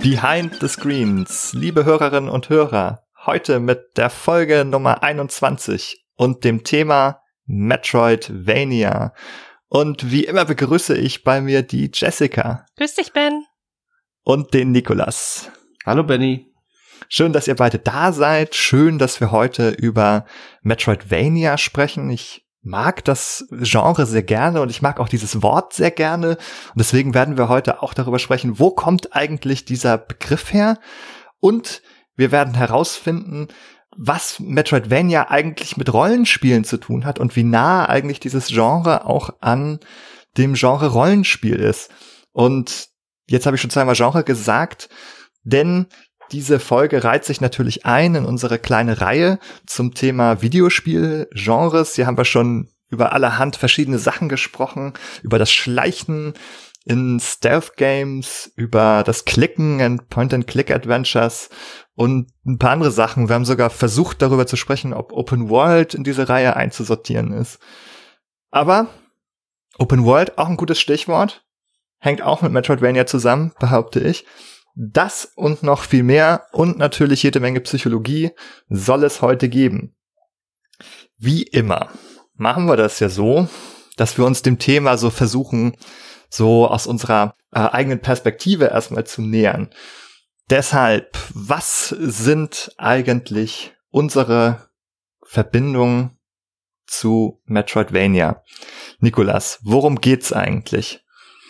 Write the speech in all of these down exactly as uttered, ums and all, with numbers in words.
Behind the Screens, liebe Hörerinnen und Hörer, heute mit der Folge Nummer einundzwanzig und dem Thema Metroidvania. Und wie immer begrüße ich bei mir die Jessica. Grüß dich, Ben. Und den Nikolas. Hallo, Benny. Schön, dass ihr beide da seid. Schön, dass wir heute über Metroidvania sprechen. Ich mag das Genre sehr gerne und ich mag auch dieses Wort sehr gerne. Und deswegen werden wir heute auch darüber sprechen, wo kommt eigentlich dieser Begriff her? Und wir werden herausfinden, was Metroidvania eigentlich mit Rollenspielen zu tun hat und wie nah eigentlich dieses Genre auch an dem Genre Rollenspiel ist. Und jetzt habe ich schon zweimal Genre gesagt, denn diese Folge reiht sich natürlich ein in unsere kleine Reihe zum Thema Videospielgenres. Hier haben wir schon über allerhand verschiedene Sachen gesprochen, über das Schleichen in Stealth-Games, über das Klicken in Point-and-Click-Adventures und ein paar andere Sachen. Wir haben sogar versucht, darüber zu sprechen, ob Open World in diese Reihe einzusortieren ist. Aber Open World, auch ein gutes Stichwort, hängt auch mit Metroidvania zusammen, behaupte ich. Das und noch viel mehr und natürlich jede Menge Psychologie soll es heute geben. Wie immer machen wir das ja so, dass wir uns dem Thema so versuchen, so aus unserer äh, eigenen Perspektive erstmal zu nähern. Deshalb, was sind eigentlich unsere Verbindungen zu Metroidvania? Nikolas, worum geht's eigentlich?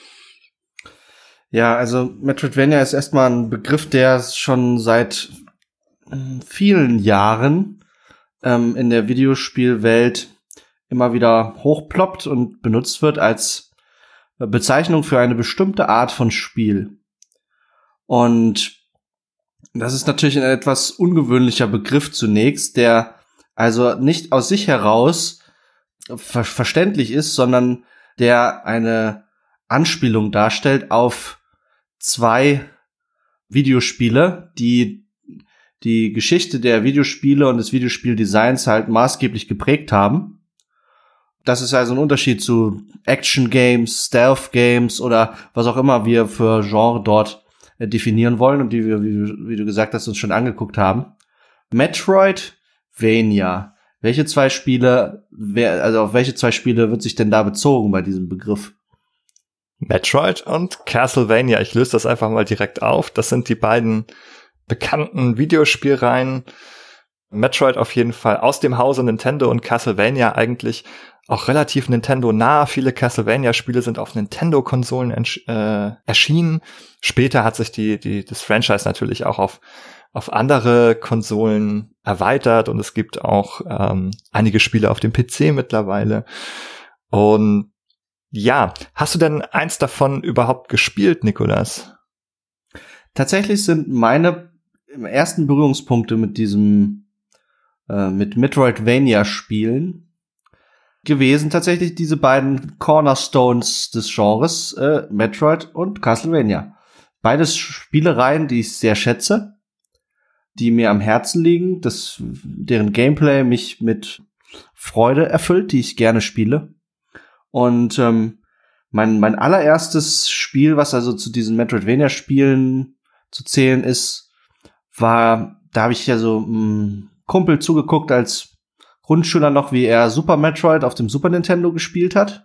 Ja, also Metroidvania ist erstmal ein Begriff, der schon seit vielen Jahren ähm, in der Videospielwelt immer wieder hochploppt und benutzt wird als Bezeichnung für eine bestimmte Art von Spiel. Und das ist natürlich ein etwas ungewöhnlicher Begriff zunächst, der also nicht aus sich heraus ver- verständlich ist, sondern der eine Anspielung darstellt auf zwei Videospiele, die die Geschichte der Videospiele und des Videospieldesigns halt maßgeblich geprägt haben. Das ist also ein Unterschied zu Action-Games, Stealth-Games oder was auch immer wir für Genre dort äh, definieren wollen und die wir, wie, wie du gesagt hast, uns schon angeguckt haben. Metroidvania. Welche zwei Spiele, wer, also auf welche zwei Spiele wird sich denn da bezogen bei diesem Begriff? Metroid und Castlevania. Ich löse das einfach mal direkt auf. Das sind die beiden bekannten Videospielreihen. Metroid auf jeden Fall aus dem Hause Nintendo und Castlevania eigentlich auch relativ Nintendo-nah. Viele Castlevania-Spiele sind auf Nintendo-Konsolen entsch- äh, erschienen. Später hat sich die, die, das Franchise natürlich auch auf, auf andere Konsolen erweitert und es gibt auch ähm, einige Spiele auf dem P C mittlerweile. Und ja, hast du denn eins davon überhaupt gespielt, Nikolas? Tatsächlich sind meine ersten Berührungspunkte mit diesem, äh, mit Metroidvania-Spielen gewesen tatsächlich diese beiden Cornerstones des Genres, äh, Metroid und Castlevania. Beides Spielereien, die ich sehr schätze, die mir am Herzen liegen, das, deren Gameplay mich mit Freude erfüllt, die ich gerne spiele. Und ähm, mein mein allererstes Spiel, was also zu diesen Metroidvania-Spielen zu zählen ist, war, da habe ich ja so einem Kumpel zugeguckt als Grundschüler noch, wie er Super Metroid auf dem Super Nintendo gespielt hat.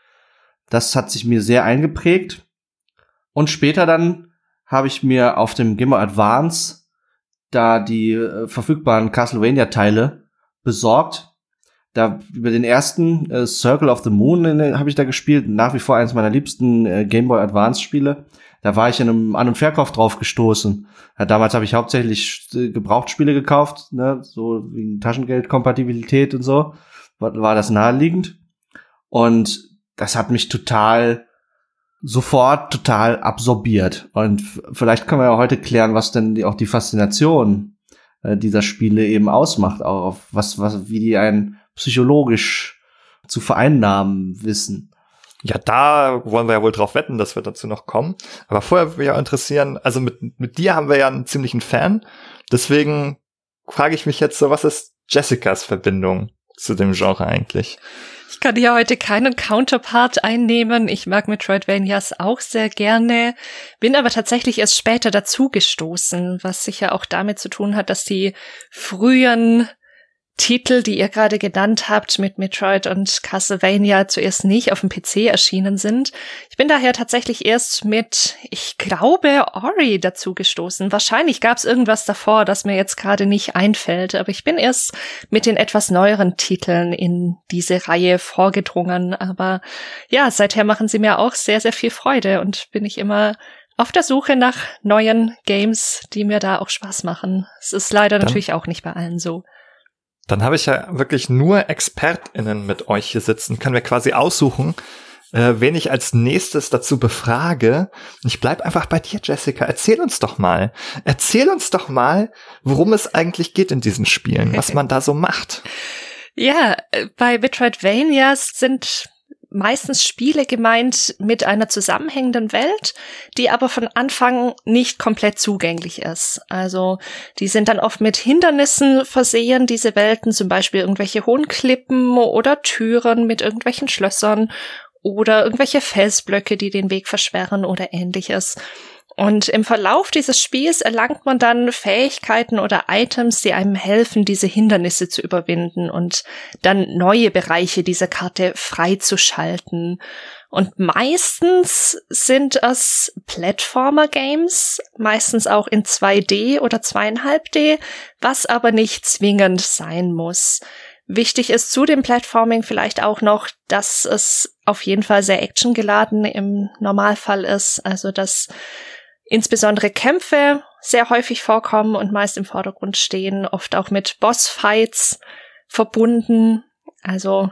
Das hat sich mir sehr eingeprägt. Und später dann habe ich mir auf dem Game Boy Advance da die äh, verfügbaren Castlevania-Teile besorgt. Da über den ersten äh, Circle of the Moon äh, habe ich da gespielt, nach wie vor eines meiner liebsten äh, Game Boy Advance Spiele. Da war ich in einem An- und Verkauf drauf gestoßen. Ja, damals habe ich hauptsächlich äh, Gebrauchtspiele gekauft, ne, so wegen Taschengeldkompatibilität und so, war, war das naheliegend. Und das hat mich total sofort total absorbiert. Und f- vielleicht können wir ja heute klären, was denn die, auch die Faszination äh, dieser Spiele eben ausmacht, auch auf was was wie die einen psychologisch zu vereinnahmen wissen. Ja, da wollen wir ja wohl drauf wetten, dass wir dazu noch kommen. Aber vorher würde mich ja interessieren, also mit, mit dir haben wir ja einen ziemlichen Fan. Deswegen frage ich mich jetzt so, was ist Jessicas Verbindung zu dem Genre eigentlich? Ich kann hier heute keinen Counterpart einnehmen. Ich mag Metroidvanias auch sehr gerne, bin aber tatsächlich erst später dazugestoßen, was sicher auch damit zu tun hat, dass die frühen Titel, die ihr gerade genannt habt, mit Metroid und Castlevania zuerst nicht auf dem P C erschienen sind. Ich bin daher tatsächlich erst mit, ich glaube, Ori dazu gestoßen. Wahrscheinlich gab es irgendwas davor, das mir jetzt gerade nicht einfällt, aber ich bin erst mit den etwas neueren Titeln in diese Reihe vorgedrungen. Aber ja, seither machen sie mir auch sehr, sehr viel Freude und bin ich immer auf der Suche nach neuen Games, die mir da auch Spaß machen. Es ist leider Dann. natürlich auch nicht bei allen so. Dann habe ich ja wirklich nur ExpertInnen mit euch hier sitzen, können wir quasi aussuchen, äh, wen ich als nächstes dazu befrage. Ich bleib einfach bei dir, Jessica. Erzähl uns doch mal. Erzähl uns doch mal, worum es eigentlich geht in diesen Spielen, was man da so macht. Ja, bei Metroidvanias sind meistens Spiele gemeint mit einer zusammenhängenden Welt, die aber von Anfang nicht komplett zugänglich ist. Also die sind dann oft mit Hindernissen versehen, diese Welten, zum Beispiel irgendwelche hohen Klippen oder Türen mit irgendwelchen Schlössern oder irgendwelche Felsblöcke, die den Weg versperren oder ähnliches. Und im Verlauf dieses Spiels erlangt man dann Fähigkeiten oder Items, die einem helfen, diese Hindernisse zu überwinden und dann neue Bereiche dieser Karte freizuschalten. Und meistens sind es Platformer-Games, meistens auch in zwei D oder zwei Komma fünf D, was aber nicht zwingend sein muss. Wichtig ist zu dem Platforming vielleicht auch noch, dass es auf jeden Fall sehr actiongeladen im Normalfall ist, also dass insbesondere Kämpfe sehr häufig vorkommen und meist im Vordergrund stehen, oft auch mit Bossfights verbunden, also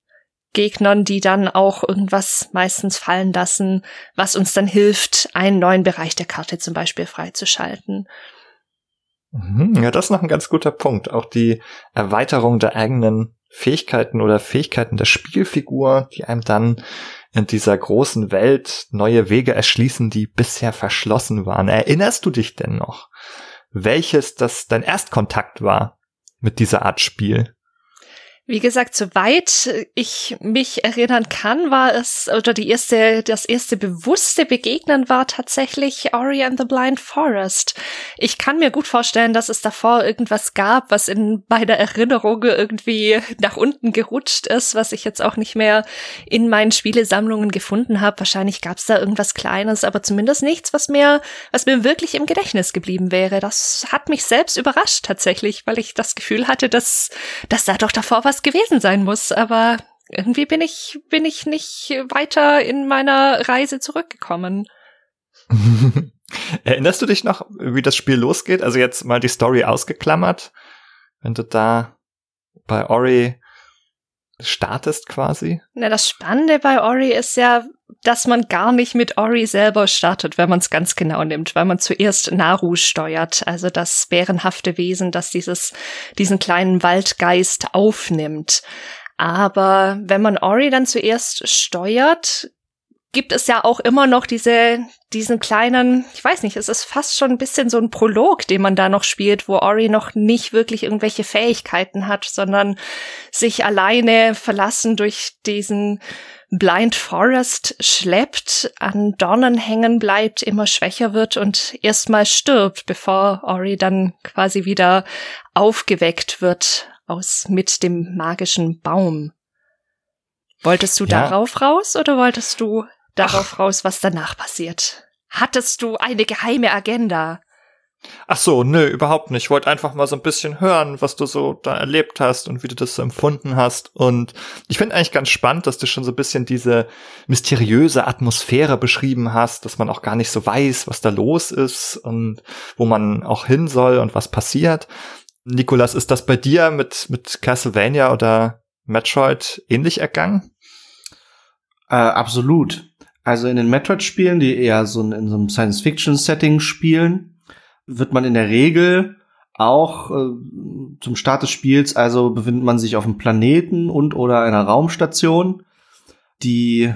Gegnern, die dann auch irgendwas meistens fallen lassen, was uns dann hilft, einen neuen Bereich der Karte zum Beispiel freizuschalten. Ja, das ist noch ein ganz guter Punkt. Auch die Erweiterung der eigenen Fähigkeiten oder Fähigkeiten der Spielfigur, die einem dann in dieser großen Welt neue Wege erschließen, die bisher verschlossen waren. Erinnerst du dich denn noch, welches das dein Erstkontakt war mit dieser Art Spiel? Wie gesagt, soweit ich mich erinnern kann, war es, oder die erste, das erste bewusste Begegnen war tatsächlich Ori and the Blind Forest. Ich kann mir gut vorstellen, dass es davor irgendwas gab, was in meiner Erinnerung irgendwie nach unten gerutscht ist, was ich jetzt auch nicht mehr in meinen Spielesammlungen gefunden habe. Wahrscheinlich gab es da irgendwas Kleines, aber zumindest nichts, was mir, was mir wirklich im Gedächtnis geblieben wäre. Das hat mich selbst überrascht tatsächlich, weil ich das Gefühl hatte, dass, dass da doch davor was gewesen sein muss, aber irgendwie bin ich bin ich nicht weiter in meiner Reise zurückgekommen. Erinnerst du dich noch, wie das Spiel losgeht? Also jetzt mal die Story ausgeklammert, wenn du da bei Ori startest quasi? Na, das Spannende bei Ori ist ja, dass man gar nicht mit Ori selber startet, wenn man es ganz genau nimmt, weil man zuerst Naru steuert, also das bärenhafte Wesen, das dieses diesen kleinen Waldgeist aufnimmt. Aber wenn man Ori dann zuerst steuert, gibt es ja auch immer noch diese diesen kleinen, ich weiß nicht, es ist fast schon ein bisschen so ein Prolog, den man da noch spielt, wo Ori noch nicht wirklich irgendwelche Fähigkeiten hat, sondern sich alleine verlassen durch diesen Blind Forest schleppt, an Dornen hängen bleibt, immer schwächer wird und erstmal stirbt, bevor Ori dann quasi wieder aufgeweckt wird aus mit dem magischen Baum. Wolltest du ja. darauf raus oder wolltest du darauf Ach. raus, was danach passiert? Hattest du eine geheime Agenda? Ach so, nö, überhaupt nicht. Ich wollte einfach mal so ein bisschen hören, was du so da erlebt hast und wie du das so empfunden hast. Und ich finde eigentlich ganz spannend, dass du schon so ein bisschen diese mysteriöse Atmosphäre beschrieben hast, dass man auch gar nicht so weiß, was da los ist und wo man auch hin soll und was passiert. Nikolas, ist das bei dir mit mit Castlevania oder Metroid ähnlich ergangen? Äh, absolut. Also in den Metroid-Spielen, die eher so in so einem Science-Fiction-Setting spielen, wird man in der Regel auch äh, zum Start des Spiels, also befindet man sich auf einem Planeten und oder einer Raumstation, die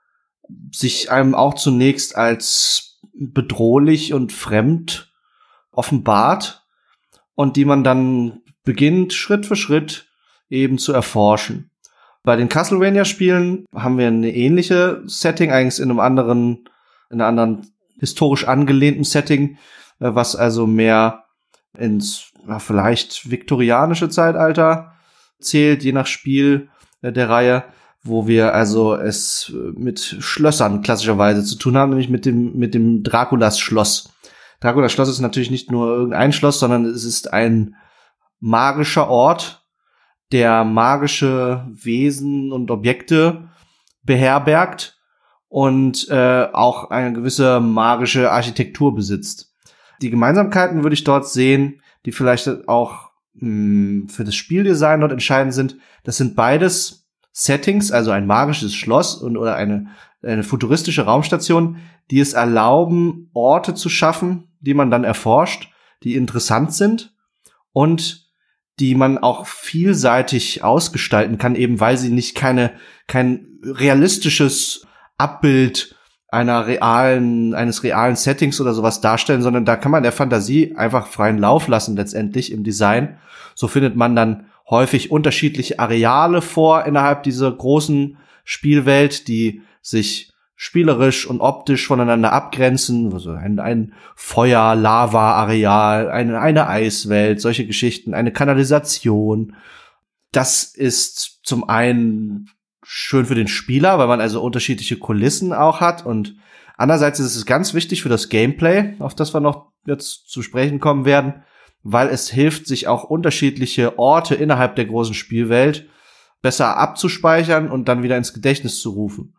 sich einem auch zunächst als bedrohlich und fremd offenbart und die man dann beginnt, Schritt für Schritt eben zu erforschen. Bei den Castlevania-Spielen haben wir eine ähnliche Setting, eigentlich in einem anderen, in einem anderen historisch angelehnten Setting, was also mehr ins ja, vielleicht viktorianische Zeitalter zählt, je nach Spiel der Reihe, wo wir also es mit Schlössern klassischerweise zu tun haben, nämlich mit dem mit dem Draculas Schloss. Draculas Schloss ist natürlich nicht nur irgendein Schloss, sondern es ist ein magischer Ort, der magische Wesen und Objekte beherbergt und äh, auch eine gewisse magische Architektur besitzt. Die Gemeinsamkeiten würde ich dort sehen, die vielleicht auch mh, für das Spieldesign dort entscheidend sind. Das sind beides Settings, also ein magisches Schloss und oder eine, eine futuristische Raumstation, die es erlauben, Orte zu schaffen, die man dann erforscht, die interessant sind und die man auch vielseitig ausgestalten kann, eben weil sie nicht keine kein realistisches Abbild einer realen eines realen Settings oder sowas darstellen, sondern da kann man der Fantasie einfach freien Lauf lassen letztendlich im Design. So findet man dann häufig unterschiedliche Areale vor innerhalb dieser großen Spielwelt, die sich spielerisch und optisch voneinander abgrenzen, also ein, ein Feuer-Lava-Areal, eine, eine Eiswelt, solche Geschichten, eine Kanalisation. Das ist zum einen schön für den Spieler, weil man also unterschiedliche Kulissen auch hat, und andererseits ist es ganz wichtig für das Gameplay, auf das wir noch jetzt zu sprechen kommen werden, weil es hilft, sich auch unterschiedliche Orte innerhalb der großen Spielwelt besser abzuspeichern und dann wieder ins Gedächtnis zu rufen.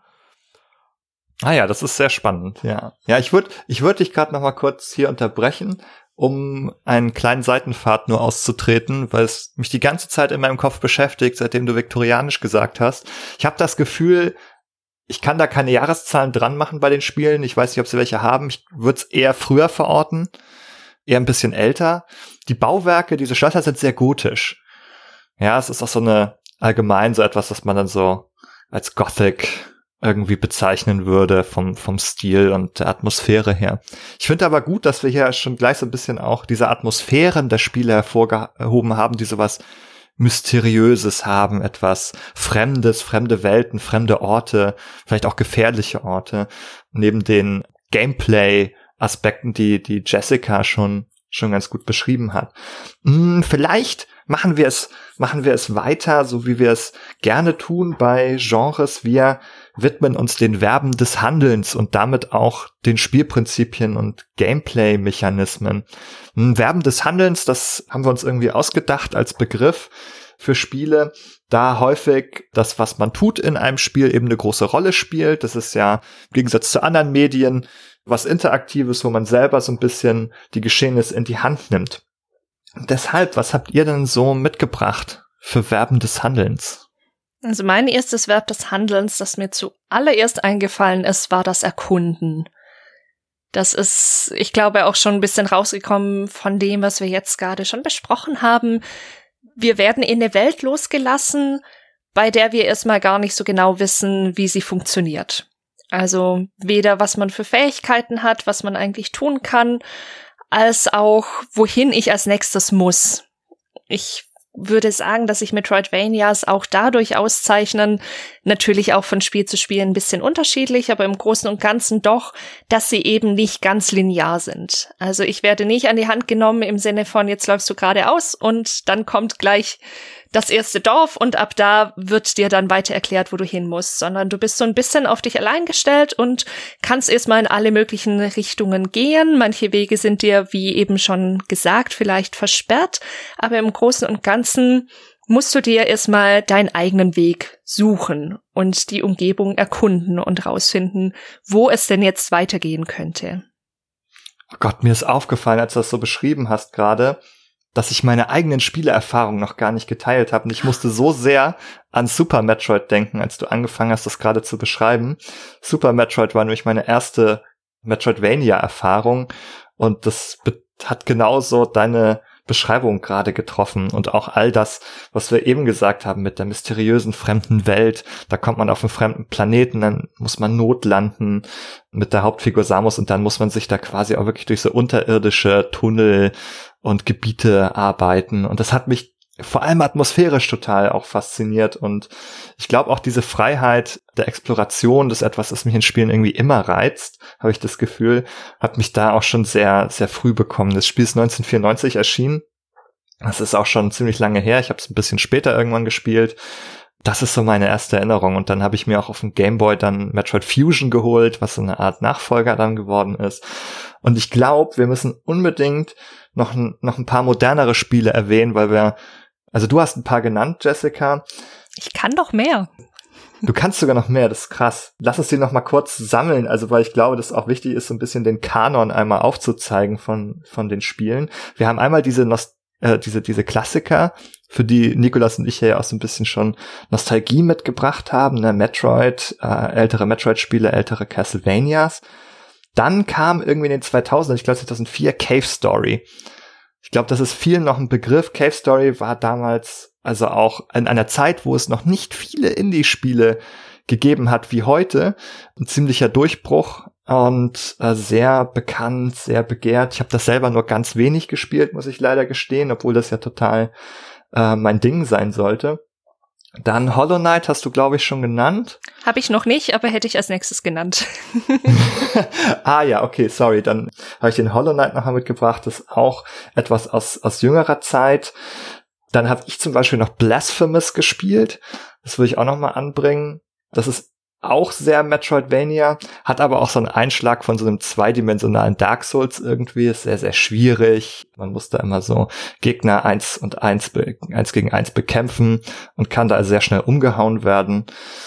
Ah ja, das ist sehr spannend, ja. Ja, ich würde ich würde dich gerade noch mal kurz hier unterbrechen, um einen kleinen Seitenpfad nur auszutreten, weil es mich die ganze Zeit in meinem Kopf beschäftigt, seitdem du viktorianisch gesagt hast. Ich habe das Gefühl, ich kann da keine Jahreszahlen dran machen bei den Spielen. Ich weiß nicht, ob sie welche haben. Ich würde es eher früher verorten, eher ein bisschen älter. Die Bauwerke, diese Schlösser sind sehr gotisch. Ja, es ist auch so eine allgemein so etwas, was man dann so als Gothic irgendwie bezeichnen würde vom vom Stil und der Atmosphäre her. Ich finde aber gut, dass wir hier schon gleich so ein bisschen auch diese Atmosphären der Spiele hervorgehoben haben, die sowas Mysteriöses haben, etwas Fremdes, fremde Welten, fremde Orte, vielleicht auch gefährliche Orte, neben den Gameplay-Aspekten, die die Jessica schon schon ganz gut beschrieben hat. Hm, vielleicht machen wir es machen wir es weiter, so wie wir es gerne tun bei Genres. Wir widmen uns den Verben des Handelns und damit auch den Spielprinzipien und Gameplay-Mechanismen. Verben des Handelns, das haben wir uns irgendwie ausgedacht als Begriff für Spiele, da häufig das, was man tut in einem Spiel, eben eine große Rolle spielt. Das ist ja im Gegensatz zu anderen Medien was Interaktives, wo man selber so ein bisschen die Geschehnisse in die Hand nimmt. Deshalb, was habt ihr denn so mitgebracht für Verben des Handelns? Also mein erstes Verb des Handelns, das mir zuallererst eingefallen ist, war das Erkunden. Das ist, ich glaube, auch schon ein bisschen rausgekommen von dem, was wir jetzt gerade schon besprochen haben. Wir werden in eine Welt losgelassen, bei der wir erstmal gar nicht so genau wissen, wie sie funktioniert. Also weder was man für Fähigkeiten hat, was man eigentlich tun kann, als auch wohin ich als nächstes muss. Ich würde sagen, dass sich Metroidvanias auch dadurch auszeichnen, natürlich auch von Spiel zu Spiel ein bisschen unterschiedlich, aber im Großen und Ganzen doch, dass sie eben nicht ganz linear sind. Also ich werde nicht an die Hand genommen im Sinne von, jetzt läufst du geradeaus und dann kommt gleich das erste Dorf und ab da wird dir dann weiter erklärt, wo du hin musst, sondern du bist so ein bisschen auf dich allein gestellt und kannst erstmal in alle möglichen Richtungen gehen. Manche Wege sind dir, wie eben schon gesagt, vielleicht versperrt, aber im Großen und Ganzen musst du dir erstmal deinen eigenen Weg suchen und die Umgebung erkunden und rausfinden, wo es denn jetzt weitergehen könnte. Oh Gott, mir ist aufgefallen, als du das so beschrieben hast gerade, dass ich meine eigenen Spielerfahrungen noch gar nicht geteilt habe. Und ich musste so sehr an Super Metroid denken, als du angefangen hast, das gerade zu beschreiben. Super Metroid war nämlich meine erste Metroidvania-Erfahrung. Und das hat genauso deine Beschreibung gerade getroffen. Und auch all das, was wir eben gesagt haben mit der mysteriösen fremden Welt. Da kommt man auf einen fremden Planeten, dann muss man notlanden mit der Hauptfigur Samus. Und dann muss man sich da quasi auch wirklich durch so unterirdische Tunnel und Gebiete arbeiten. Und das hat mich vor allem atmosphärisch total auch fasziniert. Und ich glaube auch diese Freiheit der Exploration, das ist etwas, das mich in Spielen irgendwie immer reizt, habe ich das Gefühl, hat mich da auch schon sehr, sehr früh bekommen. Das Spiel ist neunzehnhundertvierundneunzig erschienen. Das ist auch schon ziemlich lange her. Ich habe es ein bisschen später irgendwann gespielt. Das ist so meine erste Erinnerung. Und dann habe ich mir auch auf dem Game Boy dann Metroid Fusion geholt, was so eine Art Nachfolger dann geworden ist. Und ich glaube, wir müssen unbedingt noch ein, noch ein paar modernere Spiele erwähnen, weil wir, also du hast ein paar genannt, Jessica. Ich kann doch mehr. Du kannst sogar noch mehr, das ist krass. Lass uns die noch mal kurz sammeln, also weil ich glaube, dass es auch wichtig ist, so ein bisschen den Kanon einmal aufzuzeigen von von den Spielen. Wir haben einmal diese Nost- äh, diese diese Klassiker, für die Nikolas und ich ja auch so ein bisschen schon Nostalgie mitgebracht haben, ne? Metroid, äh, ältere Metroid-Spiele, ältere Castlevanias. Dann kam irgendwie in den zweitausendern, ich glaube zweitausendvier, Cave Story. Ich glaube, das ist vielen noch ein Begriff. Cave Story war damals also auch in einer Zeit, wo es noch nicht viele Indie-Spiele gegeben hat wie heute, ein ziemlicher Durchbruch und äh, sehr bekannt, sehr begehrt. Ich habe das selber nur ganz wenig gespielt, muss ich leider gestehen, obwohl das ja total äh, mein Ding sein sollte. Dann Hollow Knight hast du, glaube ich, schon genannt. Habe ich noch nicht, aber hätte ich als nächstes genannt. Ah ja, okay, sorry. Dann habe ich den Hollow Knight noch mitgebracht. Das ist auch etwas aus, aus jüngerer Zeit. Dann habe ich zum Beispiel noch Blasphemous gespielt. Das würde ich auch noch mal anbringen. Das ist auch sehr Metroidvania, hat aber auch so einen Einschlag von so einem zweidimensionalen Dark Souls irgendwie. Ist sehr, sehr schwierig. Man muss da immer so Gegner eins und eins, be- eins gegen eins bekämpfen und kann da also sehr schnell umgehauen werden.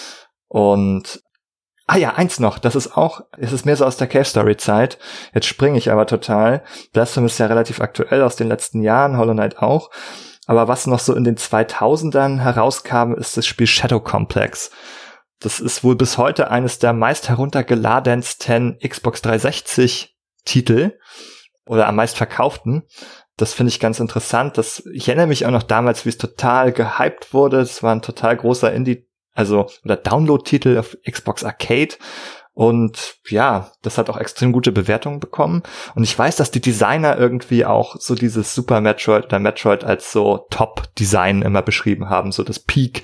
Und ah ja, eins noch, das ist auch, es ist mehr so aus der Cave Story Zeit. Jetzt springe ich aber total. Blasphemous ist ja relativ aktuell aus den letzten Jahren, Hollow Knight auch. Aber was noch so in den zweitausendern herauskam, ist das Spiel Shadow Complex. Das ist wohl bis heute eines der meist heruntergeladensten Xbox dreihundertsechzig Titel oder am meist verkauften. Das finde ich ganz interessant. Das, ich erinnere mich auch noch damals, wie es total gehypt wurde. Es war ein total großer Indie, also oder Download-Titel auf Xbox Arcade. Und ja, das hat auch extrem gute Bewertungen bekommen. Und ich weiß, dass die Designer irgendwie auch so dieses Super Metroid oder Metroid als so Top-Design immer beschrieben haben. So das Peak,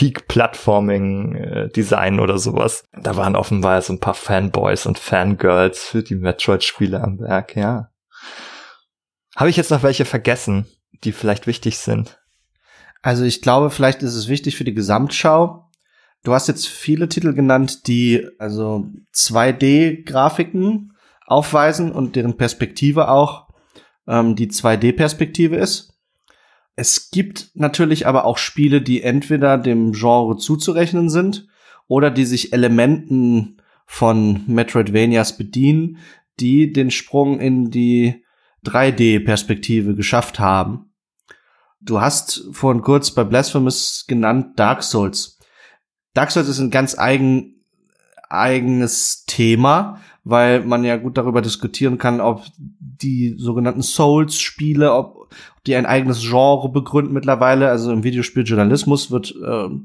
Peak-Plattforming-Design oder sowas. Da waren offenbar so ein paar Fanboys und Fangirls für die Metroid-Spiele am Werk, ja. Habe ich jetzt noch welche vergessen, die vielleicht wichtig sind? Also ich glaube, vielleicht ist es wichtig für die Gesamtschau. Du hast jetzt viele Titel genannt, die also zwei D-Grafiken aufweisen und deren Perspektive auch ähm, die zwei D-Perspektive ist. Es gibt natürlich aber auch Spiele, die entweder dem Genre zuzurechnen sind oder die sich Elementen von Metroidvanias bedienen, die den Sprung in die drei D-Perspektive geschafft haben. Du hast vorhin kurz bei Blasphemous genannt Dark Souls. Dark Souls ist ein ganz eigen, eigenes Thema, weil man ja gut darüber diskutieren kann, ob die sogenannten Souls-Spiele, ob, ob die ein eigenes Genre begründen mittlerweile. Also im Videospieljournalismus wird ähm,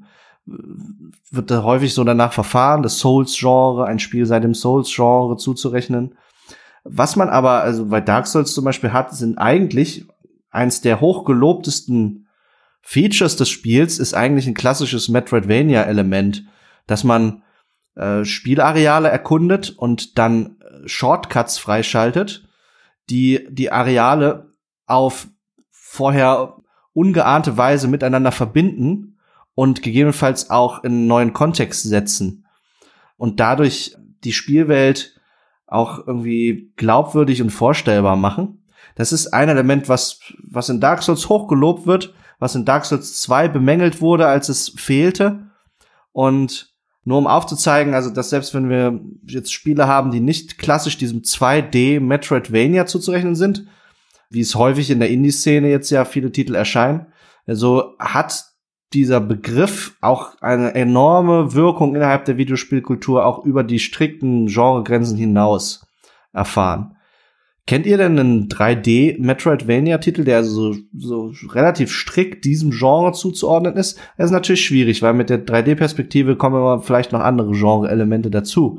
wird da häufig so danach verfahren, das Souls-Genre, ein Spiel sei dem Souls-Genre zuzurechnen. Was man aber, also bei Dark Souls zum Beispiel hat, sind eigentlich eins der hochgelobtesten Features des Spiels ist eigentlich ein klassisches Metroidvania-Element, dass man äh, Spielareale erkundet und dann Shortcuts freischaltet, die die Areale auf vorher ungeahnte Weise miteinander verbinden und gegebenenfalls auch in einen neuen Kontext setzen und dadurch die Spielwelt auch irgendwie glaubwürdig und vorstellbar machen. Das ist ein Element, was was in Dark Souls hochgelobt wird, was in Dark Souls zwei bemängelt wurde, als es fehlte. Und nur um aufzuzeigen, also dass selbst wenn wir jetzt Spiele haben, die nicht klassisch diesem zwei D Metroidvania zuzurechnen sind, wie es häufig in der Indie-Szene jetzt ja viele Titel erscheinen, so hat dieser Begriff auch eine enorme Wirkung innerhalb der Videospielkultur auch über die strikten Genregrenzen hinaus erfahren. Kennt ihr denn einen drei D Metroidvania-Titel, der also so, so relativ strikt diesem Genre zuzuordnen ist? Das ist natürlich schwierig, weil mit der drei D-Perspektive kommen immer vielleicht noch andere Genre-Elemente dazu.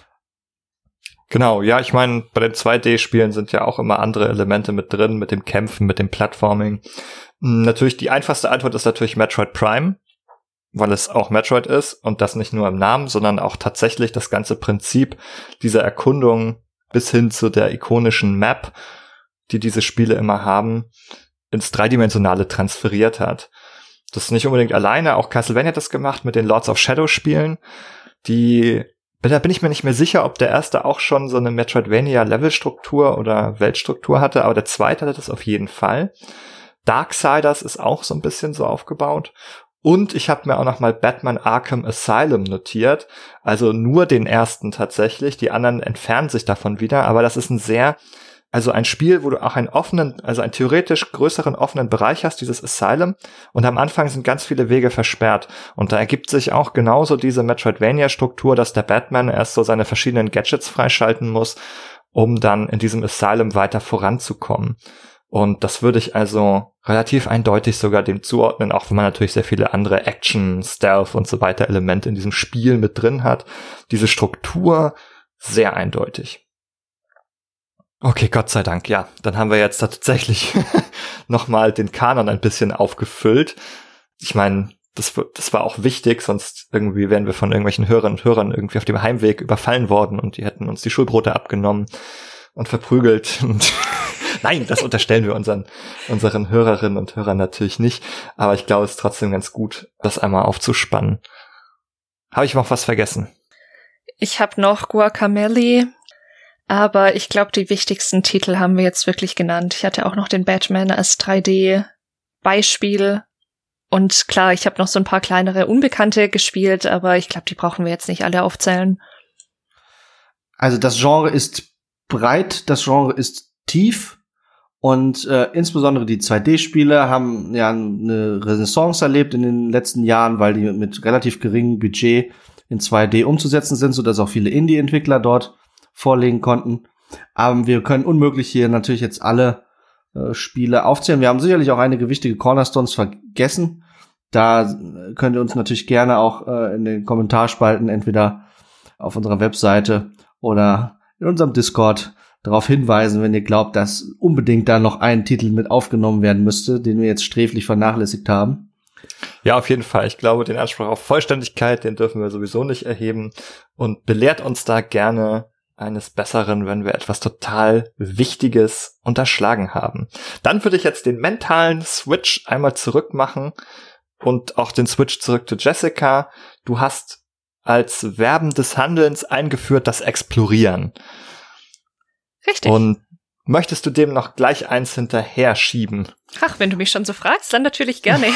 Genau, ja, ich meine, bei den zwei D-Spielen sind ja auch immer andere Elemente mit drin, mit dem Kämpfen, mit dem Plattforming. Natürlich, die einfachste Antwort ist natürlich Metroid Prime, weil es auch Metroid ist und das nicht nur im Namen, sondern auch tatsächlich das ganze Prinzip dieser Erkundung bis hin zu der ikonischen Map, die diese Spiele immer haben, ins Dreidimensionale transferiert hat. Das ist nicht unbedingt alleine, auch Castlevania hat das gemacht mit den Lords of Shadow Spielen, die, da bin ich mir nicht mehr sicher, ob der erste auch schon so eine Metroidvania-Levelstruktur oder Weltstruktur hatte, aber der zweite hatte das auf jeden Fall. Darksiders ist auch so ein bisschen so aufgebaut. Und ich habe mir auch noch mal Batman Arkham Asylum notiert, also nur den ersten tatsächlich, die anderen entfernen sich davon wieder, aber das ist ein sehr, also ein Spiel, wo du auch einen offenen, also einen theoretisch größeren offenen Bereich hast, dieses Asylum, und am Anfang sind ganz viele Wege versperrt und da ergibt sich auch genauso diese Metroidvania-Struktur, dass der Batman erst so seine verschiedenen Gadgets freischalten muss, um dann in diesem Asylum weiter voranzukommen. Und das würde ich also relativ eindeutig sogar dem zuordnen, auch wenn man natürlich sehr viele andere Action, Stealth und so weiter Elemente in diesem Spiel mit drin hat. Diese Struktur sehr eindeutig. Okay, Gott sei Dank, ja. Dann haben wir jetzt tatsächlich nochmal den Kanon ein bisschen aufgefüllt. Ich meine, das, das war auch wichtig, sonst irgendwie wären wir von irgendwelchen Hörern und Hörern irgendwie auf dem Heimweg überfallen worden und die hätten uns die Schulbrote abgenommen und verprügelt und nein, das unterstellen wir unseren, unseren Hörerinnen und Hörern natürlich nicht. Aber ich glaube, es ist trotzdem ganz gut, das einmal aufzuspannen. Habe ich noch was vergessen? Ich habe noch Guacamelee, aber ich glaube, die wichtigsten Titel haben wir jetzt wirklich genannt. Ich hatte auch noch den Batman als drei D-Beispiel. Und klar, ich habe noch so ein paar kleinere Unbekannte gespielt, aber ich glaube, die brauchen wir jetzt nicht alle aufzählen. Also das Genre ist breit, das Genre ist tief. Und äh, insbesondere die zwei D-Spiele haben ja eine Renaissance erlebt in den letzten Jahren, weil die mit relativ geringem Budget in zwei D umzusetzen sind, sodass auch viele Indie-Entwickler dort vorlegen konnten. Aber wir können unmöglich hier natürlich jetzt alle äh, Spiele aufzählen. Wir haben sicherlich auch einige wichtige Cornerstones vergessen. Da könnt ihr uns natürlich gerne auch äh, in den Kommentarspalten entweder auf unserer Webseite oder in unserem Discord darauf hinweisen, wenn ihr glaubt, dass unbedingt da noch ein Titel mit aufgenommen werden müsste, den wir jetzt sträflich vernachlässigt haben. Ja, auf jeden Fall. Ich glaube, den Anspruch auf Vollständigkeit, den dürfen wir sowieso nicht erheben und belehrt uns da gerne eines Besseren, wenn wir etwas total Wichtiges unterschlagen haben. Dann würde ich jetzt den mentalen Switch einmal zurück machen und auch den Switch zurück zu Jessica. Du hast als Verben des Handelns eingeführt das Explorieren. Richtig. Und möchtest du dem noch gleich eins hinterher schieben? Ach, wenn du mich schon so fragst, dann natürlich gerne.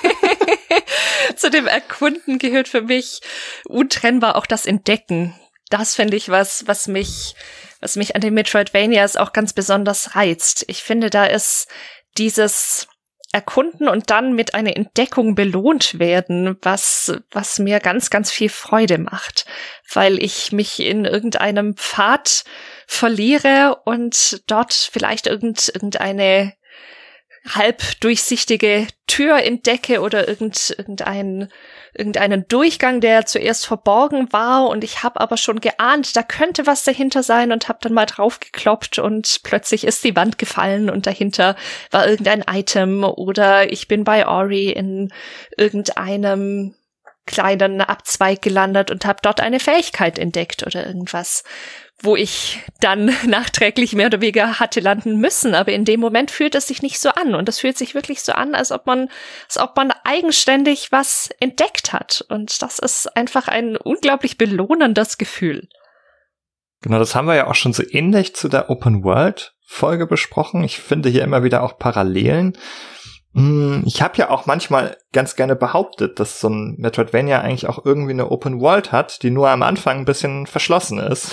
Zu dem Erkunden gehört für mich untrennbar auch das Entdecken. Das finde ich was, was mich, was mich an den Metroidvanias auch ganz besonders reizt. Ich finde, da ist dieses Erkunden und dann mit einer Entdeckung belohnt werden, was, was mir ganz, ganz viel Freude macht, weil ich mich in irgendeinem Pfad verliere und dort vielleicht irgend, irgendeine halb durchsichtige Tür entdecke oder irgend, irgendein, irgendeinen Durchgang, der zuerst verborgen war und ich habe aber schon geahnt, da könnte was dahinter sein und habe dann mal drauf geklopft und plötzlich ist die Wand gefallen und dahinter war irgendein Item oder ich bin bei Ori in irgendeinem kleinen Abzweig gelandet und habe dort eine Fähigkeit entdeckt oder irgendwas, wo ich dann nachträglich mehr oder weniger hatte landen müssen. Aber in dem Moment fühlt es sich nicht so an. Und es fühlt sich wirklich so an, als ob man, als ob man eigenständig was entdeckt hat. Und das ist einfach ein unglaublich belohnendes Gefühl. Genau, das haben wir ja auch schon so ähnlich zu der Open-World-Folge besprochen. Ich finde hier immer wieder auch Parallelen. Ich habe ja auch manchmal ganz gerne behauptet, dass so ein Metroidvania eigentlich auch irgendwie eine Open World hat, die nur am Anfang ein bisschen verschlossen ist.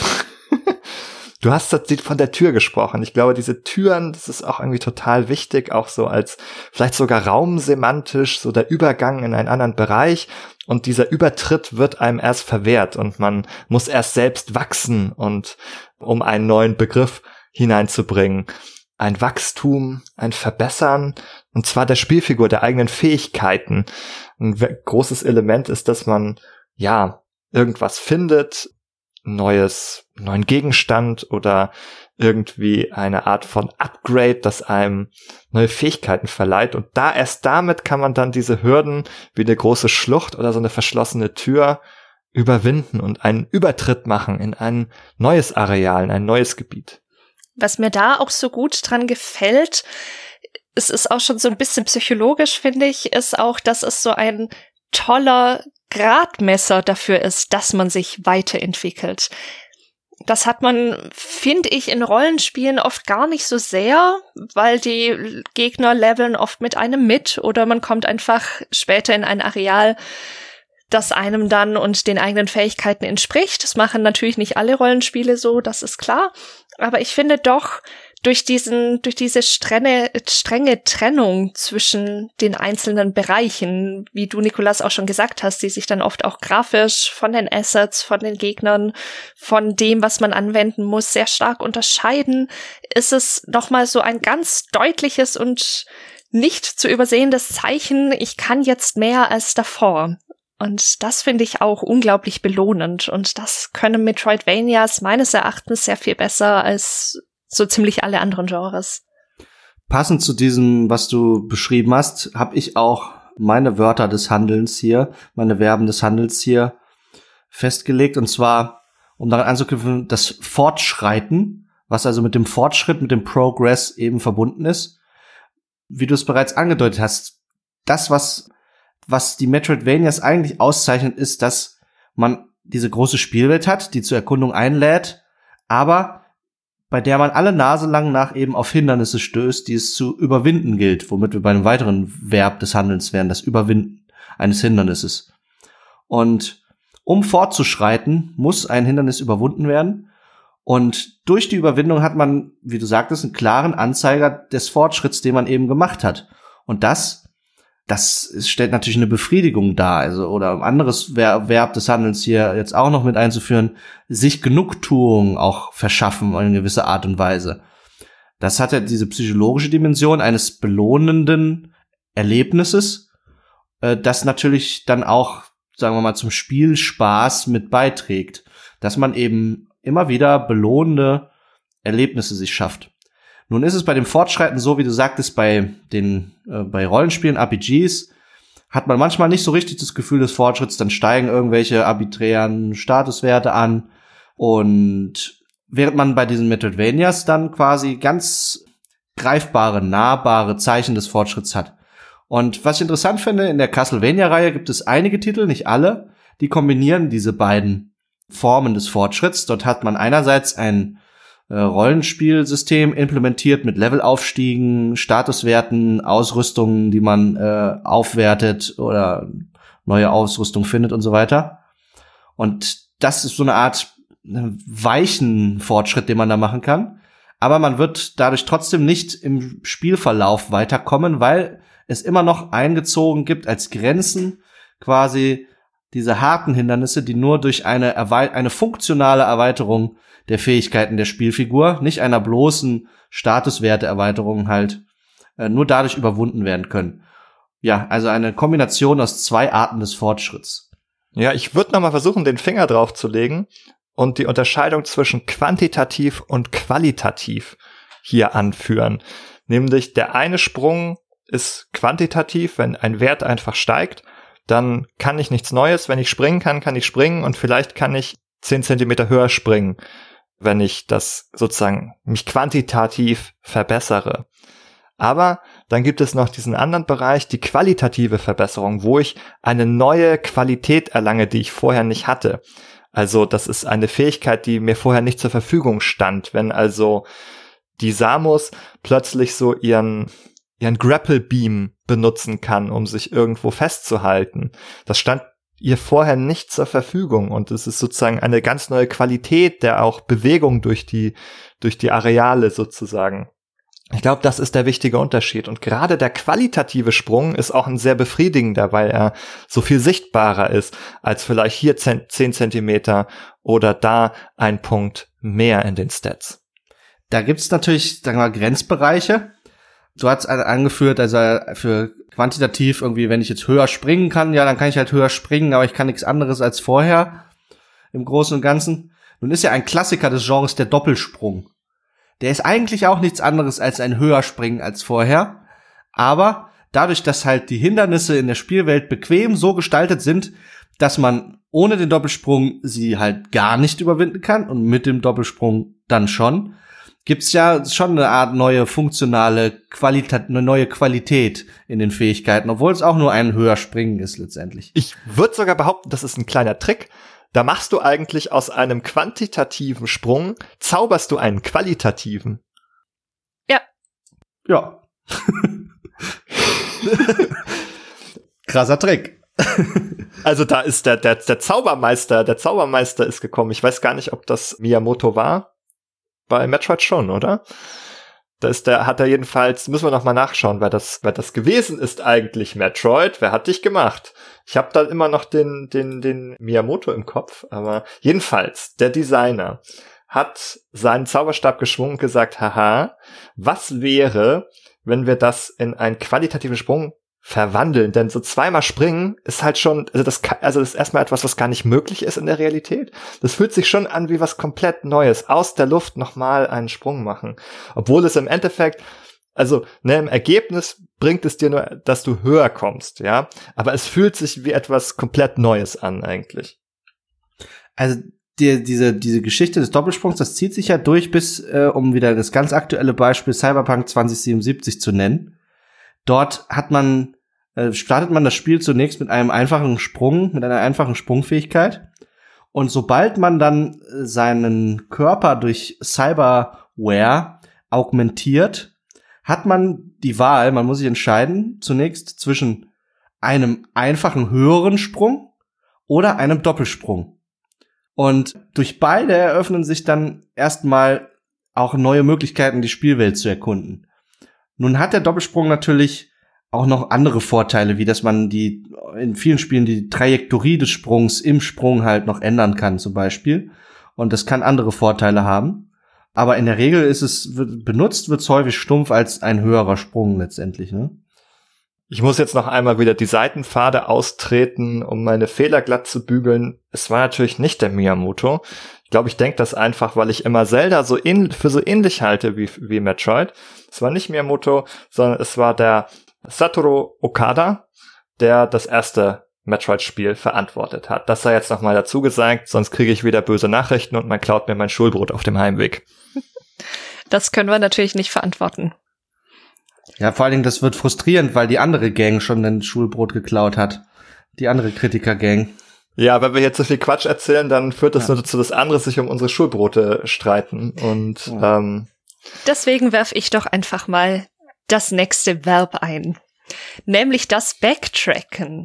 Du hast von der Tür gesprochen. Ich glaube, diese Türen, das ist auch irgendwie total wichtig, auch so als vielleicht sogar raumsemantisch, so der Übergang in einen anderen Bereich. Und dieser Übertritt wird einem erst verwehrt und man muss erst selbst wachsen und um einen neuen Begriff hineinzubringen. Ein Wachstum, ein Verbessern, und zwar der Spielfigur, der eigenen Fähigkeiten. Ein großes Element ist, dass man, ja, irgendwas findet, neues, neuen Gegenstand oder irgendwie eine Art von Upgrade, das einem neue Fähigkeiten verleiht. Und da erst damit kann man dann diese Hürden wie eine große Schlucht oder so eine verschlossene Tür überwinden und einen Übertritt machen in ein neues Areal, in ein neues Gebiet. Was mir da auch so gut dran gefällt, es ist auch schon so ein bisschen psychologisch, finde ich, ist auch, dass es so ein toller Gradmesser dafür ist, dass man sich weiterentwickelt. Das hat man, finde ich, in Rollenspielen oft gar nicht so sehr, weil die Gegner leveln oft mit einem mit oder man kommt einfach später in ein Areal, das einem dann und den eigenen Fähigkeiten entspricht. Das machen natürlich nicht alle Rollenspiele so, das ist klar. Aber ich finde doch, durch diesen, durch diese strenge, strenge Trennung zwischen den einzelnen Bereichen, wie du, Nikolas, auch schon gesagt hast, die sich dann oft auch grafisch von den Assets, von den Gegnern, von dem, was man anwenden muss, sehr stark unterscheiden, ist es nochmal so ein ganz deutliches und nicht zu übersehendes Zeichen, ich kann jetzt mehr als davor. Und das finde ich auch unglaublich belohnend. Und das können Metroidvanias meines Erachtens sehr viel besser als so ziemlich alle anderen Genres. Passend zu diesem, was du beschrieben hast, habe ich auch meine Wörter des Handelns hier, meine Verben des Handels hier festgelegt. Und zwar, um daran anzuknüpfen, das Fortschreiten, was also mit dem Fortschritt, mit dem Progress eben verbunden ist. Wie du es bereits angedeutet hast, das, was, was die Metroidvanias eigentlich auszeichnet, ist, dass man diese große Spielwelt hat, die zur Erkundung einlädt, aber bei der man alle Nase lang nach eben auf Hindernisse stößt, die es zu überwinden gilt, womit wir bei einem weiteren Verb des Handelns wären, das Überwinden eines Hindernisses. Und um fortzuschreiten, muss ein Hindernis überwunden werden. Und durch die Überwindung hat man, wie du sagtest, einen klaren Anzeiger des Fortschritts, den man eben gemacht hat. Und das Das stellt natürlich eine Befriedigung dar, also oder ein anderes Verb des Handelns hier jetzt auch noch mit einzuführen, sich Genugtuung auch verschaffen in gewisser Art und Weise. Das hat ja diese psychologische Dimension eines belohnenden Erlebnisses, äh, das natürlich dann auch, sagen wir mal, zum Spielspaß mit beiträgt, dass man eben immer wieder belohnende Erlebnisse sich schafft. Nun ist es bei dem Fortschreiten so, wie du sagtest, bei den äh, bei Rollenspielen, R P Gs, hat man manchmal nicht so richtig das Gefühl des Fortschritts, dann steigen irgendwelche arbiträren Statuswerte an und während man bei diesen Metroidvanias dann quasi ganz greifbare, nahbare Zeichen des Fortschritts hat. Und was ich interessant finde, in der Castlevania-Reihe gibt es einige Titel, nicht alle, die kombinieren diese beiden Formen des Fortschritts. Dort hat man einerseits ein Rollenspielsystem implementiert mit Levelaufstiegen, Statuswerten, Ausrüstungen, die man äh, aufwertet oder neue Ausrüstung findet und so weiter. Und das ist so eine Art weichen Fortschritt, den man da machen kann. Aber man wird dadurch trotzdem nicht im Spielverlauf weiterkommen, weil es immer noch eingezogen gibt als Grenzen quasi diese harten Hindernisse, die nur durch eine Erwei- eine funktionale Erweiterung der Fähigkeiten der Spielfigur, nicht einer bloßen Statuswerteerweiterung halt, äh, nur dadurch überwunden werden können. Ja, also eine Kombination aus zwei Arten des Fortschritts. Ja, ich würde noch mal versuchen, den Finger drauf zu legen und die Unterscheidung zwischen quantitativ und qualitativ hier anführen. Nämlich der eine Sprung ist quantitativ, wenn ein Wert einfach steigt, dann kann ich nichts Neues. Wenn ich springen kann, kann ich springen und vielleicht kann ich zehn Zentimeter höher springen, wenn ich das sozusagen mich quantitativ verbessere. Aber dann gibt es noch diesen anderen Bereich, die qualitative Verbesserung, wo ich eine neue Qualität erlange, die ich vorher nicht hatte. Also das ist eine Fähigkeit, die mir vorher nicht zur Verfügung stand. Wenn also die Samus plötzlich so ihren ihren Grapple Beam benutzen kann, um sich irgendwo festzuhalten. Das stand ihr vorher nicht zur Verfügung und es ist sozusagen eine ganz neue Qualität der auch Bewegung durch die durch die Areale sozusagen. Ich glaube, das ist der wichtige Unterschied und gerade der qualitative Sprung ist auch ein sehr befriedigender, weil er so viel sichtbarer ist als vielleicht hier zehn Zentimeter oder da ein Punkt mehr in den Stats. Da gibt's natürlich, sagen wir mal, Grenzbereiche. Du hast angeführt, also für quantitativ irgendwie, wenn ich jetzt höher springen kann, ja, dann kann ich halt höher springen, aber ich kann nichts anderes als vorher im Großen und Ganzen. Nun ist ja ein Klassiker des Genres der Doppelsprung. Der ist eigentlich auch nichts anderes als ein Höherspringen als vorher. Aber dadurch, dass halt die Hindernisse in der Spielwelt bequem so gestaltet sind, dass man ohne den Doppelsprung sie halt gar nicht überwinden kann und mit dem Doppelsprung dann schon, gibt's ja schon eine Art neue funktionale Qualität, eine neue Qualität in den Fähigkeiten, obwohl es auch nur ein Höherspringen ist letztendlich. Ich würde sogar behaupten, das ist ein kleiner Trick. Da machst du eigentlich aus einem quantitativen Sprung, zauberst du einen qualitativen. Ja. Ja. Krasser Trick. Also da ist der, der, der Zaubermeister, der Zaubermeister ist gekommen. Ich weiß gar nicht, ob das Miyamoto war. Bei Metroid schon, oder? Da ist der, hat er jedenfalls, müssen wir noch mal nachschauen, wer das, wer das gewesen ist eigentlich, Metroid. Wer hat dich gemacht? Ich habe da immer noch den, den, den Miyamoto im Kopf, aber jedenfalls, der Designer hat seinen Zauberstab geschwungen und gesagt, haha, was wäre, wenn wir das in einen qualitativen Sprung verwandeln, denn so zweimal springen ist halt schon, also das, also das ist erstmal etwas, was gar nicht möglich ist in der Realität. Das fühlt sich schon an wie was komplett Neues. Aus der Luft nochmal einen Sprung machen. Obwohl es im Endeffekt, also ne, im Ergebnis bringt es dir nur, dass du höher kommst, ja. Aber es fühlt sich wie etwas komplett Neues an eigentlich. Also die, diese, diese Geschichte des Doppelsprungs, das zieht sich ja durch bis, äh, um wieder das ganz aktuelle Beispiel Cyberpunk zwanzig siebenundsiebzig zu nennen. Dort hat man, äh, startet man das Spiel zunächst mit einem einfachen Sprung, mit einer einfachen Sprungfähigkeit. Und sobald man dann äh, seinen Körper durch Cyberware augmentiert, hat man die Wahl, man muss sich entscheiden, zunächst zwischen einem einfachen höheren Sprung oder einem Doppelsprung. Und durch beide eröffnen sich dann erstmal auch neue Möglichkeiten, die Spielwelt zu erkunden. Nun hat der Doppelsprung natürlich auch noch andere Vorteile, wie dass man die in vielen Spielen die Trajektorie des Sprungs im Sprung halt noch ändern kann zum Beispiel. Und das kann andere Vorteile haben. Aber in der Regel ist es, wird, benutzt wird es häufig stumpf als ein höherer Sprung letztendlich, ne? Ich muss jetzt noch einmal wieder die Seitenpfade austreten, um meine Fehler glatt zu bügeln. Es war natürlich nicht der Miyamoto. Ich glaube, ich denke das einfach, weil ich immer Zelda so ähn- für so ähnlich halte wie, wie Metroid. Es war nicht Miyamoto, sondern es war der Satoru Okada, der das erste Metroid-Spiel verantwortet hat. Das sei jetzt noch mal dazu gesagt, sonst kriege ich wieder böse Nachrichten und man klaut mir mein Schulbrot auf dem Heimweg. Das können wir natürlich nicht verantworten. Ja, vor allen Dingen, das wird frustrierend, weil die andere Gang schon ein Schulbrot geklaut hat. Die andere Kritiker-Gang. Ja, wenn wir jetzt so viel Quatsch erzählen, dann führt das ja nur dazu, dass andere sich um unsere Schulbrote streiten. Und ja. ähm, Deswegen werfe ich doch einfach mal das nächste Verb ein. Nämlich das Backtracken.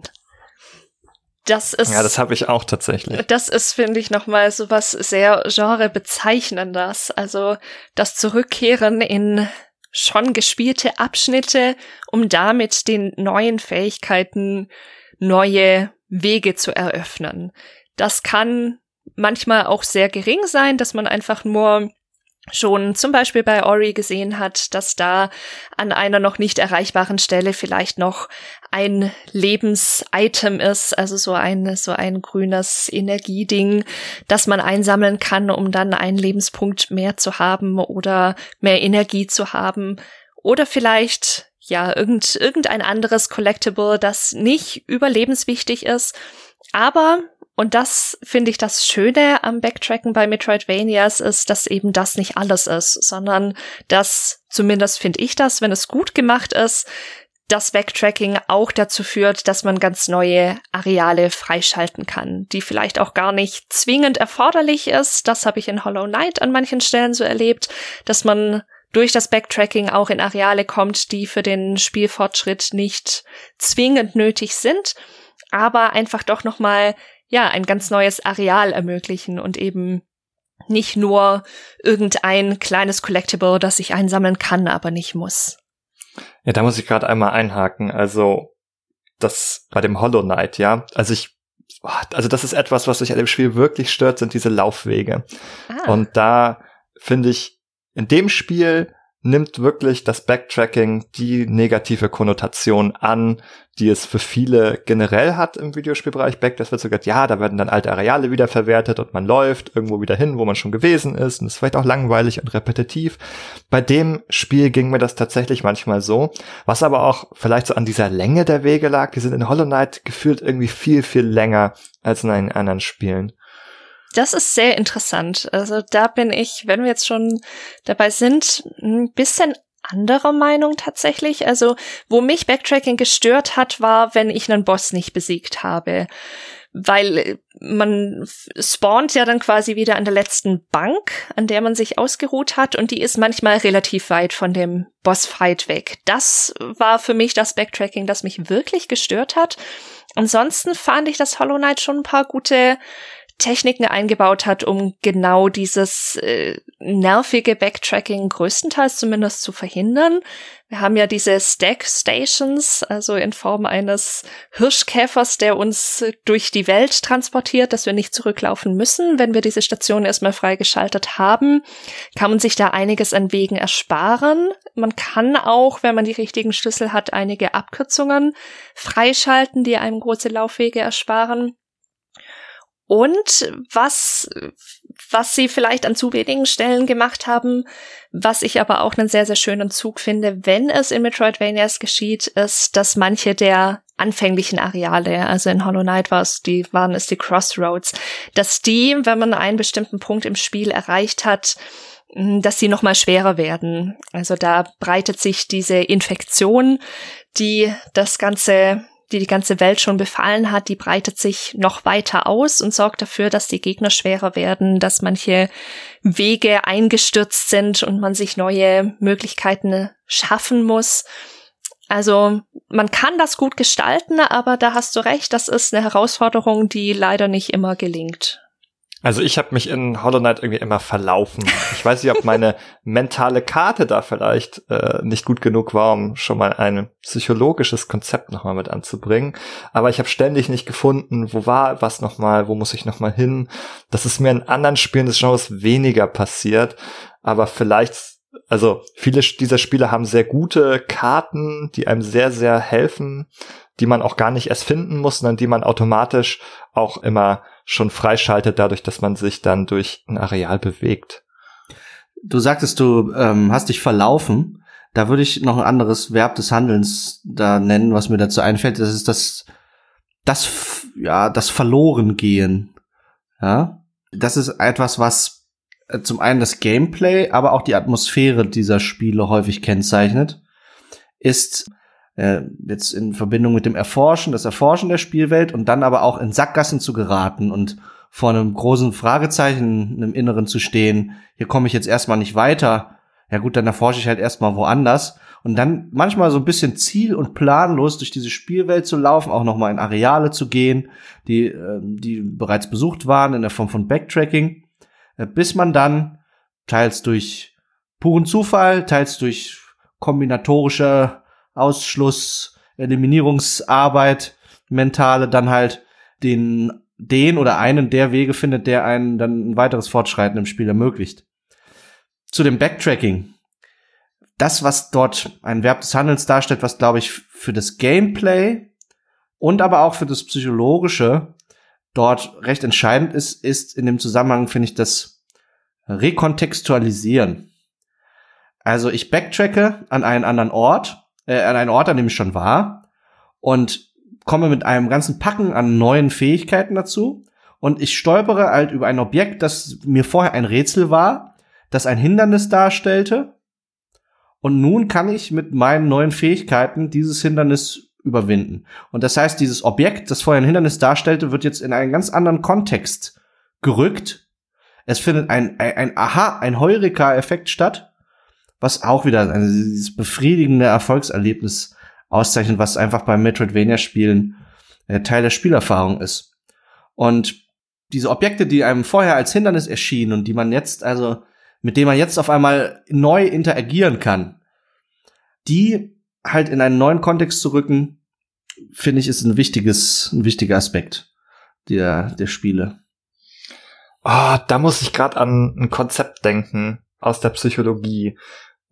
Das ist, ja, das habe ich auch tatsächlich. Das ist, finde ich, nochmal so was sehr genrebezeichnendes. Also das Zurückkehren in schon gespielte Abschnitte, um damit den neuen Fähigkeiten neue Wege zu eröffnen. Das kann manchmal auch sehr gering sein, dass man einfach nur schon zum Beispiel bei Ori gesehen hat, dass da an einer noch nicht erreichbaren Stelle vielleicht noch ein Lebensitem ist, also so ein, so ein grünes Energieding, das man einsammeln kann, um dann einen Lebenspunkt mehr zu haben oder mehr Energie zu haben. Oder vielleicht, ja, irgend, irgendein anderes Collectible, das nicht überlebenswichtig ist, aber und das finde ich das Schöne am Backtracken bei Metroidvanias ist, dass eben das nicht alles ist, sondern dass, zumindest finde ich das, wenn es gut gemacht ist, das Backtracking auch dazu führt, dass man ganz neue Areale freischalten kann, die vielleicht auch gar nicht zwingend erforderlich ist. Das habe ich in Hollow Knight an manchen Stellen so erlebt, dass man durch das Backtracking auch in Areale kommt, die für den Spielfortschritt nicht zwingend nötig sind, aber einfach doch nochmal ja, ein ganz neues Areal ermöglichen und eben nicht nur irgendein kleines Collectible, das ich einsammeln kann, aber nicht muss. Ja, da muss ich gerade einmal einhaken. Also, das bei dem Hollow Knight, ja. Also ich, also das ist etwas, was mich an dem Spiel wirklich stört, sind diese Laufwege. Ah. Und da finde ich in dem Spiel nimmt wirklich das Backtracking die negative Konnotation an, die es für viele generell hat im Videospielbereich. Back, das wird so gesagt, ja, da werden dann alte Areale wiederverwertet und man läuft irgendwo wieder hin, wo man schon gewesen ist und es ist vielleicht auch langweilig und repetitiv. Bei dem Spiel ging mir das tatsächlich manchmal so, was aber auch vielleicht so an dieser Länge der Wege lag. Die sind in Hollow Knight gefühlt irgendwie viel, viel länger als in einen anderen Spielen. Das ist sehr interessant. Also da bin ich, wenn wir jetzt schon dabei sind, ein bisschen anderer Meinung tatsächlich. Also wo mich Backtracking gestört hat, war, wenn ich einen Boss nicht besiegt habe. Weil man spawnt ja dann quasi wieder an der letzten Bank, an der man sich ausgeruht hat, und die ist manchmal relativ weit von dem Bossfight weg. Das war für mich das Backtracking, das mich wirklich gestört hat. Ansonsten fand ich, dass Hollow Knight schon ein paar gute Techniken eingebaut hat, um genau dieses äh, nervige Backtracking größtenteils zumindest zu verhindern. Wir haben ja diese Stack Stations, also in Form eines Hirschkäfers, der uns durch die Welt transportiert, dass wir nicht zurücklaufen müssen. Wenn wir diese Station erstmal freigeschaltet haben, kann man sich da einiges an Wegen ersparen. Man kann auch, wenn man die richtigen Schlüssel hat, einige Abkürzungen freischalten, die einem große Laufwege ersparen. Und was, was sie vielleicht an zu wenigen Stellen gemacht haben, was ich aber auch einen sehr, sehr schönen Zug finde, wenn es in Metroidvanias geschieht, ist, dass manche der anfänglichen Areale, also in Hollow Knight war es, die, waren es die Crossroads, dass die, wenn man einen bestimmten Punkt im Spiel erreicht hat, dass sie nochmal schwerer werden. Also da breitet sich diese Infektion, die das Ganze die die ganze Welt schon befallen hat, die breitet sich noch weiter aus und sorgt dafür, dass die Gegner schwerer werden, dass manche Wege eingestürzt sind und man sich neue Möglichkeiten schaffen muss. Also man kann das gut gestalten, aber da hast du recht, das ist eine Herausforderung, die leider nicht immer gelingt. Also ich habe mich in Hollow Knight irgendwie immer verlaufen. Ich weiß nicht, ob meine mentale Karte da vielleicht äh, nicht gut genug war, um schon mal ein psychologisches Konzept nochmal mit anzubringen. Aber ich habe ständig nicht gefunden, wo war was nochmal, wo muss ich nochmal hin. Das ist mir in anderen Spielen des Genres weniger passiert. Aber vielleicht, also viele dieser Spiele haben sehr gute Karten, die einem sehr, sehr helfen, die man auch gar nicht erst finden muss, sondern die man automatisch auch immer schon freischaltet, dadurch, dass man sich dann durch ein Areal bewegt. Du sagtest, du ähm, hast dich verlaufen. Da würde ich noch ein anderes Verb des Handelns da nennen, was mir dazu einfällt. Das ist das, das, ja, das Verlorengehen. Ja, das ist etwas, was äh, zum einen das Gameplay, aber auch die Atmosphäre dieser Spiele häufig kennzeichnet, ist äh, jetzt in Verbindung mit dem Erforschen, das Erforschen der Spielwelt und dann aber auch in Sackgassen zu geraten und vor einem großen Fragezeichen im Inneren zu stehen, hier komme ich jetzt erstmal nicht weiter, ja gut, dann erforsche ich halt erstmal woanders und dann manchmal so ein bisschen ziel- und planlos durch diese Spielwelt zu laufen, auch nochmal in Areale zu gehen, die, äh, die bereits besucht waren in der Form von Backtracking, äh, bis man dann teils durch puren Zufall, teils durch kombinatorische Ausschluss, Eliminierungsarbeit, mentale, dann halt den, den oder einen der Wege findet, der einen dann ein weiteres Fortschreiten im Spiel ermöglicht. Zu dem Backtracking. Das, was dort ein Verb des Handelns darstellt, was, glaube ich, für das Gameplay und aber auch für das Psychologische dort recht entscheidend ist, ist in dem Zusammenhang, finde ich, das Rekontextualisieren. Also ich backtracke an einen anderen Ort, äh, an einen Ort, an dem ich schon war und komme mit einem ganzen Packen an neuen Fähigkeiten dazu und ich stolpere halt über ein Objekt, das mir vorher ein Rätsel war, das ein Hindernis darstellte und nun kann ich mit meinen neuen Fähigkeiten dieses Hindernis überwinden. Und das heißt, dieses Objekt, das vorher ein Hindernis darstellte, wird jetzt in einen ganz anderen Kontext gerückt. Es findet ein, ein, ein Aha, ein Heureka-Effekt statt, was auch wieder also dieses befriedigende Erfolgserlebnis auszeichnet, was einfach bei Metroidvania-Spielen äh, Teil der Spielerfahrung ist. Und diese Objekte, die einem vorher als Hindernis erschienen und die man jetzt, also mit denen man jetzt auf einmal neu interagieren kann, die halt in einen neuen Kontext zu rücken, finde ich, ist ein wichtiges, ein wichtiger Aspekt der, der Spiele. Oh, da muss ich gerade an ein Konzept denken aus der Psychologie.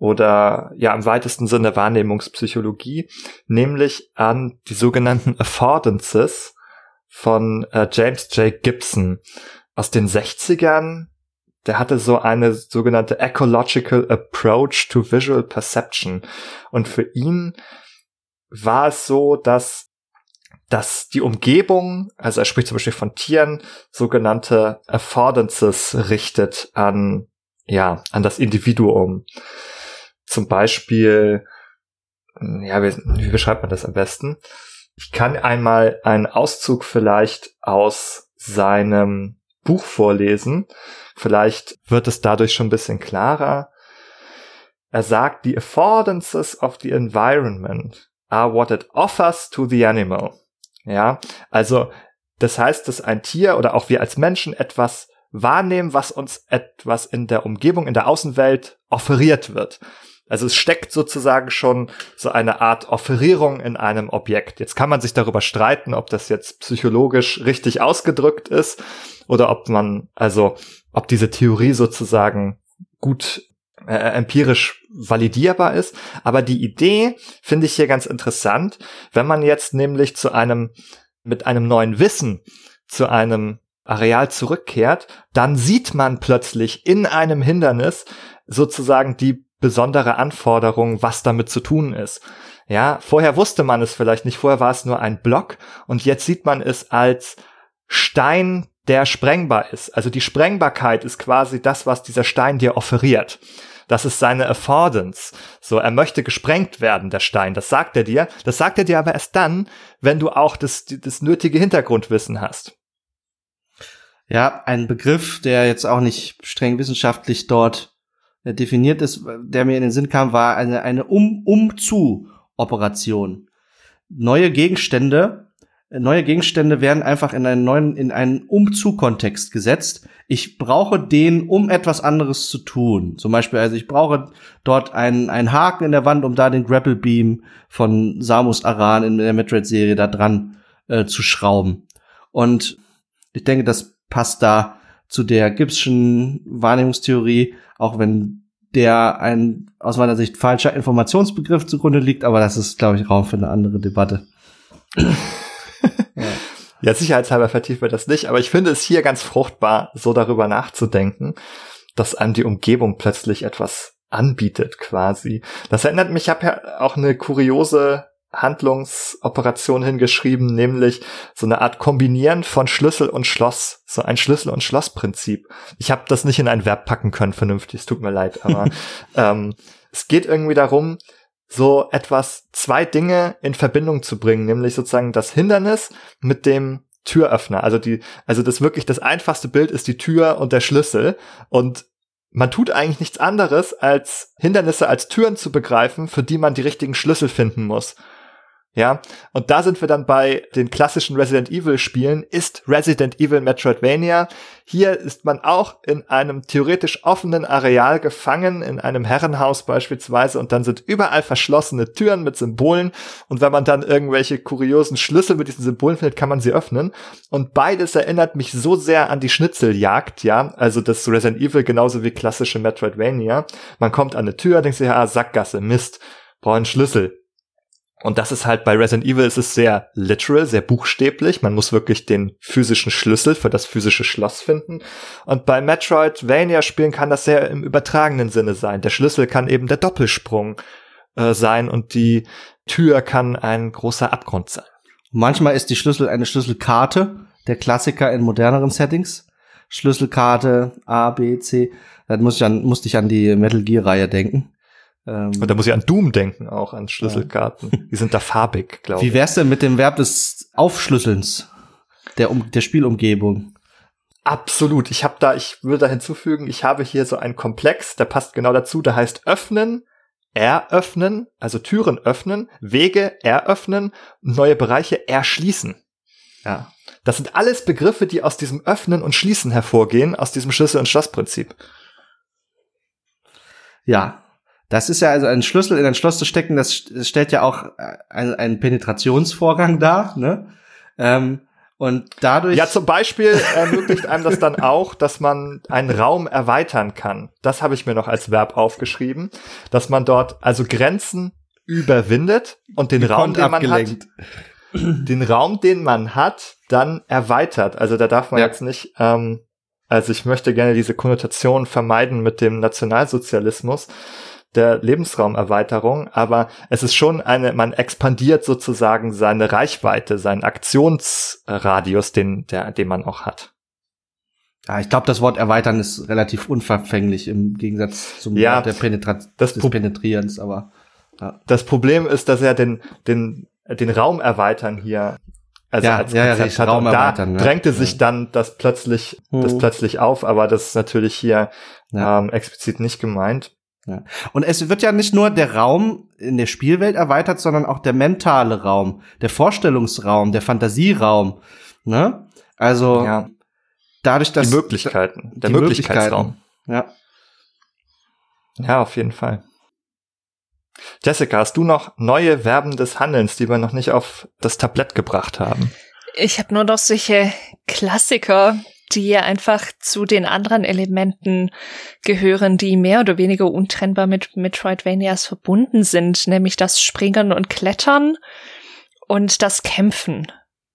oder ja im weitesten Sinne Wahrnehmungspsychologie, nämlich an die sogenannten Affordances von äh, James J. Gibson aus den sechzigern. Der hatte so eine sogenannte Ecological Approach to Visual Perception. Und für ihn war es so, dass dass die Umgebung, also er spricht zum Beispiel von Tieren, sogenannte Affordances richtet an, ja, an das Individuum. Zum Beispiel, ja, wie, wie beschreibt man das am besten? Ich kann einmal einen Auszug vielleicht aus seinem Buch vorlesen. Vielleicht wird es dadurch schon ein bisschen klarer. Er sagt, the affordances of the environment are what it offers to the animal. Ja, also das heißt, dass ein Tier oder auch wir als Menschen etwas wahrnehmen, was uns etwas in der Umgebung, in der Außenwelt offeriert wird. Also es steckt sozusagen schon so eine Art Offerierung in einem Objekt. Jetzt kann man sich darüber streiten, ob das jetzt psychologisch richtig ausgedrückt ist oder ob man, also ob diese Theorie sozusagen gut äh, empirisch validierbar ist. Aber die Idee finde ich hier ganz interessant, wenn man jetzt nämlich zu einem, mit einem neuen Wissen zu einem Areal zurückkehrt, dann sieht man plötzlich in einem Hindernis sozusagen die besondere Anforderung, was damit zu tun ist. Ja, vorher wusste man es vielleicht nicht, vorher war es nur ein Block und jetzt sieht man es als Stein, der sprengbar ist. Also die Sprengbarkeit ist quasi das, was dieser Stein dir offeriert. Das ist seine Affordance. So, er möchte gesprengt werden, der Stein. Das sagt er dir. Das sagt er dir aber erst dann, wenn du auch das, das nötige Hintergrundwissen hast. Ja, ein Begriff, der jetzt auch nicht streng wissenschaftlich dort äh, definiert ist, der mir in den Sinn kam, war eine, eine Um-Um-Zu-Operation. Neue Gegenstände Neue Gegenstände werden einfach in einen neuen, in einen Umzu-Kontext gesetzt. Ich brauche den, um etwas anderes zu tun. Zum Beispiel, also ich brauche dort einen, einen Haken in der Wand, um da den Grapple Beam von Samus Aran in der Metroid-Serie da dran äh, zu schrauben. Und ich denke, das passt da zu der Gibbs'schen Wahrnehmungstheorie, auch wenn der ein aus meiner Sicht falscher Informationsbegriff zugrunde liegt, aber das ist, glaube ich, Raum für eine andere Debatte. Ja. Ja, sicherheitshalber vertiefen wir das nicht, aber ich finde es hier ganz fruchtbar, so darüber nachzudenken, dass einem die Umgebung plötzlich etwas anbietet quasi. Das erinnert mich, ich habe ja auch eine kuriose Handlungsoperation hingeschrieben, nämlich so eine Art Kombinieren von Schlüssel und Schloss, so ein Schlüssel- und Schloss-Prinzip. Ich habe das nicht in ein Verb packen können, vernünftig, es tut mir leid, aber ähm, es geht irgendwie darum, so etwas, zwei Dinge in Verbindung zu bringen, nämlich sozusagen das Hindernis mit dem Türöffner. Also die, also das wirklich das einfachste Bild ist die Tür und der Schlüssel. Und man tut eigentlich nichts anderes, als Hindernisse als Türen zu begreifen, für die man die richtigen Schlüssel finden muss. Ja, und da sind wir dann bei den klassischen Resident Evil Spielen. Ist Resident Evil Metroidvania? Hier ist man auch in einem theoretisch offenen Areal gefangen, in einem Herrenhaus beispielsweise, und dann sind überall verschlossene Türen mit Symbolen, und wenn man dann irgendwelche kuriosen Schlüssel mit diesen Symbolen findet, kann man sie öffnen. Und beides erinnert mich so sehr an die Schnitzeljagd, ja, also das Resident Evil genauso wie klassische Metroidvania. Man kommt an eine Tür, denkt sich, ah, Sackgasse, Mist, brauche einen Schlüssel. Und das ist halt bei Resident Evil, ist es sehr literal, sehr buchstäblich. Man muss wirklich den physischen Schlüssel für das physische Schloss finden. Und bei Metroidvania-Spielen kann das sehr im übertragenen Sinne sein. Der Schlüssel kann eben der Doppelsprung äh, sein und die Tür kann ein großer Abgrund sein. Manchmal ist die Schlüssel eine Schlüsselkarte, der Klassiker in moderneren Settings. Schlüsselkarte A, B, C. Da muss ich an, musste ich an die Metal Gear-Reihe denken. Und da muss ich an Doom denken, auch an Schlüsselkarten. Ja. Die sind da farbig, glaube ich. Wie wär's denn mit dem Verb des Aufschlüsselns der, um, der Spielumgebung? Absolut. Ich habe da, ich will da hinzufügen, ich habe hier so einen Komplex, der passt genau dazu, der heißt öffnen, eröffnen, also Türen öffnen, Wege eröffnen, neue Bereiche erschließen. Ja. Das sind alles Begriffe, die aus diesem Öffnen und Schließen hervorgehen, aus diesem Schlüssel- und Schloss-Prinzip. Ja. Das ist ja also ein Schlüssel in ein Schloss zu stecken, das stellt ja auch einen, einen Penetrationsvorgang dar, ne? Ähm, Und dadurch... Ja, zum Beispiel ermöglicht einem das dann auch, dass man einen Raum erweitern kann. Das habe ich mir noch als Verb aufgeschrieben, dass man dort also Grenzen überwindet und den Raum, den man abgelenkt. hat, den Raum, den man hat, dann erweitert. Also da darf man Ja. jetzt nicht, ähm, also ich möchte gerne diese Konnotation vermeiden mit dem Nationalsozialismus der Lebensraumerweiterung, aber es ist schon eine, man expandiert sozusagen seine Reichweite, seinen Aktionsradius, den, der, den man auch hat. Ja, ich glaube, das Wort erweitern ist relativ unverfänglich im Gegensatz zum Ja, Wort der Penetra- das des Pro- Penetrierens, aber ja. Das Problem ist, dass er den, den, den Raum erweitern hier, also Ja, als ja, ja, Konzept richtig, hat. Raum Und da erweitern, ja. drängte sich Ja. dann das plötzlich, das Hm. plötzlich auf, aber das ist natürlich hier Ja. ähm, explizit nicht gemeint. Und es wird ja nicht nur der Raum in der Spielwelt erweitert, sondern auch der mentale Raum, der Vorstellungsraum, der Fantasieraum, ne? Also Ja, dadurch, dass die Möglichkeiten, der die Möglichkeitsraum. Möglichkeiten. Ja. Ja, auf jeden Fall. Jessica, hast du noch neue Verben des Handelns, die wir noch nicht auf das Tablett gebracht haben? Ich habe nur noch solche Klassiker, die einfach zu den anderen Elementen gehören, die mehr oder weniger untrennbar mit Metroidvanias verbunden sind, nämlich das Springen und Klettern und das Kämpfen.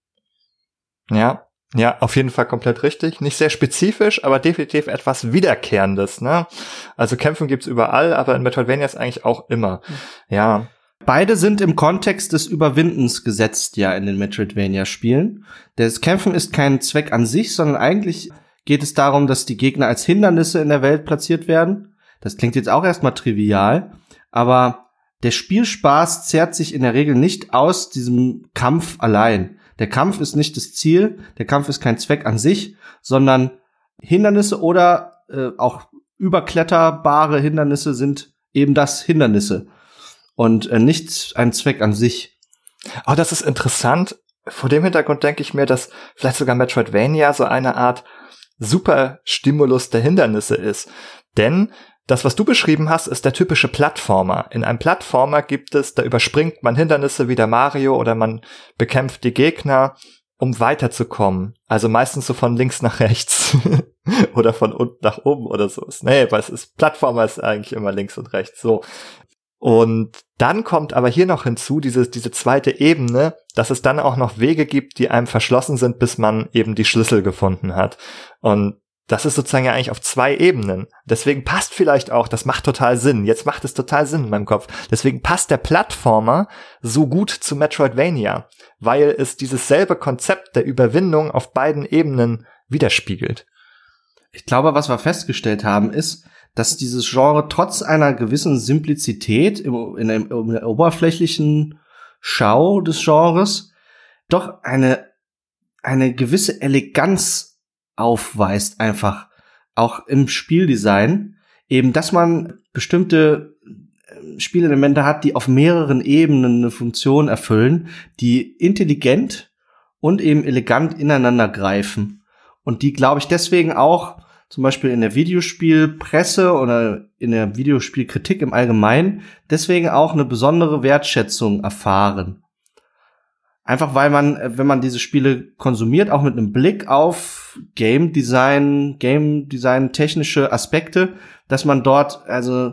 Ja, ja, auf jeden Fall komplett richtig. Nicht sehr spezifisch, aber definitiv etwas Wiederkehrendes, ne? Also Kämpfen gibt's überall, aber in Metroidvanias eigentlich auch immer. Ja. Beide sind im Kontext des Überwindens gesetzt, ja, in den Metroidvania-Spielen. Das Kämpfen ist kein Zweck an sich, sondern eigentlich geht es darum, dass die Gegner als Hindernisse in der Welt platziert werden. Das klingt jetzt auch erstmal trivial, aber der Spielspaß zehrt sich in der Regel nicht aus diesem Kampf allein. Der Kampf ist nicht das Ziel, der Kampf ist kein Zweck an sich, sondern Hindernisse oder äh, auch überkletterbare Hindernisse sind eben das Hindernisse. Und äh, nicht ein Zweck an sich. Oh, das ist interessant. Vor dem Hintergrund denke ich mir, dass vielleicht sogar Metroidvania so eine Art Superstimulus der Hindernisse ist. Denn das, was du beschrieben hast, ist der typische Plattformer. In einem Plattformer gibt es, da überspringt man Hindernisse wie der Mario oder man bekämpft die Gegner, um weiterzukommen. Also meistens so von links nach rechts oder von unten nach oben oder so. Nee, weil es ist, Plattformer ist eigentlich immer links und rechts, so. Und dann kommt aber hier noch hinzu, diese, diese zweite Ebene, dass es dann auch noch Wege gibt, die einem verschlossen sind, bis man eben die Schlüssel gefunden hat. Und das ist sozusagen ja eigentlich auf zwei Ebenen. Deswegen passt vielleicht auch, das macht total Sinn. Jetzt macht es total Sinn in meinem Kopf. Deswegen passt der Plattformer so gut zu Metroidvania, weil es dieses selbe Konzept der Überwindung auf beiden Ebenen widerspiegelt. Ich glaube, was wir festgestellt haben, ist, dass dieses Genre trotz einer gewissen Simplizität im, in, der, in der oberflächlichen Schau des Genres doch eine, eine gewisse Eleganz aufweist, einfach auch im Spieldesign, eben, dass man bestimmte Spielelemente hat, die auf mehreren Ebenen eine Funktion erfüllen, die intelligent und eben elegant ineinander greifen und die, glaube ich, deswegen auch zum Beispiel in der Videospielpresse oder in der Videospielkritik im Allgemeinen deswegen auch eine besondere Wertschätzung erfahren. Einfach weil man, wenn man diese Spiele konsumiert, auch mit einem Blick auf Game Design, Game Design technische Aspekte, dass man dort also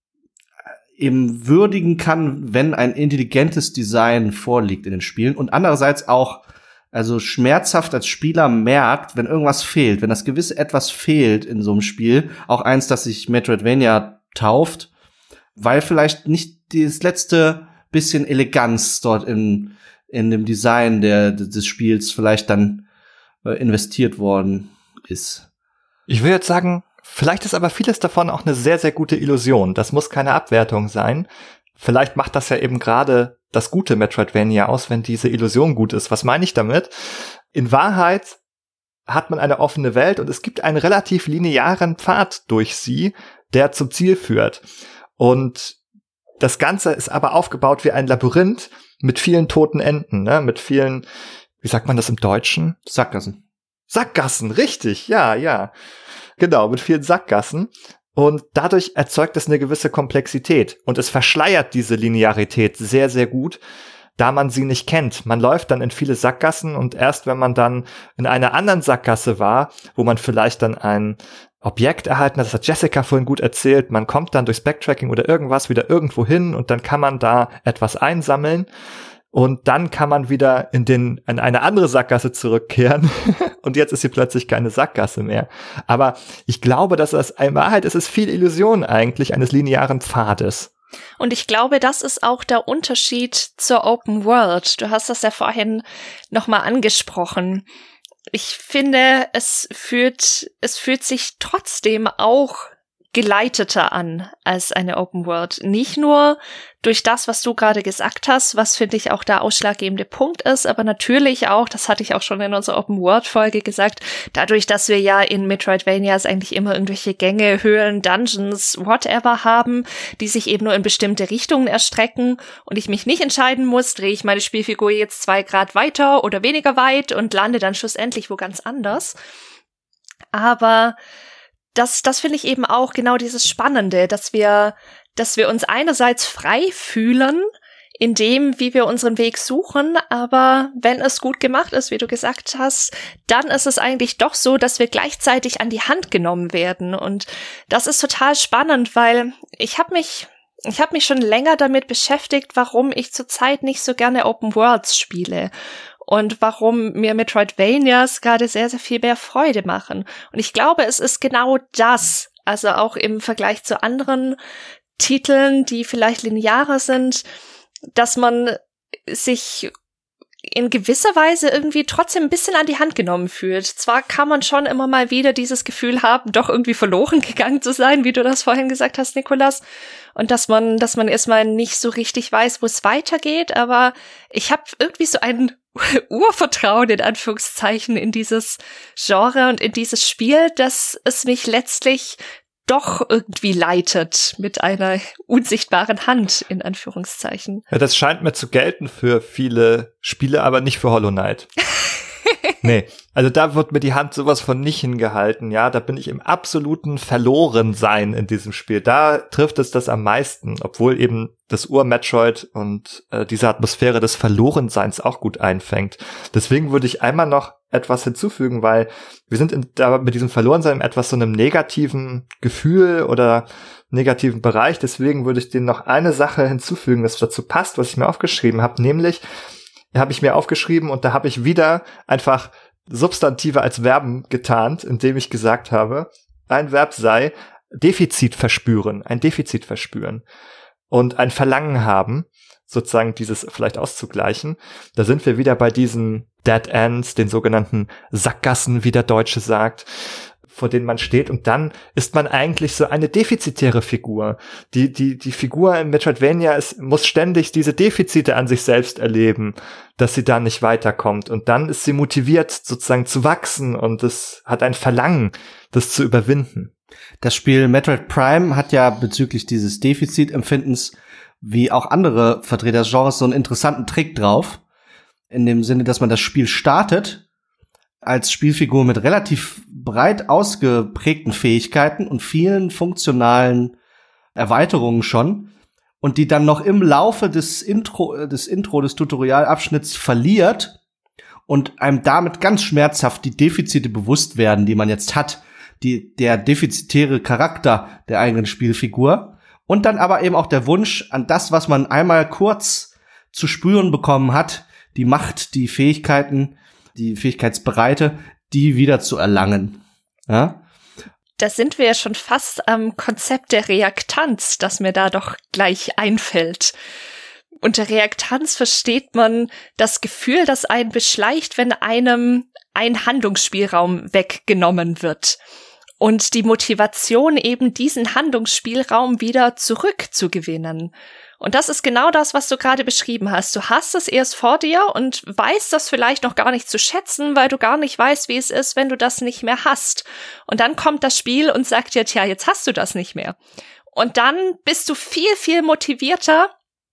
eben würdigen kann, wenn ein intelligentes Design vorliegt in den Spielen und andererseits auch also schmerzhaft als Spieler merkt, wenn irgendwas fehlt, wenn das gewisse etwas fehlt in so einem Spiel, auch eins, das sich Metroidvania tauft, weil vielleicht nicht das letzte bisschen Eleganz dort in in dem Design der des Spiels vielleicht dann äh, investiert worden ist. Ich würde jetzt sagen, vielleicht ist aber vieles davon auch eine sehr, sehr gute Illusion. Das muss keine Abwertung sein. Vielleicht macht das ja eben gerade das gute Metroidvania aus, wenn diese Illusion gut ist. Was meine ich damit? In Wahrheit hat man eine offene Welt und es gibt einen relativ linearen Pfad durch sie, der zum Ziel führt. Und das Ganze ist aber aufgebaut wie ein Labyrinth mit vielen toten Enden, ne? Mit vielen, wie sagt man das im Deutschen? Sackgassen. Sackgassen, richtig, ja, ja. Genau, mit vielen Sackgassen. Und dadurch erzeugt es eine gewisse Komplexität. Und es verschleiert diese Linearität sehr, sehr gut. da man sie nicht kennt. Man läuft dann in viele Sackgassen und erst wenn man dann in einer anderen Sackgasse war, wo man vielleicht dann ein Objekt erhalten hat, das hat Jessica vorhin gut erzählt, man kommt dann durchs Backtracking oder irgendwas wieder irgendwo hin und dann kann man da etwas einsammeln. Und dann kann man wieder in den in eine andere Sackgasse zurückkehren. Und jetzt ist sie plötzlich keine Sackgasse mehr. Aber ich glaube, dass das in Wahrheit ist es viel Illusion eigentlich eines linearen Pfades. Und ich glaube, das ist auch der Unterschied zur Open World. Du hast das ja vorhin nochmal angesprochen. Ich finde, es fühlt, es fühlt sich trotzdem auch geleiteter an als eine Open World. Nicht nur durch das, was du gerade gesagt hast, was finde ich auch der ausschlaggebende Punkt ist, aber natürlich auch, das hatte ich auch schon in unserer Open World Folge gesagt, dadurch, dass wir ja in Metroidvanias eigentlich immer irgendwelche Gänge, Höhlen, Dungeons, whatever haben, die sich eben nur in bestimmte Richtungen erstrecken und ich mich nicht entscheiden muss, drehe ich meine Spielfigur jetzt zwei Grad weiter oder weniger weit und lande dann schlussendlich wo ganz anders. Aber Das, das finde ich eben auch genau dieses Spannende, dass wir, dass wir uns einerseits frei fühlen in dem, wie wir unseren Weg suchen, aber wenn es gut gemacht ist, wie du gesagt hast, dann ist es eigentlich doch so, dass wir gleichzeitig an die Hand genommen werden und das ist total spannend, weil ich habe mich, ich habe mich schon länger damit beschäftigt, warum ich zurzeit nicht so gerne Open Worlds spiele. Und warum mir Metroidvanias gerade sehr, sehr viel mehr Freude machen. Und ich glaube, es ist genau das, also auch im Vergleich zu anderen Titeln, die vielleicht linearer sind, dass man sich in gewisser Weise irgendwie trotzdem ein bisschen an die Hand genommen fühlt. Zwar kann man schon immer mal wieder dieses Gefühl haben, doch irgendwie verloren gegangen zu sein, wie du das vorhin gesagt hast, Nikolas. Und dass man, dass man erstmal nicht so richtig weiß, wo es weitergeht. Aber ich habe irgendwie so ein Urvertrauen in Anführungszeichen in dieses Genre und in dieses Spiel, dass es mich letztlich doch irgendwie leitet mit einer unsichtbaren Hand, in Anführungszeichen. Ja, das scheint mir zu gelten für viele Spiele, aber nicht für Hollow Knight. Nee, also da wird mir die Hand sowas von nicht hingehalten, ja, da bin ich im absoluten Verlorensein in diesem Spiel. Da trifft es das am meisten, obwohl eben das Ur-Metroid und äh, diese Atmosphäre des Verlorenseins auch gut einfängt. Deswegen würde ich einmal noch etwas hinzufügen, weil wir sind in, da mit diesem Verlorensein etwas so einem negativen Gefühl oder negativen Bereich, deswegen würde ich dem noch eine Sache hinzufügen, das dazu passt, was ich mir aufgeschrieben habe, nämlich habe ich mir aufgeschrieben und da habe ich wieder einfach Substantive als Verben getarnt, indem ich gesagt habe, ein Verb sei Defizit verspüren, ein Defizit verspüren und ein Verlangen haben, sozusagen dieses vielleicht auszugleichen. Da sind wir wieder bei diesen Dead Ends, den sogenannten Sackgassen, wie der Deutsche sagt, vor denen man steht, und dann ist man eigentlich so eine defizitäre Figur. Die, die, die Figur in Metroidvania ist, muss ständig diese Defizite an sich selbst erleben, dass sie da nicht weiterkommt. Und dann ist sie motiviert, sozusagen zu wachsen, und es hat ein Verlangen, das zu überwinden. Das Spiel Metroid Prime hat ja bezüglich dieses Defizitempfindens, wie auch andere Vertreter des Genres, so einen interessanten Trick drauf. In dem Sinne, dass man das Spiel startet als Spielfigur mit relativ breit ausgeprägten Fähigkeiten und vielen funktionalen Erweiterungen schon und die dann noch im Laufe des Intro, des Intro, des Tutorialabschnitts verliert und einem damit ganz schmerzhaft die Defizite bewusst werden, die man jetzt hat, die, der defizitäre Charakter der eigenen Spielfigur und dann aber eben auch der Wunsch an das, was man einmal kurz zu spüren bekommen hat, die Macht, die Fähigkeiten, die Fähigkeitsbreite, die wieder zu erlangen. Ja? Da sind wir ja schon fast am Konzept der Reaktanz, das mir da doch gleich einfällt. Unter Reaktanz versteht man das Gefühl, das einen beschleicht, wenn einem ein Handlungsspielraum weggenommen wird. Und die Motivation, eben diesen Handlungsspielraum wieder zurückzugewinnen. Und das ist genau das, was du gerade beschrieben hast. Du hast es erst vor dir und weißt das vielleicht noch gar nicht zu schätzen, weil du gar nicht weißt, wie es ist, wenn du das nicht mehr hast. Und dann kommt das Spiel und sagt dir, tja, jetzt hast du das nicht mehr. Und dann bist du viel, viel motivierter,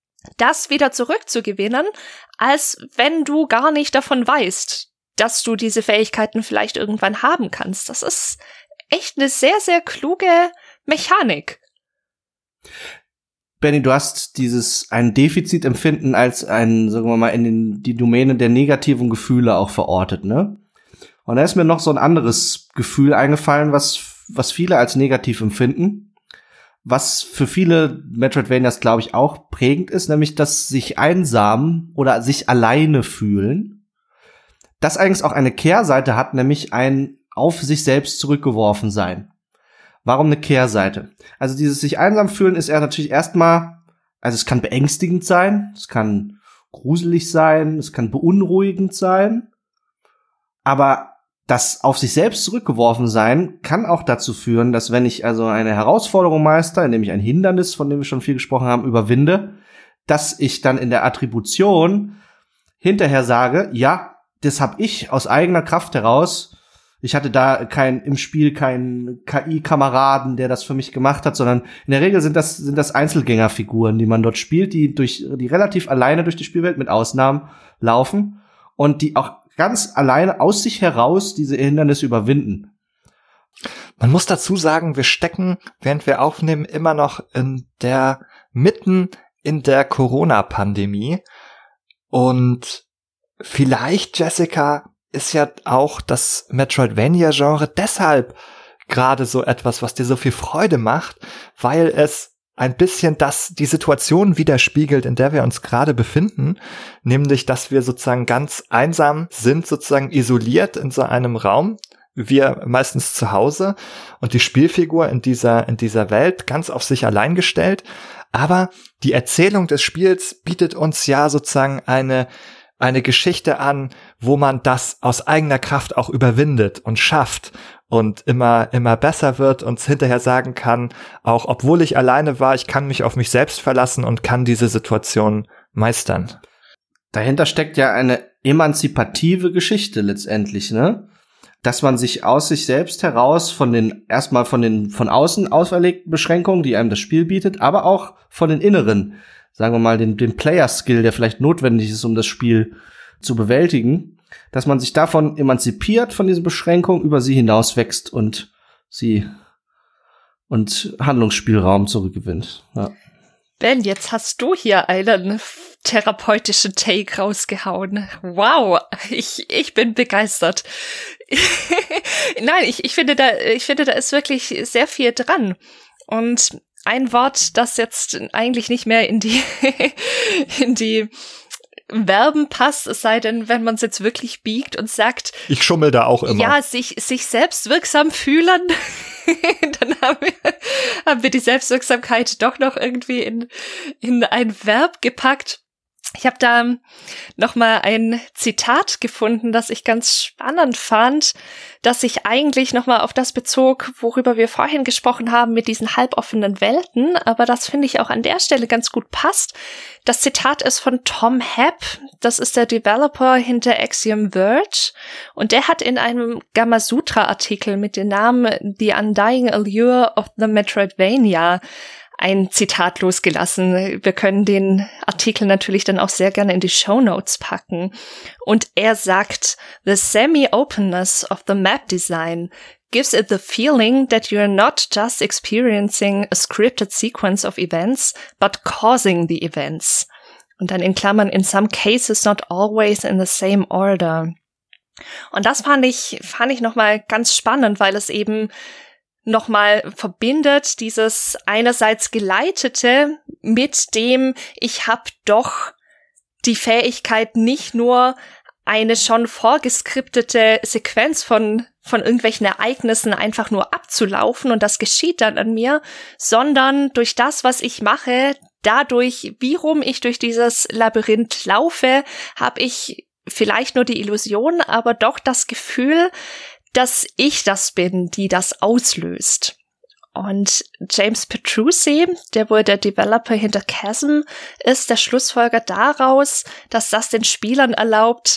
das wieder zurückzugewinnen, als wenn du gar nicht davon weißt, dass du diese Fähigkeiten vielleicht irgendwann haben kannst. Das ist echt eine sehr, sehr kluge Mechanik. Benny, du hast dieses ein Defizitempfinden als ein, sagen wir mal, in den, die Domäne der negativen Gefühle auch verortet, ne? Und da ist mir noch so ein anderes Gefühl eingefallen, was, was viele als negativ empfinden, was für viele Metroidvanias, glaube ich, auch prägend ist, nämlich das sich einsam oder sich alleine fühlen. Das eigentlich auch eine Kehrseite hat, nämlich ein auf sich selbst zurückgeworfen sein. Warum eine Kehrseite? Also dieses sich einsam fühlen ist ja natürlich erstmal, also es kann beängstigend sein, es kann gruselig sein, es kann beunruhigend sein, aber das auf sich selbst zurückgeworfen sein kann auch dazu führen, dass wenn ich also eine Herausforderung meister, indem ich ein Hindernis, von dem wir schon viel gesprochen haben, überwinde, dass ich dann in der Attribution hinterher sage, ja, das habe ich aus eigener Kraft heraus. Ich hatte da kein im Spiel keinen K I-Kameraden, der das für mich gemacht hat, sondern in der Regel sind das sind das Einzelgängerfiguren, die man dort spielt, die durch die relativ alleine durch die Spielwelt mit Ausnahmen laufen und die auch ganz alleine aus sich heraus diese Hindernisse überwinden. Man muss dazu sagen, wir stecken, während wir aufnehmen, immer noch in der mitten in der Corona-Pandemie und vielleicht, Jessica, ist ja auch das Metroidvania-Genre deshalb gerade so etwas, was dir so viel Freude macht, weil es ein bisschen das, die Situation widerspiegelt, in der wir uns gerade befinden, nämlich, dass wir sozusagen ganz einsam sind, sozusagen isoliert in so einem Raum, wir meistens zu Hause und die Spielfigur in dieser, in dieser Welt ganz auf sich allein gestellt, aber die Erzählung des Spiels bietet uns ja sozusagen eine eine Geschichte an, wo man das aus eigener Kraft auch überwindet und schafft und immer immer besser wird und hinterher sagen kann, auch obwohl ich alleine war, ich kann mich auf mich selbst verlassen und kann diese Situation meistern. Dahinter steckt ja eine emanzipative Geschichte letztendlich, ne? Dass man sich aus sich selbst heraus von den, erstmal von den von außen auferlegten Beschränkungen, die einem das Spiel bietet, aber auch von den inneren, sagen wir mal, den, den Player-Skill, der vielleicht notwendig ist, um das Spiel zu bewältigen, dass man sich davon emanzipiert, von diesen Beschränkungen, über sie hinauswächst und sie und Handlungsspielraum zurückgewinnt. Ja. Ben, jetzt hast du hier einen therapeutischen Take rausgehauen. Wow, ich, ich bin begeistert. Nein, ich, ich finde da, ich finde, da ist wirklich sehr viel dran. Und ein Wort, das jetzt eigentlich nicht mehr in die in die Verben passt, es sei denn, wenn man es jetzt wirklich biegt und sagt, ich schummel da auch immer. Ja, sich sich selbst wirksam fühlen, dann haben wir, haben wir die Selbstwirksamkeit doch noch irgendwie in in ein Verb gepackt. Ich habe da noch mal ein Zitat gefunden, das ich ganz spannend fand, das sich eigentlich noch mal auf das bezog, worüber wir vorhin gesprochen haben mit diesen halboffenen Welten, aber das finde ich auch an der Stelle ganz gut passt. Das Zitat ist von Tom Hepp, das ist der Developer hinter Axiom Verge und der hat in einem Gamasutra-Artikel mit dem Namen The Undying Allure of the Metroidvania ein Zitat losgelassen. Wir können den Artikel natürlich dann auch sehr gerne in die Shownotes packen. Und er sagt, "The semi-openness of the map design gives it the feeling that you're not just experiencing a scripted sequence of events, but causing the events." Und dann in Klammern, "in some cases not always in the same order." Und das fand ich, fand ich nochmal ganz spannend, weil es eben nochmal verbindet, dieses einerseits Geleitete mit dem, ich habe doch die Fähigkeit, nicht nur eine schon vorgeskriptete Sequenz von von irgendwelchen Ereignissen einfach nur abzulaufen und das geschieht dann an mir, sondern durch das, was ich mache, dadurch, wie rum ich durch dieses Labyrinth laufe, habe ich vielleicht nur die Illusion, aber doch das Gefühl, dass ich das bin, die das auslöst. Und James Petrucci, der wohl der Developer hinter Chasm ist, der Schlussfolger daraus, dass das den Spielern erlaubt,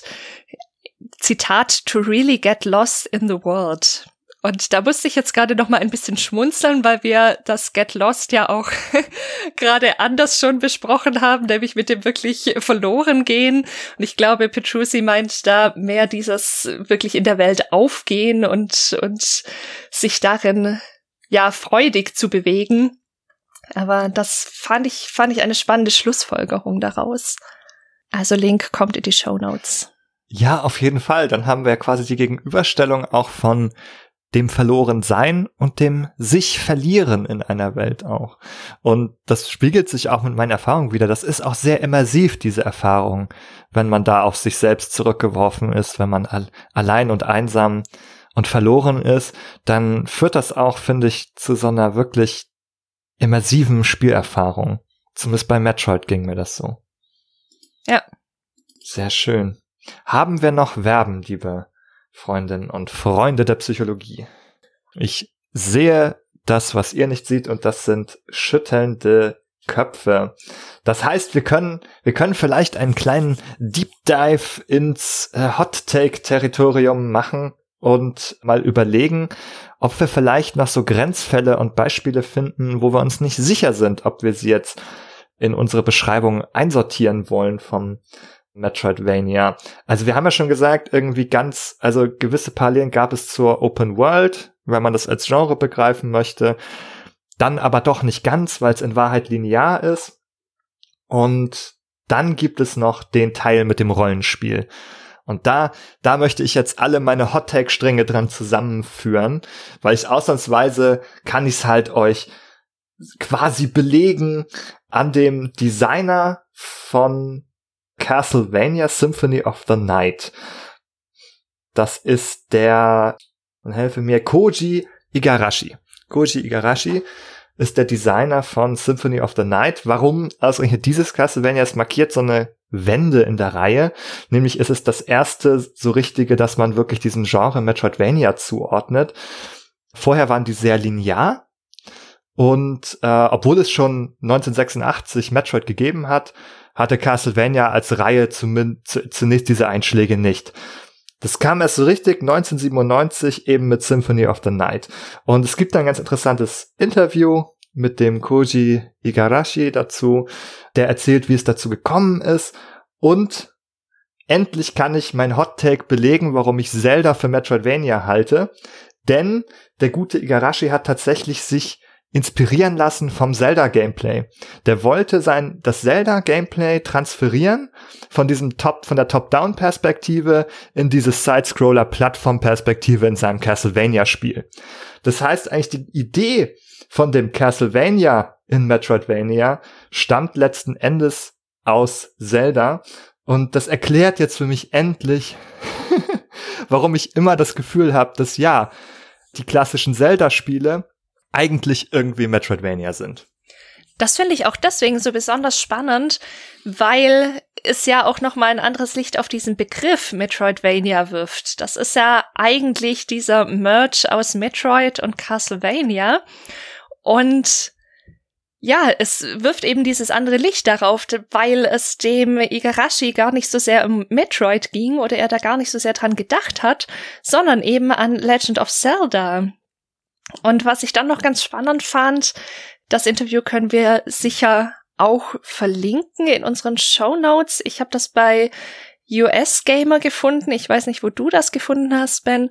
Zitat, "to really get lost in the world." Und da musste ich jetzt gerade noch mal ein bisschen schmunzeln, weil wir das Get Lost ja auch gerade anders schon besprochen haben, nämlich mit dem wirklich verloren gehen. Und ich glaube, Petrucci meint da mehr dieses wirklich in der Welt aufgehen und und sich darin ja freudig zu bewegen. Aber das fand ich, fand ich eine spannende Schlussfolgerung daraus. Also Link kommt in die Shownotes. Ja, auf jeden Fall. Dann haben wir quasi die Gegenüberstellung auch von dem Verlorensein und dem sich verlieren in einer Welt auch. Und das spiegelt sich auch mit meinen Erfahrungen wieder. Das ist auch sehr immersiv, diese Erfahrung, wenn man da auf sich selbst zurückgeworfen ist, wenn man al- allein und einsam und verloren ist, dann führt das auch, finde ich, zu so einer wirklich immersiven Spielerfahrung. Zumindest bei Metroid ging mir das so. Ja. Sehr schön. Haben wir noch Verben, liebe Freundinnen und Freunde der Psychologie? Ich sehe das, was ihr nicht seht, und das sind schüttelnde Köpfe. Das heißt, wir können, wir können vielleicht einen kleinen Deep Dive ins äh, Hot-Take-Territorium machen und mal überlegen, ob wir vielleicht noch so Grenzfälle und Beispiele finden, wo wir uns nicht sicher sind, ob wir sie jetzt in unsere Beschreibung einsortieren wollen vom Metroidvania. Also wir haben ja schon gesagt, irgendwie ganz, also gewisse Parallelen gab es zur Open World, wenn man das als Genre begreifen möchte, dann aber doch nicht ganz, weil es in Wahrheit linear ist. Und dann gibt es noch den Teil mit dem Rollenspiel. Und da, da möchte ich jetzt alle meine Hot-Take-Stränge dran zusammenführen, weil ich ausnahmsweise kann ich es halt euch quasi belegen an dem Designer von Castlevania Symphony of the Night. Das ist der, und helfe mir, Koji Igarashi. Koji Igarashi ist der Designer von Symphony of the Night. Warum ausgerechnet dieses Castlevania? Es markiert so eine Wende in der Reihe. Nämlich ist es das erste so richtige, dass man wirklich diesem Genre Metroidvania zuordnet. Vorher waren die sehr linear. Und äh, obwohl es schon neunzehnhundertsechsundachtzig Metroid gegeben hat, hatte Castlevania als Reihe zumindest zunächst diese Einschläge nicht. Das kam erst so richtig neunzehnhundertsiebenundneunzig eben mit Symphony of the Night. Und es gibt ein ganz interessantes Interview mit dem Koji Igarashi dazu, der erzählt, wie es dazu gekommen ist. Und endlich kann ich mein Hot Take belegen, warum ich Zelda für Metroidvania halte. Denn der gute Igarashi hat tatsächlich sich inspirieren lassen vom Zelda-Gameplay. Der wollte sein, das Zelda-Gameplay transferieren von diesem Top, von der Top-Down-Perspektive in diese Side-Scroller-Plattform-Perspektive in seinem Castlevania-Spiel. Das heißt eigentlich, die Idee von dem Castlevania in Metroidvania stammt letzten Endes aus Zelda. Und das erklärt jetzt für mich endlich, warum ich immer das Gefühl habe, dass ja, die klassischen Zelda-Spiele eigentlich irgendwie Metroidvania sind. Das finde ich auch deswegen so besonders spannend, weil es ja auch noch mal ein anderes Licht auf diesen Begriff Metroidvania wirft. Das ist ja eigentlich dieser Merge aus Metroid und Castlevania. Und ja, es wirft eben dieses andere Licht darauf, weil es dem Igarashi gar nicht so sehr um Metroid ging oder er da gar nicht so sehr dran gedacht hat, sondern eben an Legend of Zelda. Und was ich dann noch ganz spannend fand, das Interview können wir sicher auch verlinken in unseren Shownotes. Ich habe das bei U S Gamer gefunden. Ich weiß nicht, wo du das gefunden hast, Ben.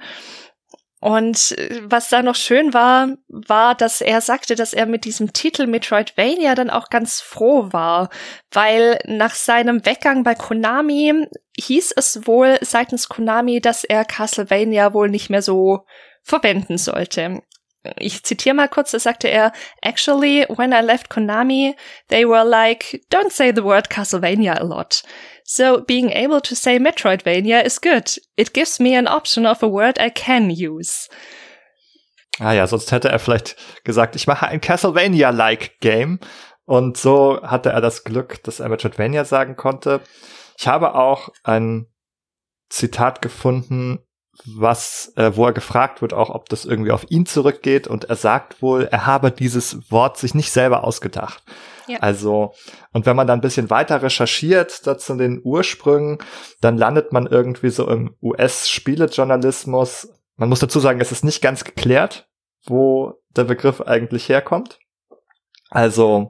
Und was da noch schön war, war, dass er sagte, dass er mit diesem Titel Metroidvania dann auch ganz froh war, weil nach seinem Weggang bei Konami hieß es wohl seitens Konami, dass er Castlevania wohl nicht mehr so verwenden sollte. Ich zitiere mal kurz, da sagte er, "Actually, when I left Konami, they were like, don't say the word Castlevania a lot. So being able to say Metroidvania is good. It gives me an option of a word I can use." Ah ja, sonst hätte er vielleicht gesagt, ich mache ein Castlevania-like Game. Und so hatte er das Glück, dass er Metroidvania sagen konnte. Ich habe auch ein Zitat gefunden, was, äh, wo er gefragt wird, auch ob das irgendwie auf ihn zurückgeht, und er sagt wohl, er habe dieses Wort sich nicht selber ausgedacht. Ja. Also, und wenn man dann ein bisschen weiter recherchiert dazu in den Ursprüngen, dann landet man irgendwie so im U S-Spielejournalismus. Man muss dazu sagen, es ist nicht ganz geklärt, wo der Begriff eigentlich herkommt. Also,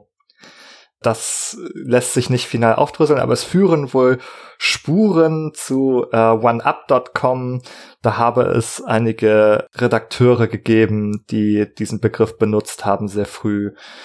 das lässt sich nicht final aufdröseln, aber es führen wohl Spuren zu äh, one up dot com. Da habe es einige Redakteure gegeben, die diesen Begriff benutzt haben sehr früh.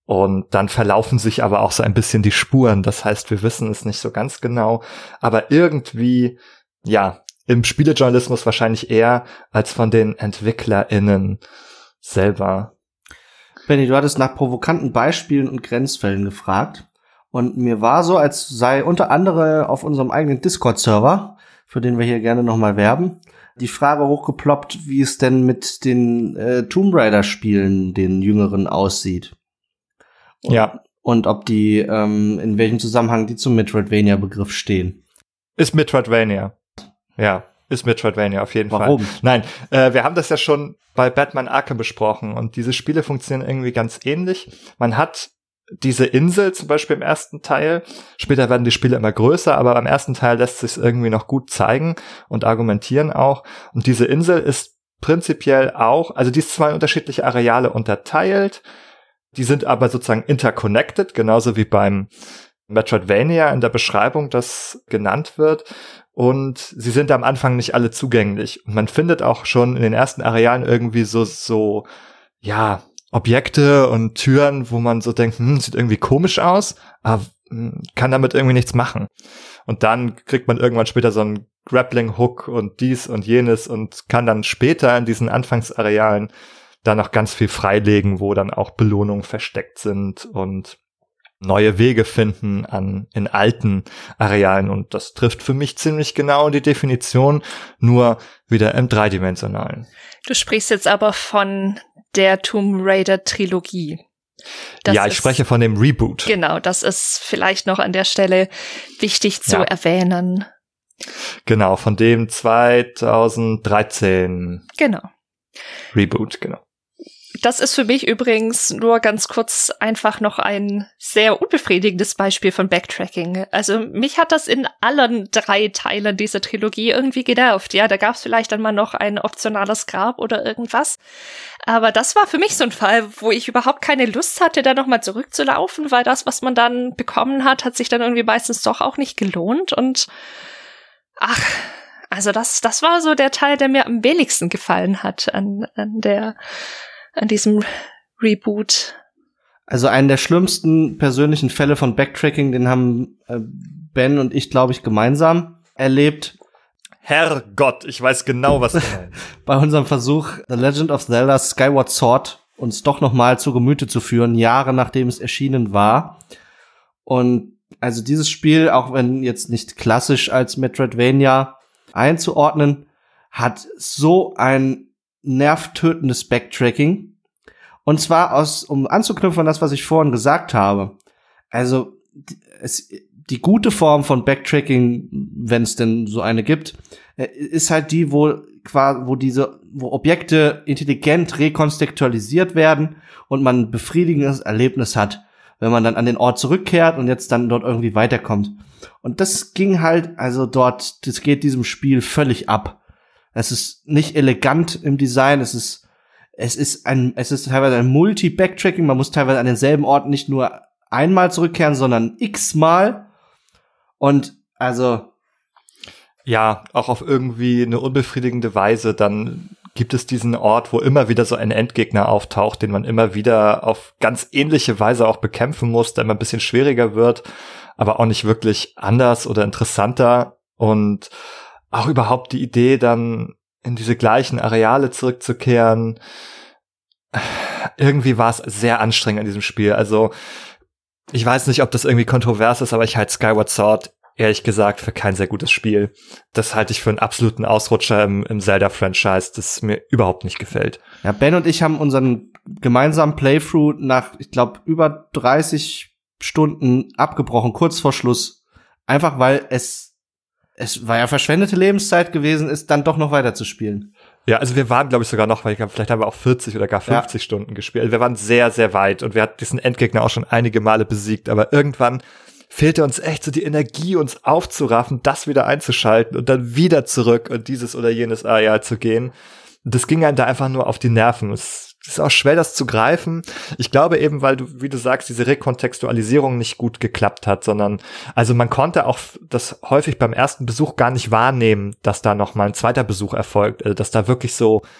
Und dann verlaufen sich aber auch so ein bisschen die Spuren. Das heißt, wir wissen es nicht so ganz genau. Aber irgendwie, ja, im Spielejournalismus wahrscheinlich eher als von den EntwicklerInnen selber. Benny, du hattest nach provokanten Beispielen und Grenzfällen gefragt. Und mir war so, als sei unter anderem auf unserem eigenen Discord-Server, für den wir hier gerne nochmal werben, die Frage hochgeploppt, wie es denn mit den äh, Tomb Raider-Spielen, den jüngeren, aussieht. Und, ja. Und ob die, ähm, in welchem Zusammenhang die zum Metroidvania-Begriff stehen. Ist Metroidvania. Ja, ist Metroidvania auf jeden Warum? Fall. Nein, äh, wir haben das ja schon bei Batman Arkham besprochen und diese Spiele funktionieren irgendwie ganz ähnlich. Man hat diese Insel zum Beispiel im ersten Teil. Später werden die Spiele immer größer, aber am ersten Teil lässt sich irgendwie noch gut zeigen und argumentieren auch. Und diese Insel ist prinzipiell auch, also die ist zwar in unterschiedliche Areale unterteilt, die sind aber sozusagen interconnected, genauso wie beim Metroidvania in der Beschreibung das genannt wird. Und sie sind am Anfang nicht alle zugänglich. Und man findet auch schon in den ersten Arealen irgendwie so, so, ja, Objekte und Türen, wo man so denkt, hm, sieht irgendwie komisch aus, aber kann damit irgendwie nichts machen. Und dann kriegt man irgendwann später so einen Grappling-Hook und dies und jenes und kann dann später in diesen Anfangsarealen da noch ganz viel freilegen, wo dann auch Belohnungen versteckt sind und neue Wege finden an in alten Arealen. Und das trifft für mich ziemlich genau die Definition, nur wieder im Dreidimensionalen. Du sprichst jetzt aber von der Tomb Raider Trilogie. Das ja, ich ist, spreche von dem Reboot. Genau, das ist vielleicht noch an der Stelle wichtig zu ja. erwähnen. Genau, von dem zweitausenddreizehn Genau. Reboot, genau. Das ist für mich übrigens nur ganz kurz einfach noch ein sehr unbefriedigendes Beispiel von Backtracking. Also mich hat das in allen drei Teilen dieser Trilogie irgendwie genervt. Ja, da gab es vielleicht dann mal noch ein optionales Grab oder irgendwas. Aber das war für mich so ein Fall, wo ich überhaupt keine Lust hatte, da nochmal zurückzulaufen, weil das, was man dann bekommen hat, hat sich dann irgendwie meistens doch auch nicht gelohnt. Und ach, also das, das war so der Teil, der mir am wenigsten gefallen hat an, an der an diesem Reboot. Also einen der schlimmsten persönlichen Fälle von Backtracking, den haben äh, Ben und ich, glaube ich, gemeinsam erlebt. Herrgott, ich weiß genau, was du meinst. Bei unserem Versuch, The Legend of Zelda Skyward Sword uns doch noch mal zu Gemüte zu führen, Jahre nachdem es erschienen war. Und also dieses Spiel, auch wenn jetzt nicht klassisch als Metroidvania einzuordnen, hat so ein nervtötendes Backtracking. Und zwar aus, um anzuknüpfen an das, was ich vorhin gesagt habe. Also, es, die gute Form von Backtracking, wenn es denn so eine gibt, ist halt die, wo quasi, wo diese, wo Objekte intelligent rekontextualisiert werden und man ein befriedigendes Erlebnis hat, wenn man dann an den Ort zurückkehrt und jetzt dann dort irgendwie weiterkommt. Und das ging halt, also dort, das geht diesem Spiel völlig ab. Es ist nicht elegant im Design, es ist, es ist ein, es ist teilweise ein Multi-Backtracking, man muss teilweise an denselben Ort nicht nur einmal zurückkehren, sondern x-mal. Und also ja, auch auf irgendwie eine unbefriedigende Weise, dann gibt es diesen Ort, wo immer wieder so ein Endgegner auftaucht, den man immer wieder auf ganz ähnliche Weise auch bekämpfen muss, der immer ein bisschen schwieriger wird, aber auch nicht wirklich anders oder interessanter. Und auch überhaupt die Idee, dann in diese gleichen Areale zurückzukehren. Irgendwie war es sehr anstrengend an diesem Spiel. Also ich weiß nicht, ob das irgendwie kontrovers ist, aber ich halte Skyward Sword ehrlich gesagt für kein sehr gutes Spiel. Das halte ich für einen absoluten Ausrutscher im, im Zelda-Franchise, das mir überhaupt nicht gefällt. Ja, Ben und ich haben unseren gemeinsamen Playthrough nach, ich glaube, über dreißig Stunden abgebrochen, kurz vor Schluss. Einfach weil es Es war ja verschwendete Lebenszeit gewesen, ist dann doch noch weiter zu spielen. Ja, also wir waren, glaube ich, sogar noch, weil ich glaub, vielleicht haben wir auch vierzig oder gar fünfzig ja. Stunden gespielt. Also wir waren sehr, sehr weit und wir hatten diesen Endgegner auch schon einige Male besiegt. Aber irgendwann fehlte uns echt so die Energie, uns aufzuraffen, das wieder einzuschalten und dann wieder zurück und dieses oder jenes Areal zu gehen. Und das ging einem da einfach nur auf die Nerven. Es ist auch schwer, das zu greifen. Ich glaube eben, weil du, wie du sagst, diese Rekontextualisierung nicht gut geklappt hat, sondern, also man konnte auch das häufig beim ersten Besuch gar nicht wahrnehmen, dass da noch mal ein zweiter Besuch erfolgt, also dass da wirklich so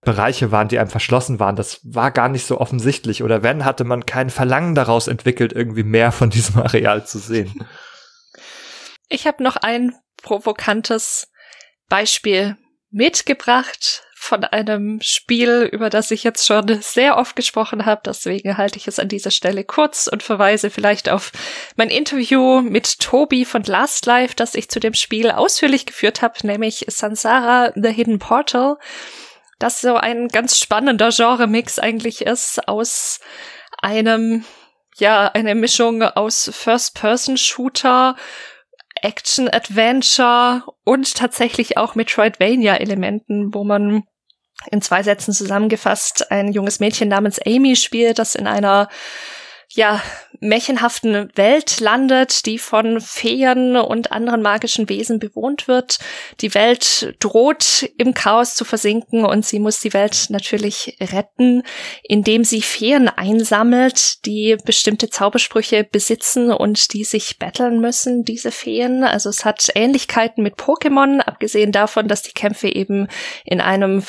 Bereiche waren, die einem verschlossen waren. Das war gar nicht so offensichtlich. Oder wenn, hatte man kein Verlangen daraus entwickelt, irgendwie mehr von diesem Areal zu sehen. Ich habe noch ein provokantes Beispiel mitgebracht von einem Spiel, über das ich jetzt schon sehr oft gesprochen habe. Deswegen halte ich es an dieser Stelle kurz und verweise vielleicht auf mein Interview mit Tobi von Last Life, das ich zu dem Spiel ausführlich geführt habe, nämlich Sansara The Hidden Portal, das so ein ganz spannender Genre-Mix eigentlich ist aus einem, ja, eine Mischung aus First-Person-Shooter, Action-Adventure und tatsächlich auch Metroidvania-Elementen, wo man in zwei Sätzen zusammengefasst ein junges Mädchen namens Amy spielt, das in einer ja märchenhaften Welt landet, die von Feen und anderen magischen Wesen bewohnt wird. Die Welt droht im Chaos zu versinken und sie muss die Welt natürlich retten, indem sie Feen einsammelt, die bestimmte Zaubersprüche besitzen und die sich battlen müssen, diese Feen. Also es hat Ähnlichkeiten mit Pokémon, abgesehen davon, dass die Kämpfe eben in einem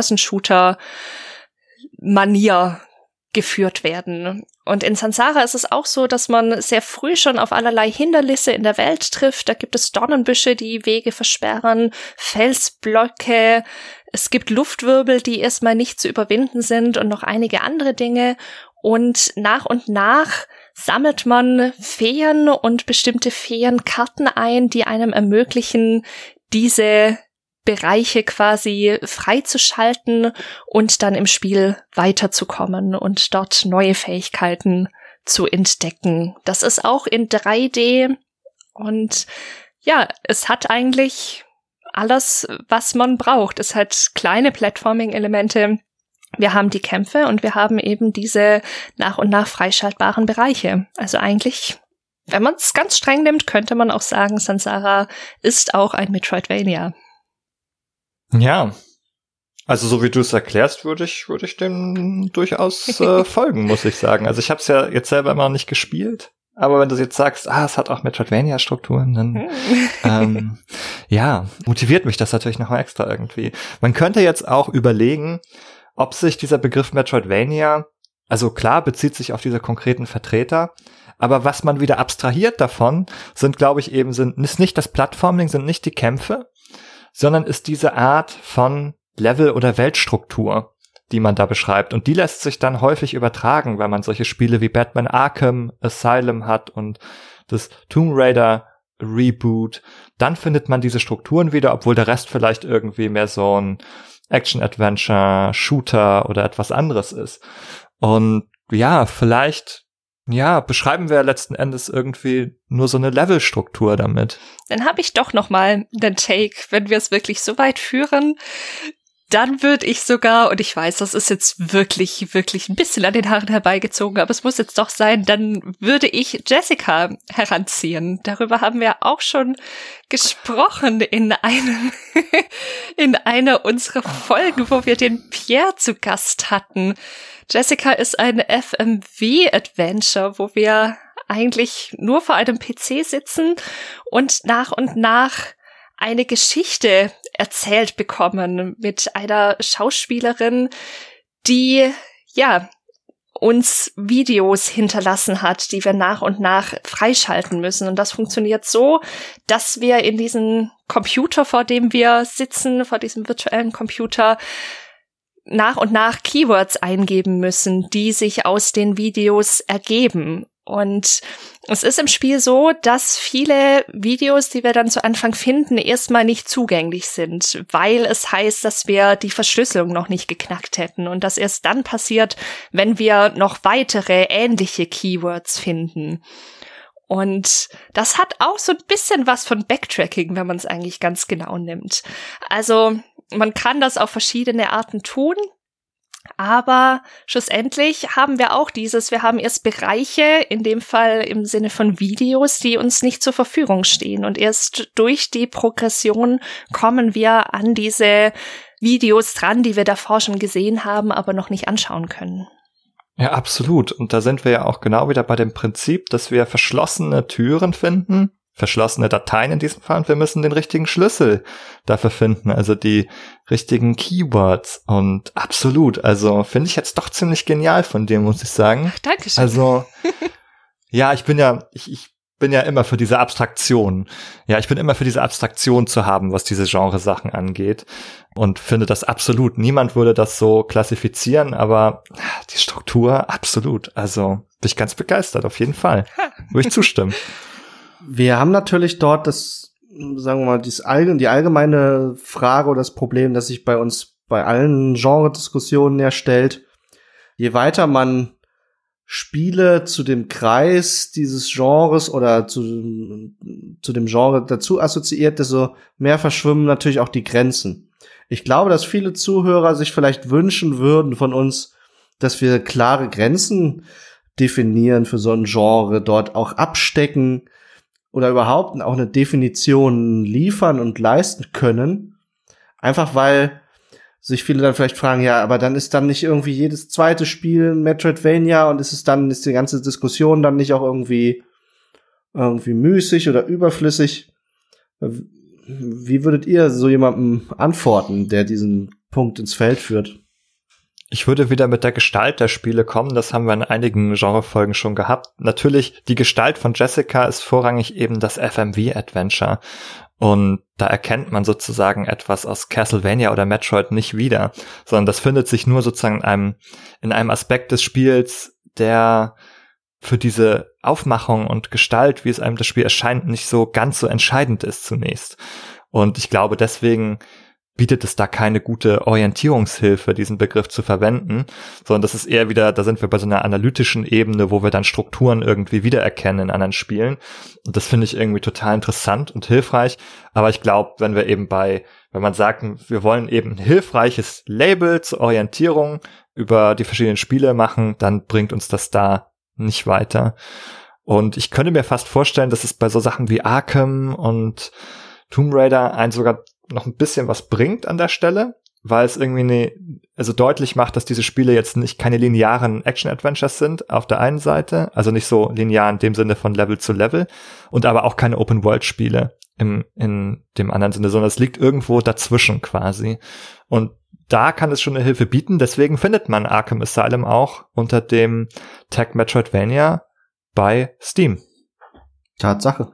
First-Person-Shooter-Manier geführt werden. Und in Sansara ist es auch so, dass man sehr früh schon auf allerlei Hindernisse in der Welt trifft. Da gibt es Dornenbüsche, die Wege versperren, Felsblöcke, es gibt Luftwirbel, die erstmal nicht zu überwinden sind und noch einige andere Dinge. Und nach und nach sammelt man Feen und bestimmte Feenkarten ein, die einem ermöglichen, diese Bereiche quasi freizuschalten und dann im Spiel weiterzukommen und dort neue Fähigkeiten zu entdecken. Das ist auch in drei D und ja, es hat eigentlich alles, was man braucht. Es hat kleine Platforming-Elemente. Wir haben die Kämpfe und wir haben eben diese nach und nach freischaltbaren Bereiche. Also eigentlich, wenn man es ganz streng nimmt, könnte man auch sagen, Sansara ist auch ein Metroidvania. Ja, also so wie du es erklärst, würde ich würde ich dem durchaus äh, folgen, muss ich sagen. Also ich habe es ja jetzt selber immer noch nicht gespielt, aber wenn du jetzt sagst, ah, es hat auch Metroidvania-Strukturen, dann ähm, ja, motiviert mich das natürlich noch mal extra irgendwie. Man könnte jetzt auch überlegen, ob sich dieser Begriff Metroidvania, also klar bezieht sich auf diese konkreten Vertreter, aber was man wieder abstrahiert davon, sind, glaube ich, eben sind ist nicht das Plattforming, sind nicht die Kämpfe, sondern ist diese Art von Level- oder Weltstruktur, die man da beschreibt. Und die lässt sich dann häufig übertragen, weil man solche Spiele wie Batman Arkham Asylum hat und das Tomb Raider Reboot. Dann findet man diese Strukturen wieder, obwohl der Rest vielleicht irgendwie mehr so ein Action-Adventure, Shooter oder etwas anderes ist. Und ja, vielleicht ja, beschreiben wir letzten Endes irgendwie nur so eine Levelstruktur damit. Dann habe ich doch noch mal den Take, wenn wir es wirklich so weit führen, dann würde ich sogar, und ich weiß, das ist jetzt wirklich, wirklich ein bisschen an den Haaren herbeigezogen, aber es muss jetzt doch sein, dann würde ich Jessica heranziehen. Darüber haben wir auch schon gesprochen in einem, in einer unserer Folgen, wo wir den Pierre zu Gast hatten. Jessica ist ein F M V-Adventure, wo wir eigentlich nur vor einem P C sitzen und nach und nach eine Geschichte erzählt bekommen mit einer Schauspielerin, die, ja, uns Videos hinterlassen hat, die wir nach und nach freischalten müssen. Und das funktioniert so, dass wir in diesen Computer, vor dem wir sitzen, vor diesem virtuellen Computer, nach und nach Keywords eingeben müssen, die sich aus den Videos ergeben. Und es ist im Spiel so, dass viele Videos, die wir dann zu Anfang finden, erstmal nicht zugänglich sind, weil es heißt, dass wir die Verschlüsselung noch nicht geknackt hätten und das erst dann passiert, wenn wir noch weitere ähnliche Keywords finden. Und das hat auch so ein bisschen was von Backtracking, wenn man es eigentlich ganz genau nimmt. Also man kann das auf verschiedene Arten tun, aber schlussendlich haben wir auch dieses, wir haben erst Bereiche, in dem Fall im Sinne von Videos, die uns nicht zur Verfügung stehen. Und erst durch die Progression kommen wir an diese Videos dran, die wir davor schon gesehen haben, aber noch nicht anschauen können. Ja, absolut. Und da sind wir ja auch genau wieder bei dem Prinzip, dass wir verschlossene Türen finden, verschlossene Dateien in diesem Fall und wir müssen den richtigen Schlüssel dafür finden, also die richtigen Keywords und absolut, also finde ich jetzt doch ziemlich genial von dir, muss ich sagen. Dankeschön. Also, ja, ich bin ja, ich, ich bin ja immer für diese Abstraktion. Ja, ich bin immer für diese Abstraktion zu haben, was diese Genresachen angeht und finde das absolut. Niemand würde das so klassifizieren, aber die Struktur absolut. Also bin ich ganz begeistert, auf jeden Fall. Würde ich zustimmen. Wir haben natürlich dort das, sagen wir mal, dieses allgemeine, die allgemeine Frage oder das Problem, das sich bei uns bei allen Genre-Diskussionen ja stellt. Je weiter man Spiele zu dem Kreis dieses Genres oder zu, zu dem Genre dazu assoziiert, desto mehr verschwimmen natürlich auch die Grenzen. Ich glaube, dass viele Zuhörer sich vielleicht wünschen würden von uns, dass wir klare Grenzen definieren für so ein Genre, dort auch abstecken oder überhaupt auch eine Definition liefern und leisten können. Einfach weil sich viele dann vielleicht fragen, ja, aber dann ist dann nicht irgendwie jedes zweite Spiel Metroidvania und ist es dann, ist die ganze Diskussion dann nicht auch irgendwie irgendwie müßig oder überflüssig? Wie würdet ihr so jemandem antworten, der diesen Punkt ins Feld führt? Ich würde wieder mit der Gestalt der Spiele kommen, das haben wir in einigen Genrefolgen schon gehabt. Natürlich, die Gestalt von Jessica ist vorrangig eben das F M V-Adventure. Und da erkennt man sozusagen etwas aus Castlevania oder Metroid nicht wieder, sondern das findet sich nur sozusagen in einem, in einem Aspekt des Spiels, der für diese Aufmachung und Gestalt, wie es einem das Spiel erscheint, nicht so ganz so entscheidend ist zunächst. Und ich glaube, deswegen bietet es da keine gute Orientierungshilfe, diesen Begriff zu verwenden, sondern das ist eher wieder, da sind wir bei so einer analytischen Ebene, wo wir dann Strukturen irgendwie wiedererkennen in anderen Spielen. Und das finde ich irgendwie total interessant und hilfreich. Aber ich glaube, wenn wir eben bei, wenn man sagt, wir wollen eben ein hilfreiches Label zur Orientierung über die verschiedenen Spiele machen, dann bringt uns das da nicht weiter. Und ich könnte mir fast vorstellen, dass es bei so Sachen wie Arkham und Tomb Raider einen sogar noch ein bisschen was bringt an der Stelle, weil es irgendwie ne, also deutlich macht, dass diese Spiele jetzt nicht keine linearen Action-Adventures sind auf der einen Seite, also nicht so linear in dem Sinne von Level zu Level und aber auch keine Open-World-Spiele im in dem anderen Sinne, sondern es liegt irgendwo dazwischen quasi. Und da kann es schon eine Hilfe bieten, deswegen findet man Arkham Asylum auch unter dem Tag Metroidvania bei Steam. Tatsache.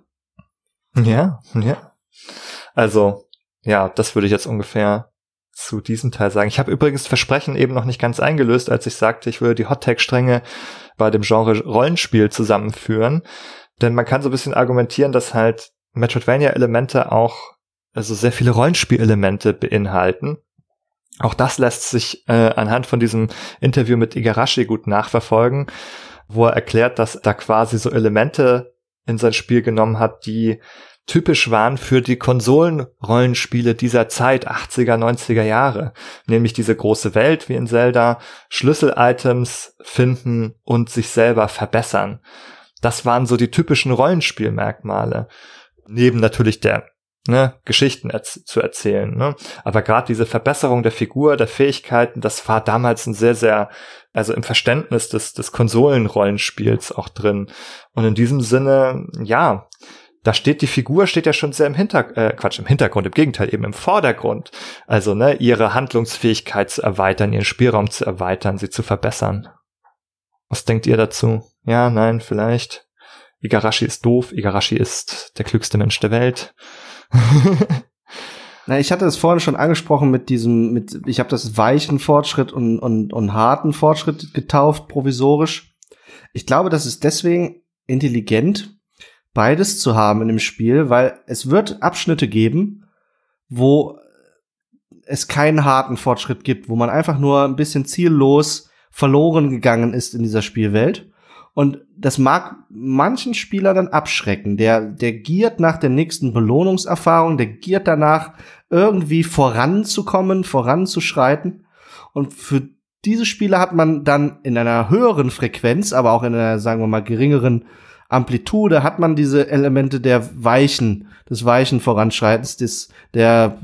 Ja, ja. Also ja, das würde ich jetzt ungefähr zu diesem Teil sagen. Ich habe übrigens Versprechen eben noch nicht ganz eingelöst, als ich sagte, ich würde die Hot-Tag-Stränge bei dem Genre Rollenspiel zusammenführen. Denn man kann so ein bisschen argumentieren, dass halt Metroidvania-Elemente auch also sehr viele Rollenspielelemente beinhalten. Auch das lässt sich äh, anhand von diesem Interview mit Igarashi gut nachverfolgen, wo er erklärt, dass da quasi so Elemente in sein Spiel genommen hat, die typisch waren für die Konsolenrollenspiele dieser Zeit, achtziger, neunziger Jahre. Nämlich diese große Welt wie in Zelda, Schlüssel-Items finden und sich selber verbessern. Das waren so die typischen Rollenspielmerkmale. Neben natürlich der ne, Geschichten erz- zu erzählen. Ne? Aber gerade diese Verbesserung der Figur, der Fähigkeiten, das war damals ein sehr, sehr, also im Verständnis des, des Konsolenrollenspiels auch drin. Und in diesem Sinne, ja, da steht die Figur, steht ja schon sehr im Hintergrund, äh, Quatsch, im Hintergrund, im Gegenteil, eben im Vordergrund. Also, ne, ihre Handlungsfähigkeit zu erweitern, ihren Spielraum zu erweitern, sie zu verbessern. Was denkt ihr dazu? Ja, nein, vielleicht. Igarashi ist doof, Igarashi ist der klügste Mensch der Welt. Na, ich hatte es vorhin schon angesprochen mit diesem, mit, ich habe das weichen Fortschritt und, und, und harten Fortschritt getauft, provisorisch. Ich glaube, das ist deswegen intelligent, beides zu haben in dem Spiel, weil es wird Abschnitte geben, wo es keinen harten Fortschritt gibt, wo man einfach nur ein bisschen ziellos verloren gegangen ist in dieser Spielwelt. Und das mag manchen Spieler dann abschrecken. Der, der giert nach der nächsten Belohnungserfahrung, der giert danach, irgendwie voranzukommen, voranzuschreiten. Und für diese Spieler hat man dann in einer höheren Frequenz, aber auch in einer, sagen wir mal, geringeren Amplitude hat man diese Elemente der weichen, des weichen Voranschreitens, des, der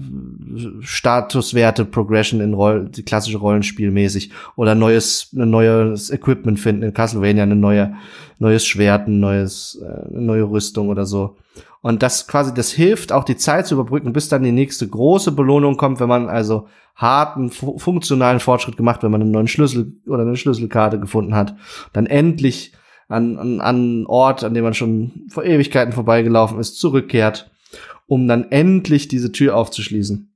Statuswerte Progression in Roll, die klassische Rollenspielmäßig oder neues, ein neues Equipment finden in Castlevania, eine neue, neues Schwert, ein neues, eine neue Rüstung oder so. Und das quasi, das hilft auch die Zeit zu überbrücken, bis dann die nächste große Belohnung kommt, wenn man also harten, funktionalen Fortschritt gemacht, wenn man einen neuen Schlüssel oder eine Schlüsselkarte gefunden hat, dann endlich an, an, an einen Ort, an dem man schon vor Ewigkeiten vorbeigelaufen ist, zurückkehrt, um dann endlich diese Tür aufzuschließen.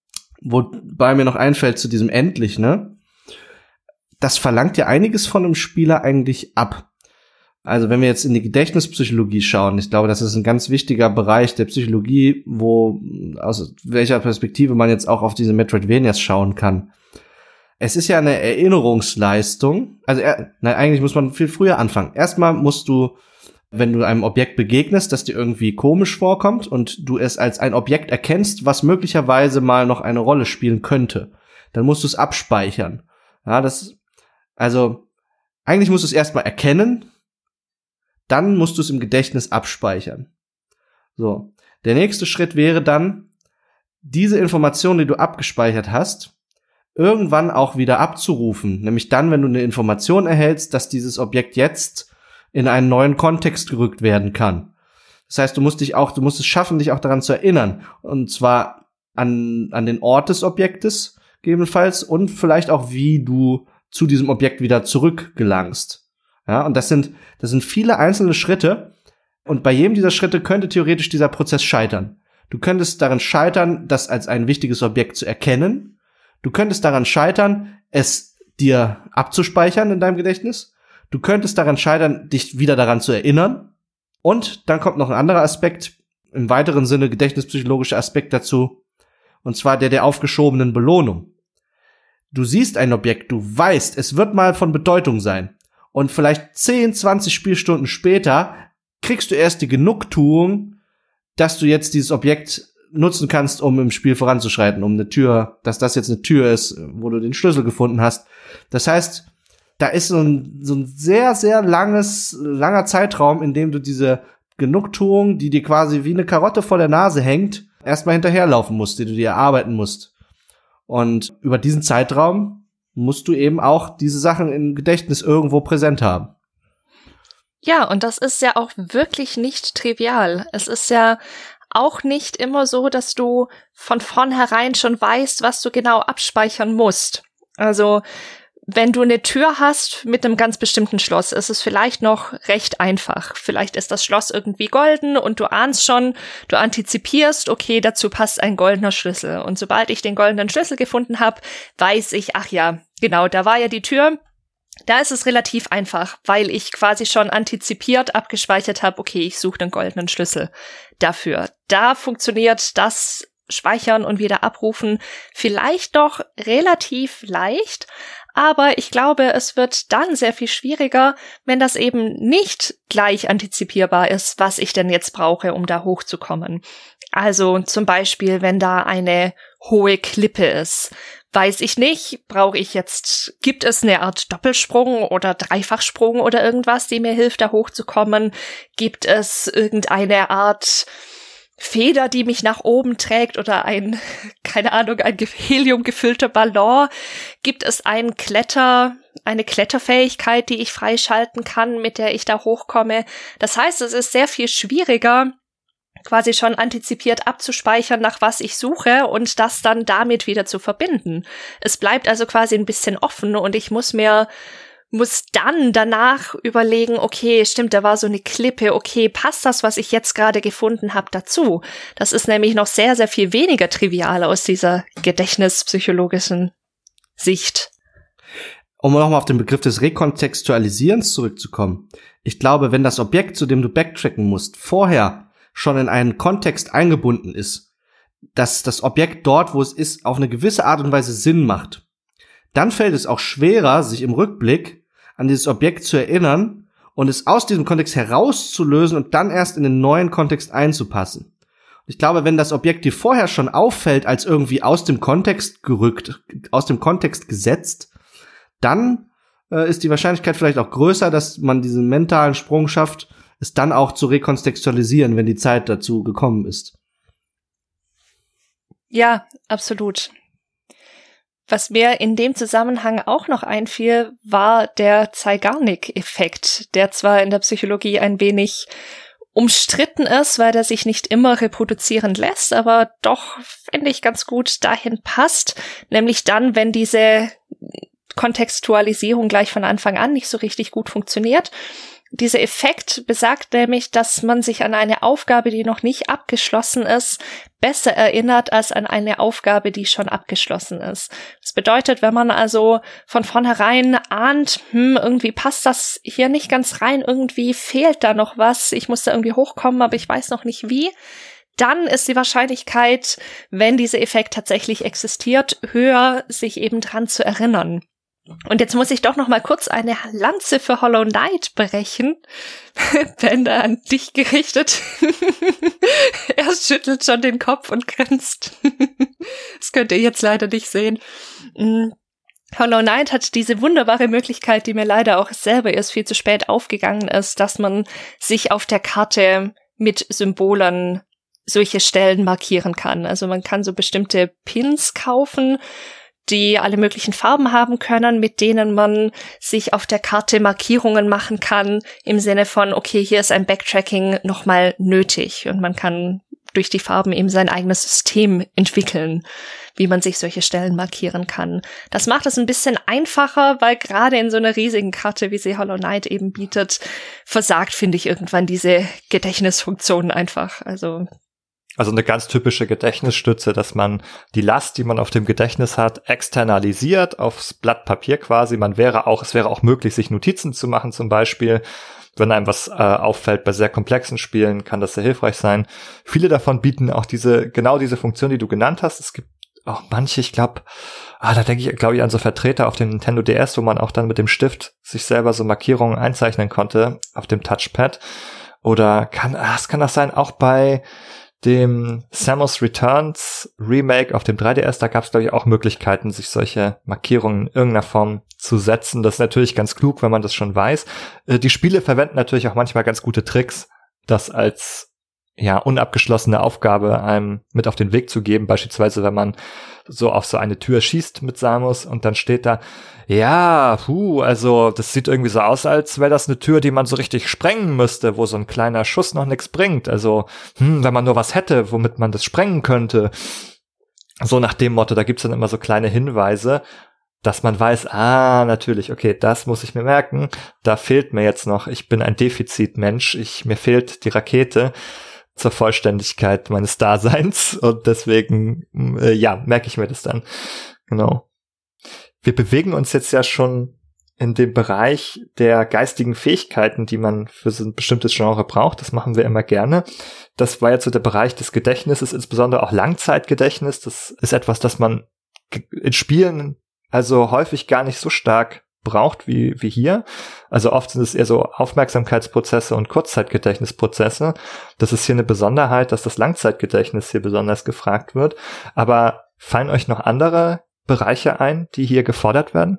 Wobei mir noch einfällt zu diesem endlich, ne? Das verlangt ja einiges von einem Spieler eigentlich ab. Also wenn wir jetzt in die Gedächtnispsychologie schauen, ich glaube, das ist ein ganz wichtiger Bereich der Psychologie, wo aus welcher Perspektive man jetzt auch auf diese Metroidvanias schauen kann. Es ist ja eine Erinnerungsleistung, also er, nein, eigentlich muss man viel früher anfangen. Erstmal musst du, wenn du einem Objekt begegnest, das dir irgendwie komisch vorkommt und du es als ein Objekt erkennst, was möglicherweise mal noch eine Rolle spielen könnte, dann musst du es abspeichern. Ja, das, also eigentlich musst du es erstmal erkennen, dann musst du es im Gedächtnis abspeichern. So. Der nächste Schritt wäre dann, diese Information, die du abgespeichert hast, irgendwann auch wieder abzurufen. Nämlich dann, wenn du eine Information erhältst, dass dieses Objekt jetzt in einen neuen Kontext gerückt werden kann. Das heißt, du musst dich auch, du musst es schaffen, dich auch daran zu erinnern. Und zwar an, an den Ort des Objektes, gegebenenfalls, und vielleicht auch, wie du zu diesem Objekt wieder zurückgelangst. Ja, und das sind, das sind viele einzelne Schritte. Und bei jedem dieser Schritte könnte theoretisch dieser Prozess scheitern. Du könntest daran scheitern, das als ein wichtiges Objekt zu erkennen. Du könntest daran scheitern, es dir abzuspeichern in deinem Gedächtnis. Du könntest daran scheitern, dich wieder daran zu erinnern. Und dann kommt noch ein anderer Aspekt, im weiteren Sinne gedächtnispsychologischer Aspekt dazu. Und zwar der der aufgeschobenen Belohnung. Du siehst ein Objekt, du weißt, es wird mal von Bedeutung sein. Und vielleicht zehn, zwanzig Spielstunden später kriegst du erst die Genugtuung, dass du jetzt dieses Objekt nutzen kannst, um im Spiel voranzuschreiten, um eine Tür, dass das jetzt eine Tür ist, wo du den Schlüssel gefunden hast. Das heißt, da ist so ein, so ein sehr, sehr langes, langer Zeitraum, in dem du diese Genugtuung, die dir quasi wie eine Karotte vor der Nase hängt, erstmal hinterherlaufen musst, die du dir erarbeiten musst. Und über diesen Zeitraum musst du eben auch diese Sachen im Gedächtnis irgendwo präsent haben. Ja, und das ist ja auch wirklich nicht trivial. Es ist ja auch nicht immer so, dass du von vornherein schon weißt, was du genau abspeichern musst. Also, wenn du eine Tür hast mit einem ganz bestimmten Schloss, ist es vielleicht noch recht einfach. Vielleicht ist das Schloss irgendwie golden und du ahnst schon, du antizipierst, okay, dazu passt ein goldener Schlüssel. Und sobald ich den goldenen Schlüssel gefunden habe, weiß ich, ach ja, genau, da war ja die Tür. Da ist es relativ einfach, weil ich quasi schon antizipiert abgespeichert habe, okay, ich suche den goldenen Schlüssel dafür. Da funktioniert das Speichern und wieder abrufen vielleicht doch relativ leicht, aber ich glaube, es wird dann sehr viel schwieriger, wenn das eben nicht gleich antizipierbar ist, was ich denn jetzt brauche, um da hochzukommen. Also zum Beispiel, wenn da eine hohe Klippe ist, weiß ich nicht, brauche ich jetzt, gibt es eine Art Doppelsprung oder Dreifachsprung oder irgendwas, die mir hilft, da hochzukommen? Gibt es irgendeine Art Feder, die mich nach oben trägt oder ein, keine Ahnung, ein heliumgefüllter Ballon? Gibt es ein Kletter, eine Kletterfähigkeit, die ich freischalten kann, mit der ich da hochkomme? Das heißt, es ist sehr viel schwieriger, quasi schon antizipiert abzuspeichern, nach was ich suche und das dann damit wieder zu verbinden. Es bleibt also quasi ein bisschen offen und ich muss mir muss dann danach überlegen, okay, stimmt, da war so eine Klippe, okay, passt das, was ich jetzt gerade gefunden habe, dazu? Das ist nämlich noch sehr, sehr viel weniger trivial aus dieser gedächtnispsychologischen Sicht. Um nochmal auf den Begriff des Rekontextualisierens zurückzukommen. Ich glaube, wenn das Objekt, zu dem du backtracken musst, vorher schon in einen Kontext eingebunden ist, dass das Objekt dort, wo es ist, auf eine gewisse Art und Weise Sinn macht, dann fällt es auch schwerer, sich im Rückblick an dieses Objekt zu erinnern und es aus diesem Kontext herauszulösen und dann erst in den neuen Kontext einzupassen. Ich glaube, wenn das Objekt dir vorher schon auffällt, als irgendwie aus dem Kontext gerückt, aus dem Kontext gesetzt, dann äh, ist die Wahrscheinlichkeit vielleicht auch größer, dass man diesen mentalen Sprung schafft, es dann auch zu rekontextualisieren, wenn die Zeit dazu gekommen ist. Ja, absolut. Was mir in dem Zusammenhang auch noch einfiel, war der Zeigarnik-Effekt, der zwar in der Psychologie ein wenig umstritten ist, weil der sich nicht immer reproduzieren lässt, aber doch, finde ich, ganz gut dahin passt, nämlich dann, wenn diese Kontextualisierung gleich von Anfang an nicht so richtig gut funktioniert. Dieser Effekt besagt nämlich, dass man sich an eine Aufgabe, die noch nicht abgeschlossen ist, besser erinnert als an eine Aufgabe, die schon abgeschlossen ist. Das bedeutet, wenn man also von vornherein ahnt, hm, irgendwie passt das hier nicht ganz rein, irgendwie fehlt da noch was, ich muss da irgendwie hochkommen, aber ich weiß noch nicht wie, dann ist die Wahrscheinlichkeit, wenn dieser Effekt tatsächlich existiert, höher, sich eben dran zu erinnern. Und jetzt muss ich doch noch mal kurz eine Lanze für Hollow Knight brechen. Bender, an dich gerichtet. Er schüttelt schon den Kopf und grinst. Das könnt ihr jetzt leider nicht sehen. Hollow Knight hat diese wunderbare Möglichkeit, die mir leider auch selber erst viel zu spät aufgegangen ist, dass man sich auf der Karte mit Symbolen solche Stellen markieren kann. Also man kann so bestimmte Pins kaufen, die alle möglichen Farben haben können, mit denen man sich auf der Karte Markierungen machen kann, im Sinne von, okay, hier ist ein Backtracking nochmal nötig und man kann durch die Farben eben sein eigenes System entwickeln, wie man sich solche Stellen markieren kann. Das macht es ein bisschen einfacher, weil gerade in so einer riesigen Karte, wie sie Hollow Knight eben bietet, versagt, finde ich, irgendwann diese Gedächtnisfunktion einfach. Also Also eine ganz typische Gedächtnisstütze, dass man die Last, die man auf dem Gedächtnis hat, externalisiert aufs Blatt Papier quasi. Man wäre auch, es wäre auch möglich, sich Notizen zu machen zum Beispiel. Wenn einem was äh, auffällt bei sehr komplexen Spielen, kann das sehr hilfreich sein. Viele davon bieten auch diese, genau diese Funktion, die du genannt hast. Es gibt auch manche, ich glaube, ah, da denke ich, glaube ich, an so Vertreter auf dem Nintendo D S, wo man auch dann mit dem Stift sich selber so Markierungen einzeichnen konnte auf dem Touchpad. Oder kann, ah, es kann auch sein, auch bei dem Samus Returns Remake auf dem drei D S, da gab es, glaube ich, auch Möglichkeiten, sich solche Markierungen in irgendeiner Form zu setzen. Das ist natürlich ganz klug, wenn man das schon weiß. Äh, die Spiele verwenden natürlich auch manchmal ganz gute Tricks, das als ja unabgeschlossene Aufgabe einem mit auf den Weg zu geben. Beispielsweise, wenn man so auf so eine Tür schießt mit Samus und dann steht da, ja, puh, also das sieht irgendwie so aus, als wäre das eine Tür, die man so richtig sprengen müsste, wo so ein kleiner Schuss noch nichts bringt. Also, hm, wenn man nur was hätte, womit man das sprengen könnte. So nach dem Motto, da gibt's dann immer so kleine Hinweise, dass man weiß, ah, natürlich, okay, das muss ich mir merken, da fehlt mir jetzt noch, ich bin ein Defizitmensch, ich, mir fehlt die Rakete zur Vollständigkeit meines Daseins und deswegen, äh, ja, merke ich mir das dann. Genau. Wir bewegen uns jetzt ja schon in dem Bereich der geistigen Fähigkeiten, die man für so ein bestimmtes Genre braucht. Das machen wir immer gerne. Das war jetzt so der Bereich des Gedächtnisses, insbesondere auch Langzeitgedächtnis. Das ist etwas, das man in Spielen also häufig gar nicht so stark braucht wie wie hier. Also oft sind es eher so Aufmerksamkeitsprozesse und Kurzzeitgedächtnisprozesse. Das ist hier eine Besonderheit, dass das Langzeitgedächtnis hier besonders gefragt wird. Aber fallen euch noch andere Bereiche ein, die hier gefordert werden?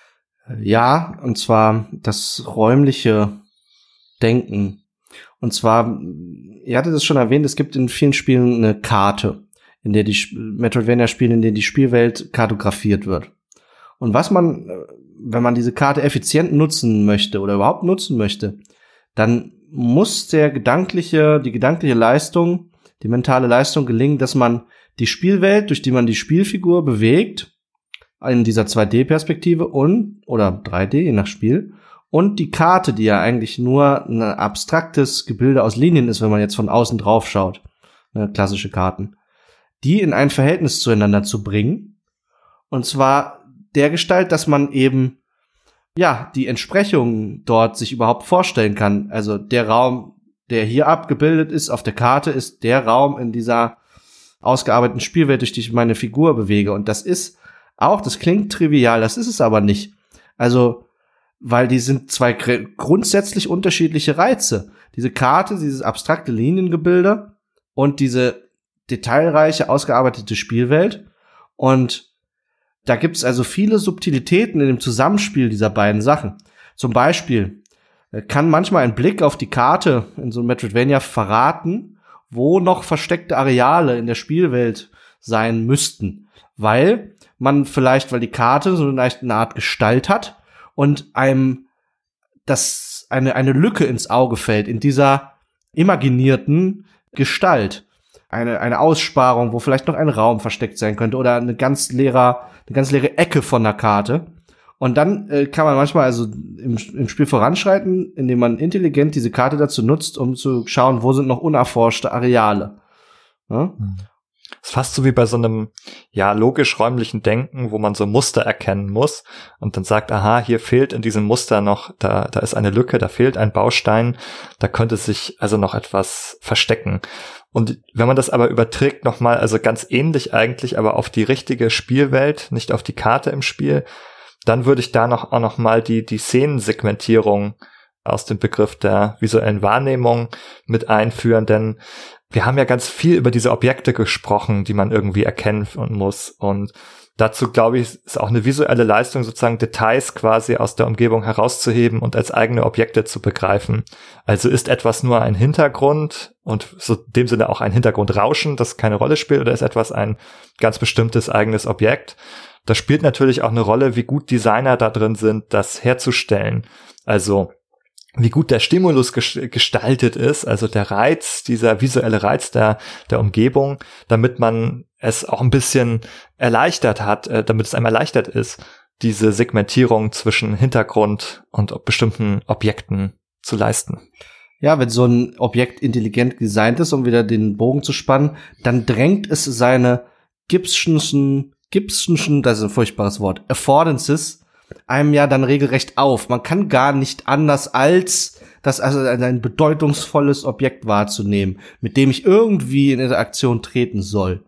Ja, und zwar das räumliche Denken. Und zwar, ihr hattet es schon erwähnt, es gibt in vielen Spielen eine Karte, in der die Metroidvania-Spiele, in denen die Spielwelt kartografiert wird. Und was man, wenn man diese Karte effizient nutzen möchte oder überhaupt nutzen möchte, dann muss der gedankliche, die gedankliche Leistung, die mentale Leistung gelingen, dass man die Spielwelt, durch die man die Spielfigur bewegt, in dieser zwei D-Perspektive und, oder drei D, je nach Spiel, und die Karte, die ja eigentlich nur ein abstraktes Gebilde aus Linien ist, wenn man jetzt von außen drauf schaut, ne, klassische Karten, die in ein Verhältnis zueinander zu bringen, und zwar der Gestalt, dass man eben, ja, die Entsprechungen dort sich überhaupt vorstellen kann. Also der Raum, der hier abgebildet ist auf der Karte, ist der Raum in dieser ausgearbeiteten Spielwelt, durch die ich meine Figur bewege. Und das ist auch, das klingt trivial, das ist es aber nicht. Also, weil die sind zwei gr- grundsätzlich unterschiedliche Reize. Diese Karte, dieses abstrakte Liniengebilde und diese detailreiche, ausgearbeitete Spielwelt. Und da gibt's also viele Subtilitäten in dem Zusammenspiel dieser beiden Sachen. Zum Beispiel, kann manchmal ein Blick auf die Karte in so einem Metroidvania verraten, wo noch versteckte Areale in der Spielwelt sein müssten. Weil man vielleicht, weil die Karte so eine, eine Art Gestalt hat und einem das eine, eine Lücke ins Auge fällt in dieser imaginierten Gestalt. Eine, eine Aussparung, wo vielleicht noch ein Raum versteckt sein könnte oder eine ganz leere, eine ganz leere Ecke von der Karte. Und dann äh, kann man manchmal also im, im Spiel voranschreiten, indem man intelligent diese Karte dazu nutzt, um zu schauen, wo sind noch unerforschte Areale. Ja? Das ist fast so wie bei so einem, ja, logisch-räumlichen Denken, wo man so Muster erkennen muss und dann sagt, aha, hier fehlt in diesem Muster noch, da, da ist eine Lücke, da fehlt ein Baustein, da könnte sich also noch etwas verstecken. Und wenn man das aber überträgt nochmal, also ganz ähnlich eigentlich, aber auf die richtige Spielwelt, nicht auf die Karte im Spiel, dann würde ich da noch auch noch mal die, die Szenensegmentierung aus dem Begriff der visuellen Wahrnehmung mit einführen, denn wir haben ja ganz viel über diese Objekte gesprochen, die man irgendwie erkennen muss. Und dazu, glaube ich, ist auch eine visuelle Leistung, sozusagen Details quasi aus der Umgebung herauszuheben und als eigene Objekte zu begreifen. Also ist etwas nur ein Hintergrund und so in dem Sinne auch ein Hintergrundrauschen, das keine Rolle spielt, oder ist etwas ein ganz bestimmtes eigenes Objekt? Das spielt natürlich auch eine Rolle, wie gut Designer da drin sind, das herzustellen. Also wie gut der Stimulus gestaltet ist, also der Reiz, dieser visuelle Reiz der, der Umgebung, damit man es auch ein bisschen erleichtert hat, äh, damit es einem erleichtert ist, diese Segmentierung zwischen Hintergrund und bestimmten Objekten zu leisten. Ja, wenn so ein Objekt intelligent designt ist, um wieder den Bogen zu spannen, dann drängt es seine Gibsonschen, Gibsonschen, das ist ein furchtbares Wort, Affordances, einem ja dann regelrecht auf. Man kann gar nicht anders, als das also ein bedeutungsvolles Objekt wahrzunehmen, mit dem ich irgendwie in Interaktion treten soll.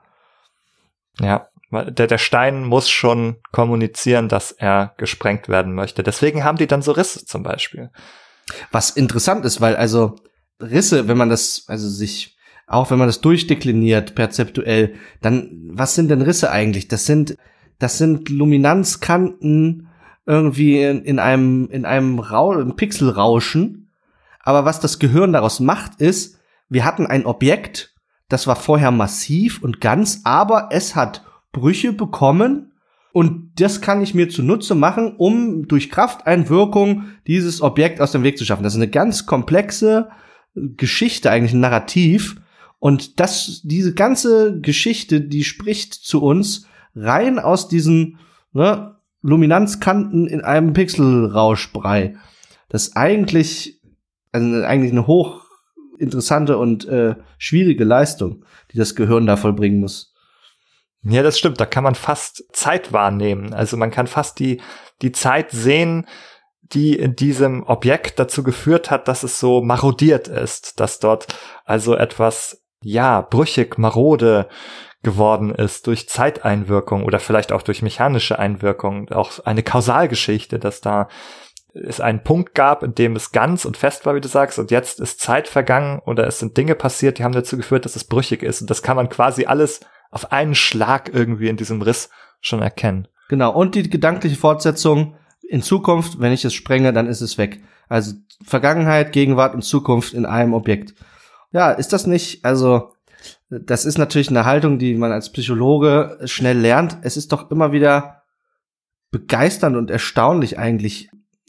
Ja, der, der Stein muss schon kommunizieren, dass er gesprengt werden möchte. Deswegen haben die dann so Risse zum Beispiel. Was interessant ist, weil also Risse, wenn man das, also sich, auch wenn man das durchdekliniert, perzeptuell, dann, was sind denn Risse eigentlich? Das sind, das sind Luminanzkanten, irgendwie in, in einem in einem Rau im Pixelrauschen, aber was das Gehirn daraus macht, ist, wir hatten ein Objekt, das war vorher massiv und ganz, aber es hat Brüche bekommen und das kann ich mir zunutze machen, um durch Krafteinwirkung dieses Objekt aus dem Weg zu schaffen. Das ist eine ganz komplexe Geschichte, eigentlich ein Narrativ, und das diese ganze Geschichte, die spricht zu uns rein aus diesen, ne, Luminanzkanten in einem Pixelrauschbrei. Das ist eigentlich, also eigentlich eine hoch interessante und äh, schwierige Leistung, die das Gehirn da vollbringen muss. Ja, das stimmt. Da kann man fast Zeit wahrnehmen. Also man kann fast die, die Zeit sehen, die in diesem Objekt dazu geführt hat, dass es so marodiert ist, dass dort also etwas, ja, brüchig, marode geworden ist durch Zeiteinwirkung oder vielleicht auch durch mechanische Einwirkung, auch eine Kausalgeschichte, dass da es einen Punkt gab, in dem es ganz und fest war, wie du sagst, und jetzt ist Zeit vergangen oder es sind Dinge passiert, die haben dazu geführt, dass es brüchig ist, und das kann man quasi alles auf einen Schlag irgendwie in diesem Riss schon erkennen. Genau, und die gedankliche Fortsetzung in Zukunft, wenn ich es sprenge, dann ist es weg. Also Vergangenheit, Gegenwart und Zukunft in einem Objekt. Ja, ist das nicht, also das ist natürlich eine Haltung, die man als Psychologe schnell lernt. Es ist doch immer wieder begeisternd und erstaunlich eigentlich,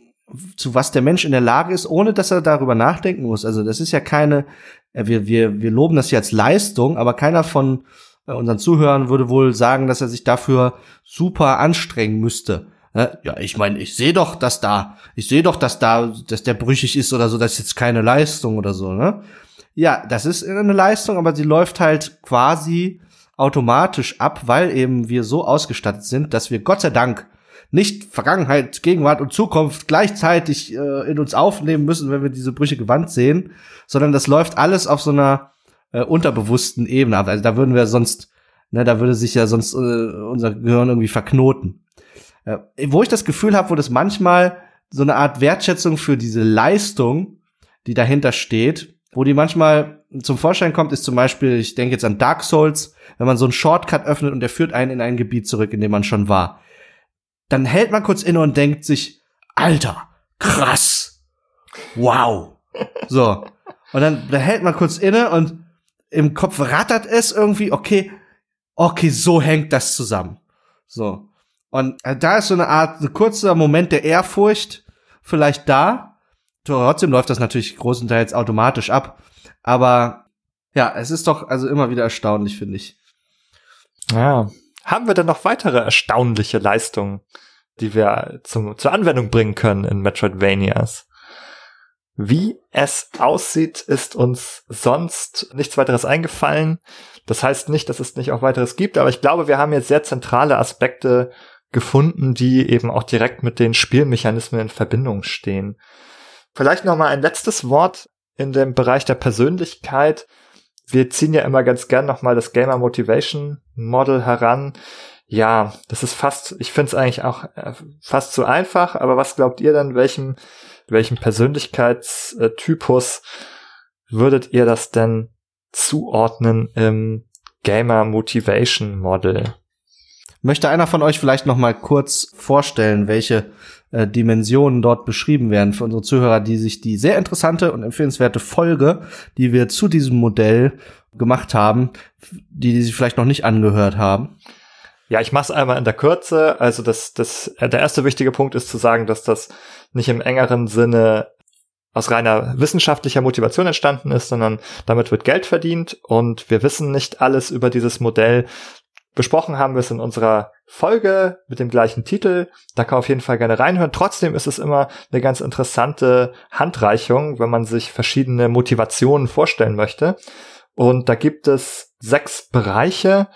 zu was der Mensch in der Lage ist, ohne dass er darüber nachdenken muss. Also das ist ja keine, wir, wir, wir loben das ja als Leistung, aber keiner von unseren Zuhörern würde wohl sagen, dass er sich dafür super anstrengen müsste. Ja, ich meine, ich sehe doch, dass da, ich sehe doch, dass da, dass der brüchig ist oder so, das ist jetzt keine Leistung oder so, ne? Ja, das ist eine Leistung, aber sie läuft halt quasi automatisch ab, weil eben wir so ausgestattet sind, dass wir Gott sei Dank nicht Vergangenheit, Gegenwart und Zukunft gleichzeitig äh, in uns aufnehmen müssen, wenn wir diese brüchige Wand sehen, sondern das läuft alles auf so einer äh, unterbewussten Ebene ab. Also da würden wir sonst, ne, da würde sich ja sonst äh, unser Gehirn irgendwie verknoten. Äh, wo ich das Gefühl habe, wo das manchmal so eine Art Wertschätzung für diese Leistung, die dahinter steht, wo die manchmal zum Vorschein kommt, ist zum Beispiel, ich denke jetzt an Dark Souls, wenn man so einen Shortcut öffnet und der führt einen in ein Gebiet zurück, in dem man schon war. Dann hält man kurz inne und denkt sich, Alter, krass. wow. So. Und dann, dann hält man kurz inne und im Kopf rattert es irgendwie, okay, okay, so hängt das zusammen. So. Und da ist so eine Art, ein kurzer Moment der Ehrfurcht vielleicht da. Trotzdem läuft das natürlich großenteils automatisch ab. Aber ja, es ist doch also immer wieder erstaunlich, finde ich. Ja. Haben wir denn noch weitere erstaunliche Leistungen, die wir zum, zur Anwendung bringen können in Metroidvanias? Wie es aussieht, ist uns sonst nichts weiteres eingefallen. Das heißt nicht, dass es nicht auch weiteres gibt, aber ich glaube, wir haben jetzt sehr zentrale Aspekte gefunden, die eben auch direkt mit den Spielmechanismen in Verbindung stehen. Vielleicht noch mal ein letztes Wort in dem Bereich der Persönlichkeit. Wir ziehen ja immer ganz gern noch mal das Gamer Motivation Model heran. Ja, das ist fast, ich finde es eigentlich auch fast zu einfach, aber was glaubt ihr denn, welchem, welchem Persönlichkeitstypus würdet ihr das denn zuordnen im Gamer Motivation Model? Möchte einer von euch vielleicht noch mal kurz vorstellen, welche äh, Dimensionen dort beschrieben werden für unsere Zuhörer, die sich die sehr interessante und empfehlenswerte Folge, die wir zu diesem Modell gemacht haben, die, die sich vielleicht noch nicht angehört haben? Ja, ich mach's einmal in der Kürze. Also das, das, der erste wichtige Punkt ist zu sagen, dass das nicht im engeren Sinne aus reiner wissenschaftlicher Motivation entstanden ist, sondern damit wird Geld verdient und wir wissen nicht alles über dieses Modell. Besprochen haben wir es in unserer Folge mit dem gleichen Titel. Da kann man auf jeden Fall gerne reinhören. Trotzdem ist es immer eine ganz interessante Handreichung, wenn man sich verschiedene Motivationen vorstellen möchte. Und da gibt es sechs Bereiche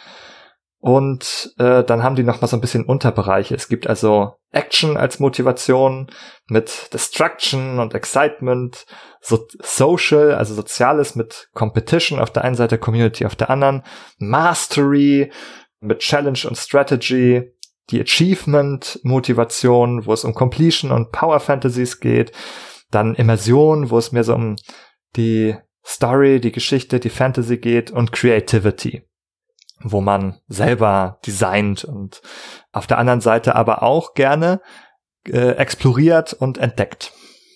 und äh, dann haben die noch mal so ein bisschen Unterbereiche. Es gibt also Action als Motivation mit Destruction und Excitement, so Social, also Soziales mit Competition auf der einen Seite, Community auf der anderen, Mastery mit Challenge und Strategy, die Achievement-Motivation, wo es um Completion und Power Fantasies geht, dann Immersion, wo es mehr so um die Story, die Geschichte, die Fantasy geht und Creativity, wo man selber designt und auf der anderen Seite aber auch gerne äh, exploriert und entdeckt.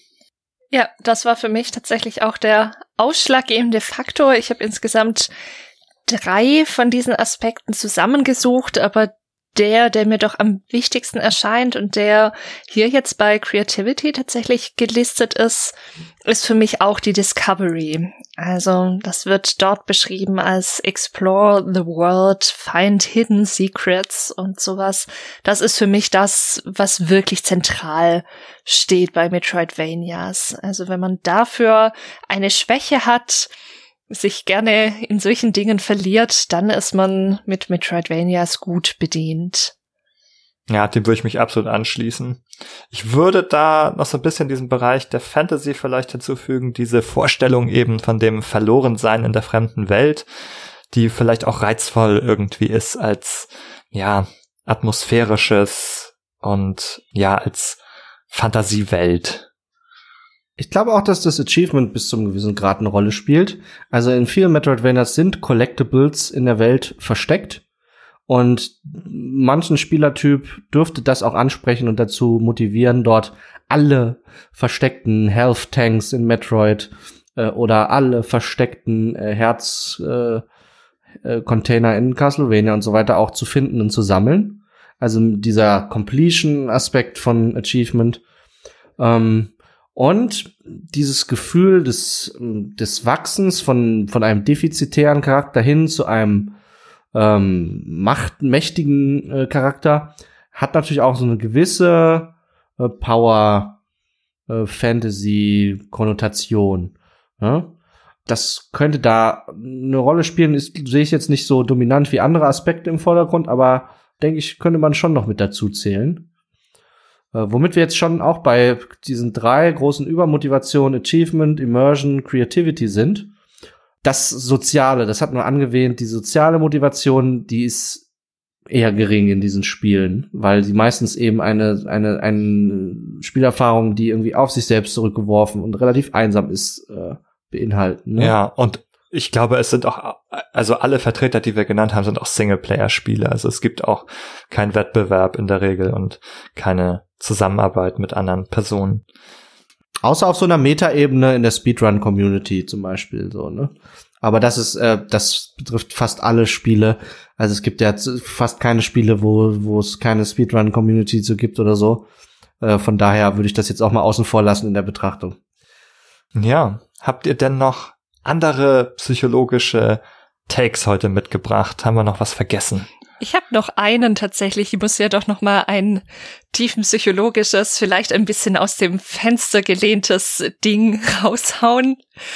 Ja, das war für mich tatsächlich auch der ausschlaggebende Faktor. Ich habe insgesamt drei von diesen Aspekten zusammengesucht, aber der, der mir doch am wichtigsten erscheint und der hier jetzt bei Creativity tatsächlich gelistet ist, ist für mich auch die Discovery. Also das wird dort beschrieben als Explore the World, Find Hidden Secrets und sowas. Das ist für mich das, was wirklich zentral steht bei Metroidvanias. Also wenn man dafür eine Schwäche hat, sich gerne in solchen Dingen verliert, dann ist man mit Metroidvanias gut bedient. Ja, dem würde ich mich absolut anschließen. Ich würde da noch so ein bisschen diesen Bereich der Fantasy vielleicht hinzufügen, diese Vorstellung eben von dem Verlorensein in der fremden Welt, die vielleicht auch reizvoll irgendwie ist als, ja, atmosphärisches und ja, als Fantasiewelt. Ich glaube auch, dass das Achievement bis zum gewissen Grad eine Rolle spielt. Also in vielen Metroidvanias sind Collectibles in der Welt versteckt und manchen Spielertyp dürfte das auch ansprechen und dazu motivieren, dort alle versteckten Health Tanks in Metroid äh, oder alle versteckten äh, Herz äh, Container in Castlevania und so weiter auch zu finden und zu sammeln. Also dieser Completion-Aspekt von Achievement. Ähm, Und dieses Gefühl des, des Wachsens von, von einem defizitären Charakter hin zu einem ähm, machtmächtigen äh, Charakter hat natürlich auch so eine gewisse äh, Power-Fantasy-Konnotation. Äh, ja? Das könnte da eine Rolle spielen, ist, sehe ich jetzt nicht so dominant wie andere Aspekte im Vordergrund, aber denke ich, könnte man schon noch mit dazu zählen. Äh, womit wir jetzt schon auch bei diesen drei großen Übermotivationen, Achievement, Immersion, Creativity sind. Das Soziale, das hat man angewähnt, die soziale Motivation, die ist eher gering in diesen Spielen, weil sie meistens eben eine, eine, eine Spielerfahrung, die irgendwie auf sich selbst zurückgeworfen und relativ einsam ist, äh, beinhalten. Ne? Ja, und ich glaube, es sind auch, also alle Vertreter, die wir genannt haben, sind auch Singleplayer-Spiele. Also es gibt auch keinen Wettbewerb in der Regel und keine Zusammenarbeit mit anderen Personen. Außer auf so einer Meta-Ebene in der Speedrun-Community zum Beispiel, so, ne? Aber das ist, äh, das betrifft fast alle Spiele. Also es gibt ja fast keine Spiele, wo, wo es keine Speedrun-Community so gibt oder so. Äh, von daher würde ich das jetzt auch mal außen vor lassen in der Betrachtung. Ja. Habt ihr denn noch andere psychologische Takes heute mitgebracht? Haben wir noch was vergessen? Ich habe noch einen tatsächlich. Ich muss ja doch noch mal ein tiefenpsychologisches, vielleicht ein bisschen aus dem Fenster gelehntes Ding raushauen.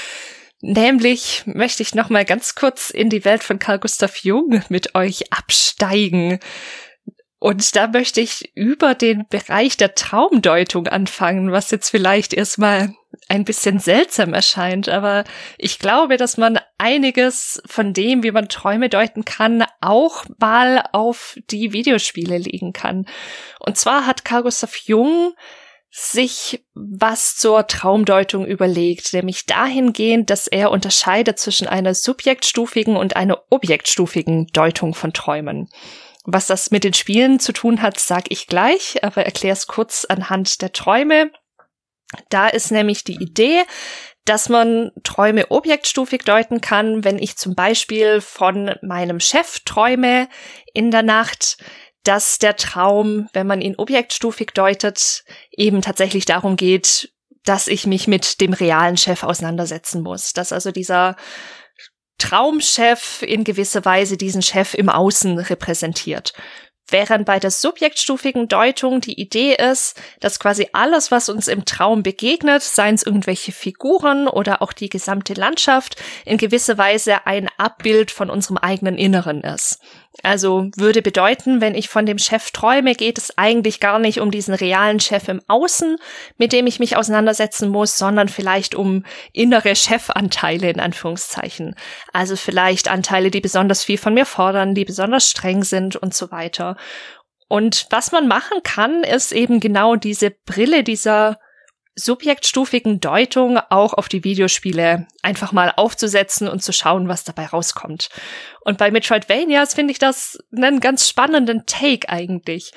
Nämlich möchte ich noch mal ganz kurz in die Welt von Carl Gustav Jung mit euch absteigen. Und da möchte ich über den Bereich der Traumdeutung anfangen, was jetzt vielleicht erstmal ein bisschen seltsam erscheint, aber ich glaube, dass man einiges von dem, wie man Träume deuten kann, auch mal auf die Videospiele legen kann. Und zwar hat Carl Gustav Jung sich was zur Traumdeutung überlegt, nämlich dahingehend, dass er unterscheidet zwischen einer subjektstufigen und einer objektstufigen Deutung von Träumen. Was das mit den Spielen zu tun hat, sag ich gleich, aber erkläre es kurz anhand der Träume. Da ist nämlich die Idee, dass man Träume objektstufig deuten kann, wenn ich zum Beispiel von meinem Chef träume in der Nacht, dass der Traum, wenn man ihn objektstufig deutet, eben tatsächlich darum geht, dass ich mich mit dem realen Chef auseinandersetzen muss. Dass also dieser Traumchef in gewisser Weise diesen Chef im Außen repräsentiert. Während bei der subjektstufigen Deutung die Idee ist, dass quasi alles, was uns im Traum begegnet, seien es irgendwelche Figuren oder auch die gesamte Landschaft, in gewisser Weise ein Abbild von unserem eigenen Inneren ist. Also würde bedeuten, wenn ich von dem Chef träume, geht es eigentlich gar nicht um diesen realen Chef im Außen, mit dem ich mich auseinandersetzen muss, sondern vielleicht um innere Chefanteile in Anführungszeichen. Also vielleicht Anteile, die besonders viel von mir fordern, die besonders streng sind und so weiter. Und was man machen kann, ist eben genau diese Brille dieser subjektstufigen Deutung auch auf die Videospiele einfach mal aufzusetzen und zu schauen, was dabei rauskommt. Und bei Metroidvanias finde ich das einen ganz spannenden Take eigentlich,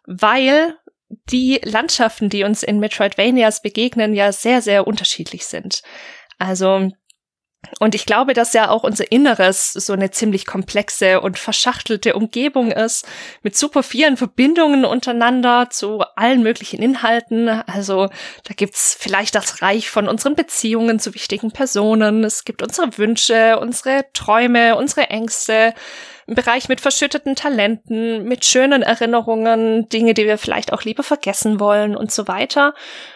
weil die Landschaften, die uns in Metroidvanias begegnen, ja sehr, sehr unterschiedlich sind. Also und ich glaube, dass ja auch unser Inneres so eine ziemlich komplexe und verschachtelte Umgebung ist, mit super vielen Verbindungen untereinander zu allen möglichen Inhalten. Also da gibt's vielleicht das Reich von unseren Beziehungen zu wichtigen Personen. Es gibt unsere Wünsche, unsere Träume, unsere Ängste. Ein Bereich mit verschütteten Talenten, mit schönen Erinnerungen, Dinge, die wir vielleicht auch lieber vergessen wollen und so weiter.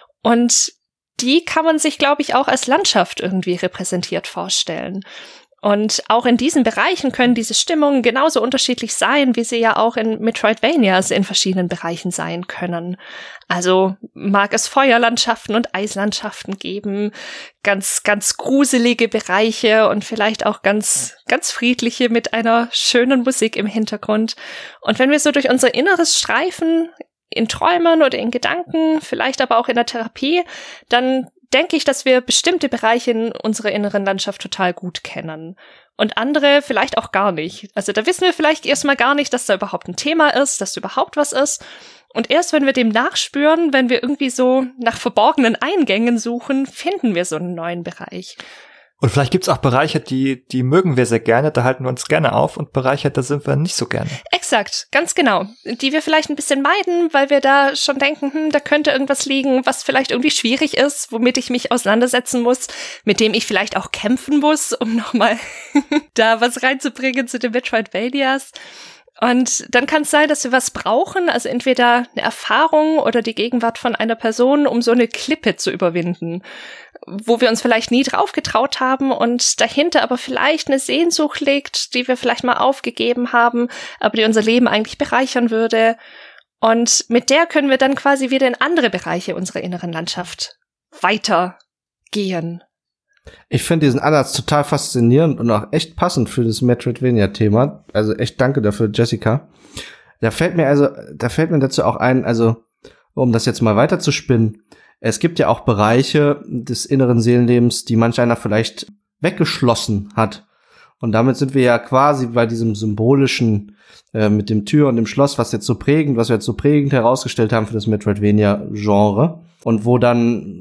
Und die kann man sich, glaube ich, auch als Landschaft irgendwie repräsentiert vorstellen. Und auch in diesen Bereichen können diese Stimmungen genauso unterschiedlich sein, wie sie ja auch in Metroidvanias in verschiedenen Bereichen sein können. Also mag es Feuerlandschaften und Eislandschaften geben, ganz, ganz gruselige Bereiche und vielleicht auch ganz, ganz friedliche mit einer schönen Musik im Hintergrund. Und wenn wir so durch unser Inneres streifen, in Träumen oder in Gedanken, vielleicht aber auch in der Therapie, dann denke ich, dass wir bestimmte Bereiche in unserer inneren Landschaft total gut kennen. Und andere vielleicht auch gar nicht. Also da wissen wir vielleicht erstmal gar nicht, dass da überhaupt ein Thema ist, dass da überhaupt was ist. Und erst wenn wir dem nachspüren, wenn wir irgendwie so nach verborgenen Eingängen suchen, finden wir so einen neuen Bereich. Und vielleicht gibt's auch Bereiche, die die mögen wir sehr gerne, da halten wir uns gerne auf, und Bereiche, da sind wir nicht so gerne. Exakt, ganz genau. Die wir vielleicht ein bisschen meiden, weil wir da schon denken, hm, da könnte irgendwas liegen, was vielleicht irgendwie schwierig ist, womit ich mich auseinandersetzen muss, mit dem ich vielleicht auch kämpfen muss, um nochmal da was reinzubringen zu den Metroidvanias. Und dann kann es sein, dass wir was brauchen, also entweder eine Erfahrung oder die Gegenwart von einer Person, um so eine Klippe zu überwinden, wo wir uns vielleicht nie drauf getraut haben und dahinter aber vielleicht eine Sehnsucht liegt, die wir vielleicht mal aufgegeben haben, aber die unser Leben eigentlich bereichern würde. Und mit der können wir dann quasi wieder in andere Bereiche unserer inneren Landschaft weitergehen. Ich finde diesen Ansatz total faszinierend und auch echt passend für das Metroidvania-Thema. Also echt danke dafür, Jessica. Da fällt mir also, da fällt mir dazu auch ein, also um das jetzt mal weiter zu spinnen, es gibt ja auch Bereiche des inneren Seelenlebens, die manch einer vielleicht weggeschlossen hat. Und damit sind wir ja quasi bei diesem symbolischen, äh, mit dem Tür und dem Schloss, was jetzt so prägend, was wir jetzt so prägend herausgestellt haben für das Metroidvania-Genre. Und wo dann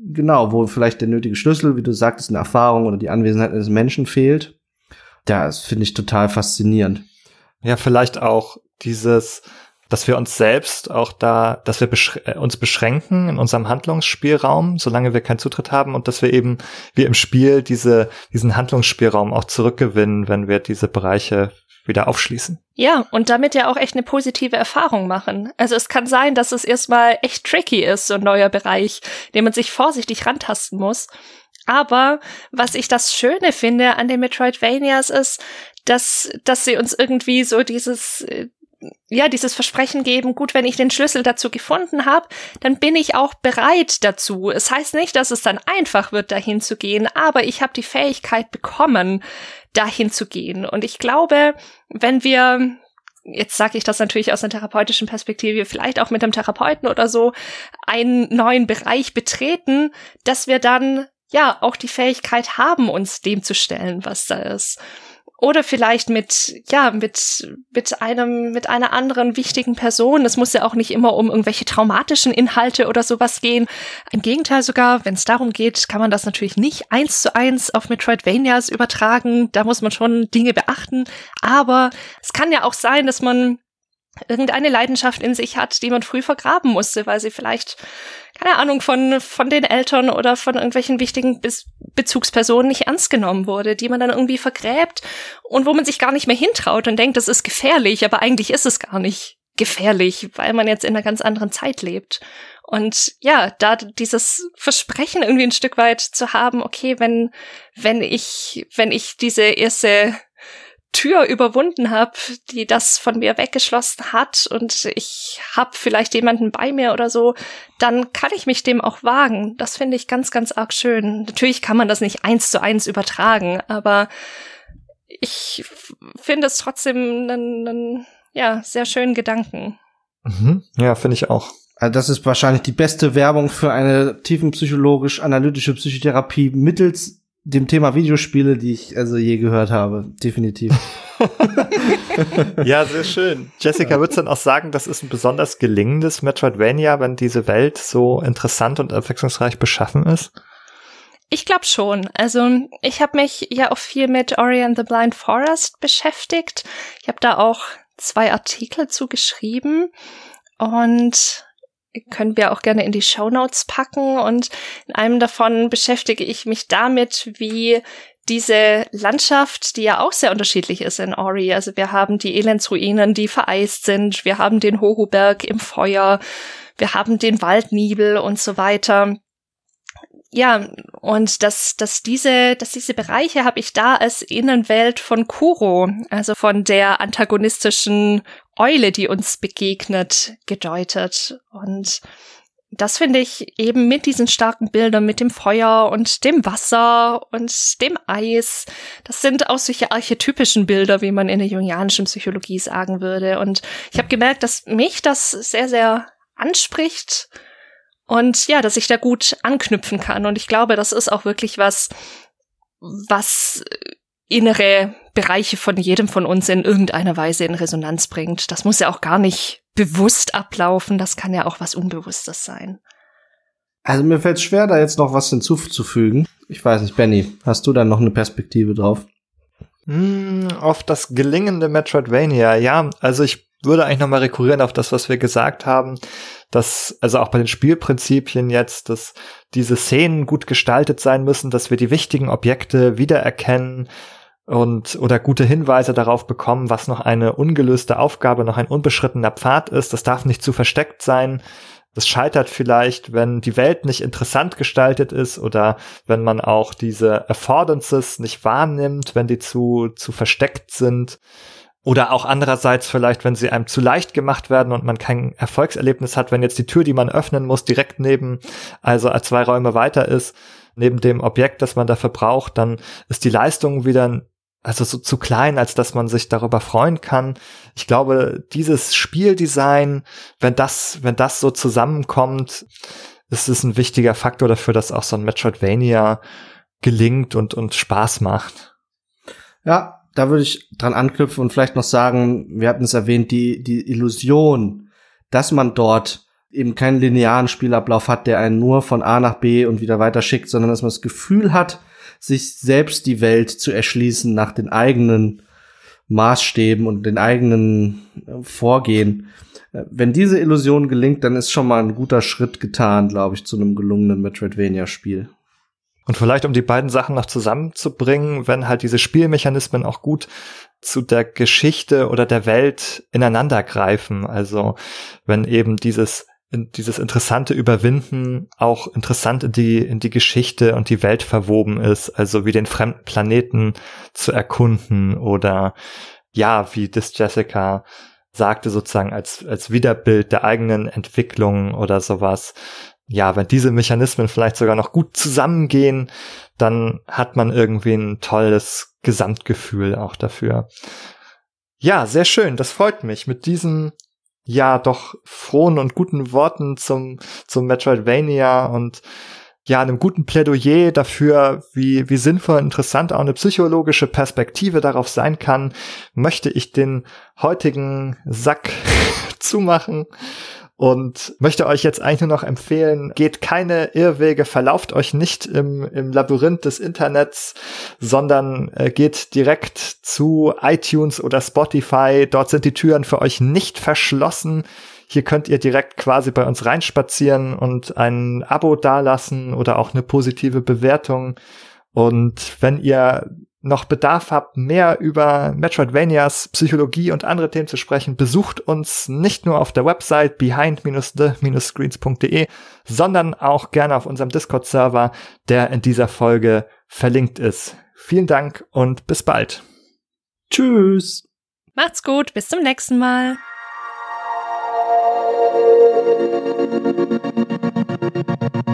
genau, wo vielleicht der nötige Schlüssel, wie du sagtest, eine Erfahrung oder die Anwesenheit eines Menschen fehlt. Das finde ich total faszinierend. Ja, vielleicht auch dieses, dass wir uns selbst auch da, dass wir besch- uns beschränken in unserem Handlungsspielraum, solange wir keinen Zutritt haben, und dass wir eben, wie im Spiel, diese, diesen Handlungsspielraum auch zurückgewinnen, wenn wir diese Bereiche wieder aufschließen. Ja, und damit ja auch echt eine positive Erfahrung machen. Also es kann sein, dass es erstmal echt tricky ist, so ein neuer Bereich, den man sich vorsichtig rantasten muss. Aber was ich das Schöne finde an den Metroidvanias ist, dass, dass sie uns irgendwie so dieses, ja, dieses Versprechen geben, gut, wenn ich den Schlüssel dazu gefunden habe, dann bin ich auch bereit dazu. Es heißt nicht, dass es dann einfach wird, dahin zu gehen, aber ich habe die Fähigkeit bekommen, dahin zu gehen. Und ich glaube, wenn wir, jetzt sage ich das natürlich aus einer therapeutischen Perspektive, vielleicht auch mit einem Therapeuten oder so, einen neuen Bereich betreten, dass wir dann ja auch die Fähigkeit haben, uns dem zu stellen, was da ist. Oder vielleicht mit, ja, mit, mit einem, mit einer anderen wichtigen Person. Es muss ja auch nicht immer um irgendwelche traumatischen Inhalte oder sowas gehen. Im Gegenteil sogar, wenn es darum geht, kann man das natürlich nicht eins zu eins auf Metroidvanias übertragen. Da muss man schon Dinge beachten. Aber es kann ja auch sein, dass man irgendeine Leidenschaft in sich hat, die man früh vergraben musste, weil sie vielleicht, keine Ahnung, von von den Eltern oder von irgendwelchen wichtigen Be- Bezugspersonen nicht ernst genommen wurde, die man dann irgendwie vergräbt und wo man sich gar nicht mehr hintraut und denkt, das ist gefährlich, aber eigentlich ist es gar nicht gefährlich, weil man jetzt in einer ganz anderen Zeit lebt. Und ja, da dieses Versprechen irgendwie ein Stück weit zu haben, okay, wenn wenn ich wenn ich diese erste Tür überwunden habe, die das von mir weggeschlossen hat und ich habe vielleicht jemanden bei mir oder so, dann kann ich mich dem auch wagen. Das finde ich ganz, ganz arg schön. Natürlich kann man das nicht eins zu eins übertragen, aber ich finde es trotzdem einen, einen ja, sehr schönen Gedanken. Mhm. Ja, finde ich auch. Also das ist wahrscheinlich die beste Werbung für eine tiefenpsychologisch-analytische Psychotherapie mittels dem Thema Videospiele, die ich also je gehört habe. Definitiv. Ja, sehr schön. Jessica, würdest du dann auch sagen, das ist ein besonders gelingendes Metroidvania, wenn diese Welt so interessant und abwechslungsreich beschaffen ist? Ich glaube schon. Also ich habe mich ja auch viel mit Ori and the Blind Forest beschäftigt. Ich habe da auch zwei Artikel zu geschrieben und können wir auch gerne in die Shownotes packen. Und in einem davon beschäftige ich mich damit, wie diese Landschaft, die ja auch sehr unterschiedlich ist in Ori. Also wir haben die Elendsruinen, die vereist sind. Wir haben den Horuberg im Feuer. Wir haben den Waldnibel und so weiter. Ja, und dass, dass diese, dass diese Bereiche habe ich da als Innenwelt von Kuro, also von der antagonistischen Eule, die uns begegnet, gedeutet. Und das finde ich eben mit diesen starken Bildern, mit dem Feuer und dem Wasser und dem Eis. Das sind auch solche archetypischen Bilder, wie man in der jungianischen Psychologie sagen würde. Und ich habe gemerkt, dass mich das sehr, sehr anspricht. Und ja, dass ich da gut anknüpfen kann. Und ich glaube, das ist auch wirklich was, was innere Bereiche von jedem von uns in irgendeiner Weise in Resonanz bringt. Das muss ja auch gar nicht bewusst ablaufen. Das kann ja auch was Unbewusstes sein. Also mir fällt es schwer, da jetzt noch was hinzuzufügen. Ich weiß nicht, Benny, hast du da noch eine Perspektive drauf? Hm, auf das gelingende Metroidvania, ja. Also ich würde eigentlich nochmal rekurrieren auf das, was wir gesagt haben, dass, also auch bei den Spielprinzipien jetzt, dass diese Szenen gut gestaltet sein müssen, dass wir die wichtigen Objekte wiedererkennen und oder gute Hinweise darauf bekommen, was noch eine ungelöste Aufgabe, noch ein unbeschrittener Pfad ist. Das darf nicht zu versteckt sein. Das scheitert vielleicht, wenn die Welt nicht interessant gestaltet ist oder wenn man auch diese Affordances nicht wahrnimmt, wenn die zu zu versteckt sind. Oder auch andererseits vielleicht, wenn sie einem zu leicht gemacht werden und man kein Erfolgserlebnis hat, wenn jetzt die Tür, die man öffnen muss, direkt neben, also zwei Räume weiter ist, neben dem Objekt, das man dafür braucht, dann ist die Leistung wieder also so zu klein, als dass man sich darüber freuen kann. Ich glaube, dieses Spieldesign, wenn das, wenn das so zusammenkommt, ist es ein wichtiger Faktor dafür, dass auch so ein Metroidvania gelingt und, und Spaß macht. Ja, da würde ich dran anknüpfen und vielleicht noch sagen, wir hatten es erwähnt, die, die Illusion, dass man dort eben keinen linearen Spielablauf hat, der einen nur von A nach B und wieder weiter schickt, sondern dass man das Gefühl hat, sich selbst die Welt zu erschließen nach den eigenen Maßstäben und den eigenen Vorgehen. Wenn diese Illusion gelingt, dann ist schon mal ein guter Schritt getan, glaube ich, zu einem gelungenen Metroidvania-Spiel. Und vielleicht, um die beiden Sachen noch zusammenzubringen, wenn halt diese Spielmechanismen auch gut zu der Geschichte oder der Welt ineinander greifen. Also wenn eben dieses dieses interessante Überwinden auch interessant in die in die Geschichte und die Welt verwoben ist, also wie den fremden Planeten zu erkunden oder ja, wie das Jessica sagte, sozusagen als als Widerbild der eigenen Entwicklung oder sowas. Ja, wenn diese Mechanismen vielleicht sogar noch gut zusammengehen, dann hat man irgendwie ein tolles Gesamtgefühl auch dafür. Ja, sehr schön, das freut mich. Mit diesen ja doch frohen und guten Worten zum zum Metroidvania und ja, einem guten Plädoyer dafür, wie wie sinnvoll und interessant auch eine psychologische Perspektive darauf sein kann, möchte ich den heutigen Sack zumachen und möchte euch jetzt eigentlich nur noch empfehlen, geht keine Irrwege, verlauft euch nicht im im Labyrinth des Internets, sondern äh, geht direkt zu iTunes oder Spotify. Dort sind die Türen für euch nicht verschlossen. Hier könnt ihr direkt quasi bei uns reinspazieren und ein Abo dalassen oder auch eine positive Bewertung. Und wenn ihr noch Bedarf habt, mehr über Metroidvanias, Psychologie und andere Themen zu sprechen, besucht uns nicht nur auf der Website behind the screens punkt de, sondern auch gerne auf unserem Discord-Server, der in dieser Folge verlinkt ist. Vielen Dank und bis bald. Tschüss. Macht's gut, bis zum nächsten Mal. Thank you.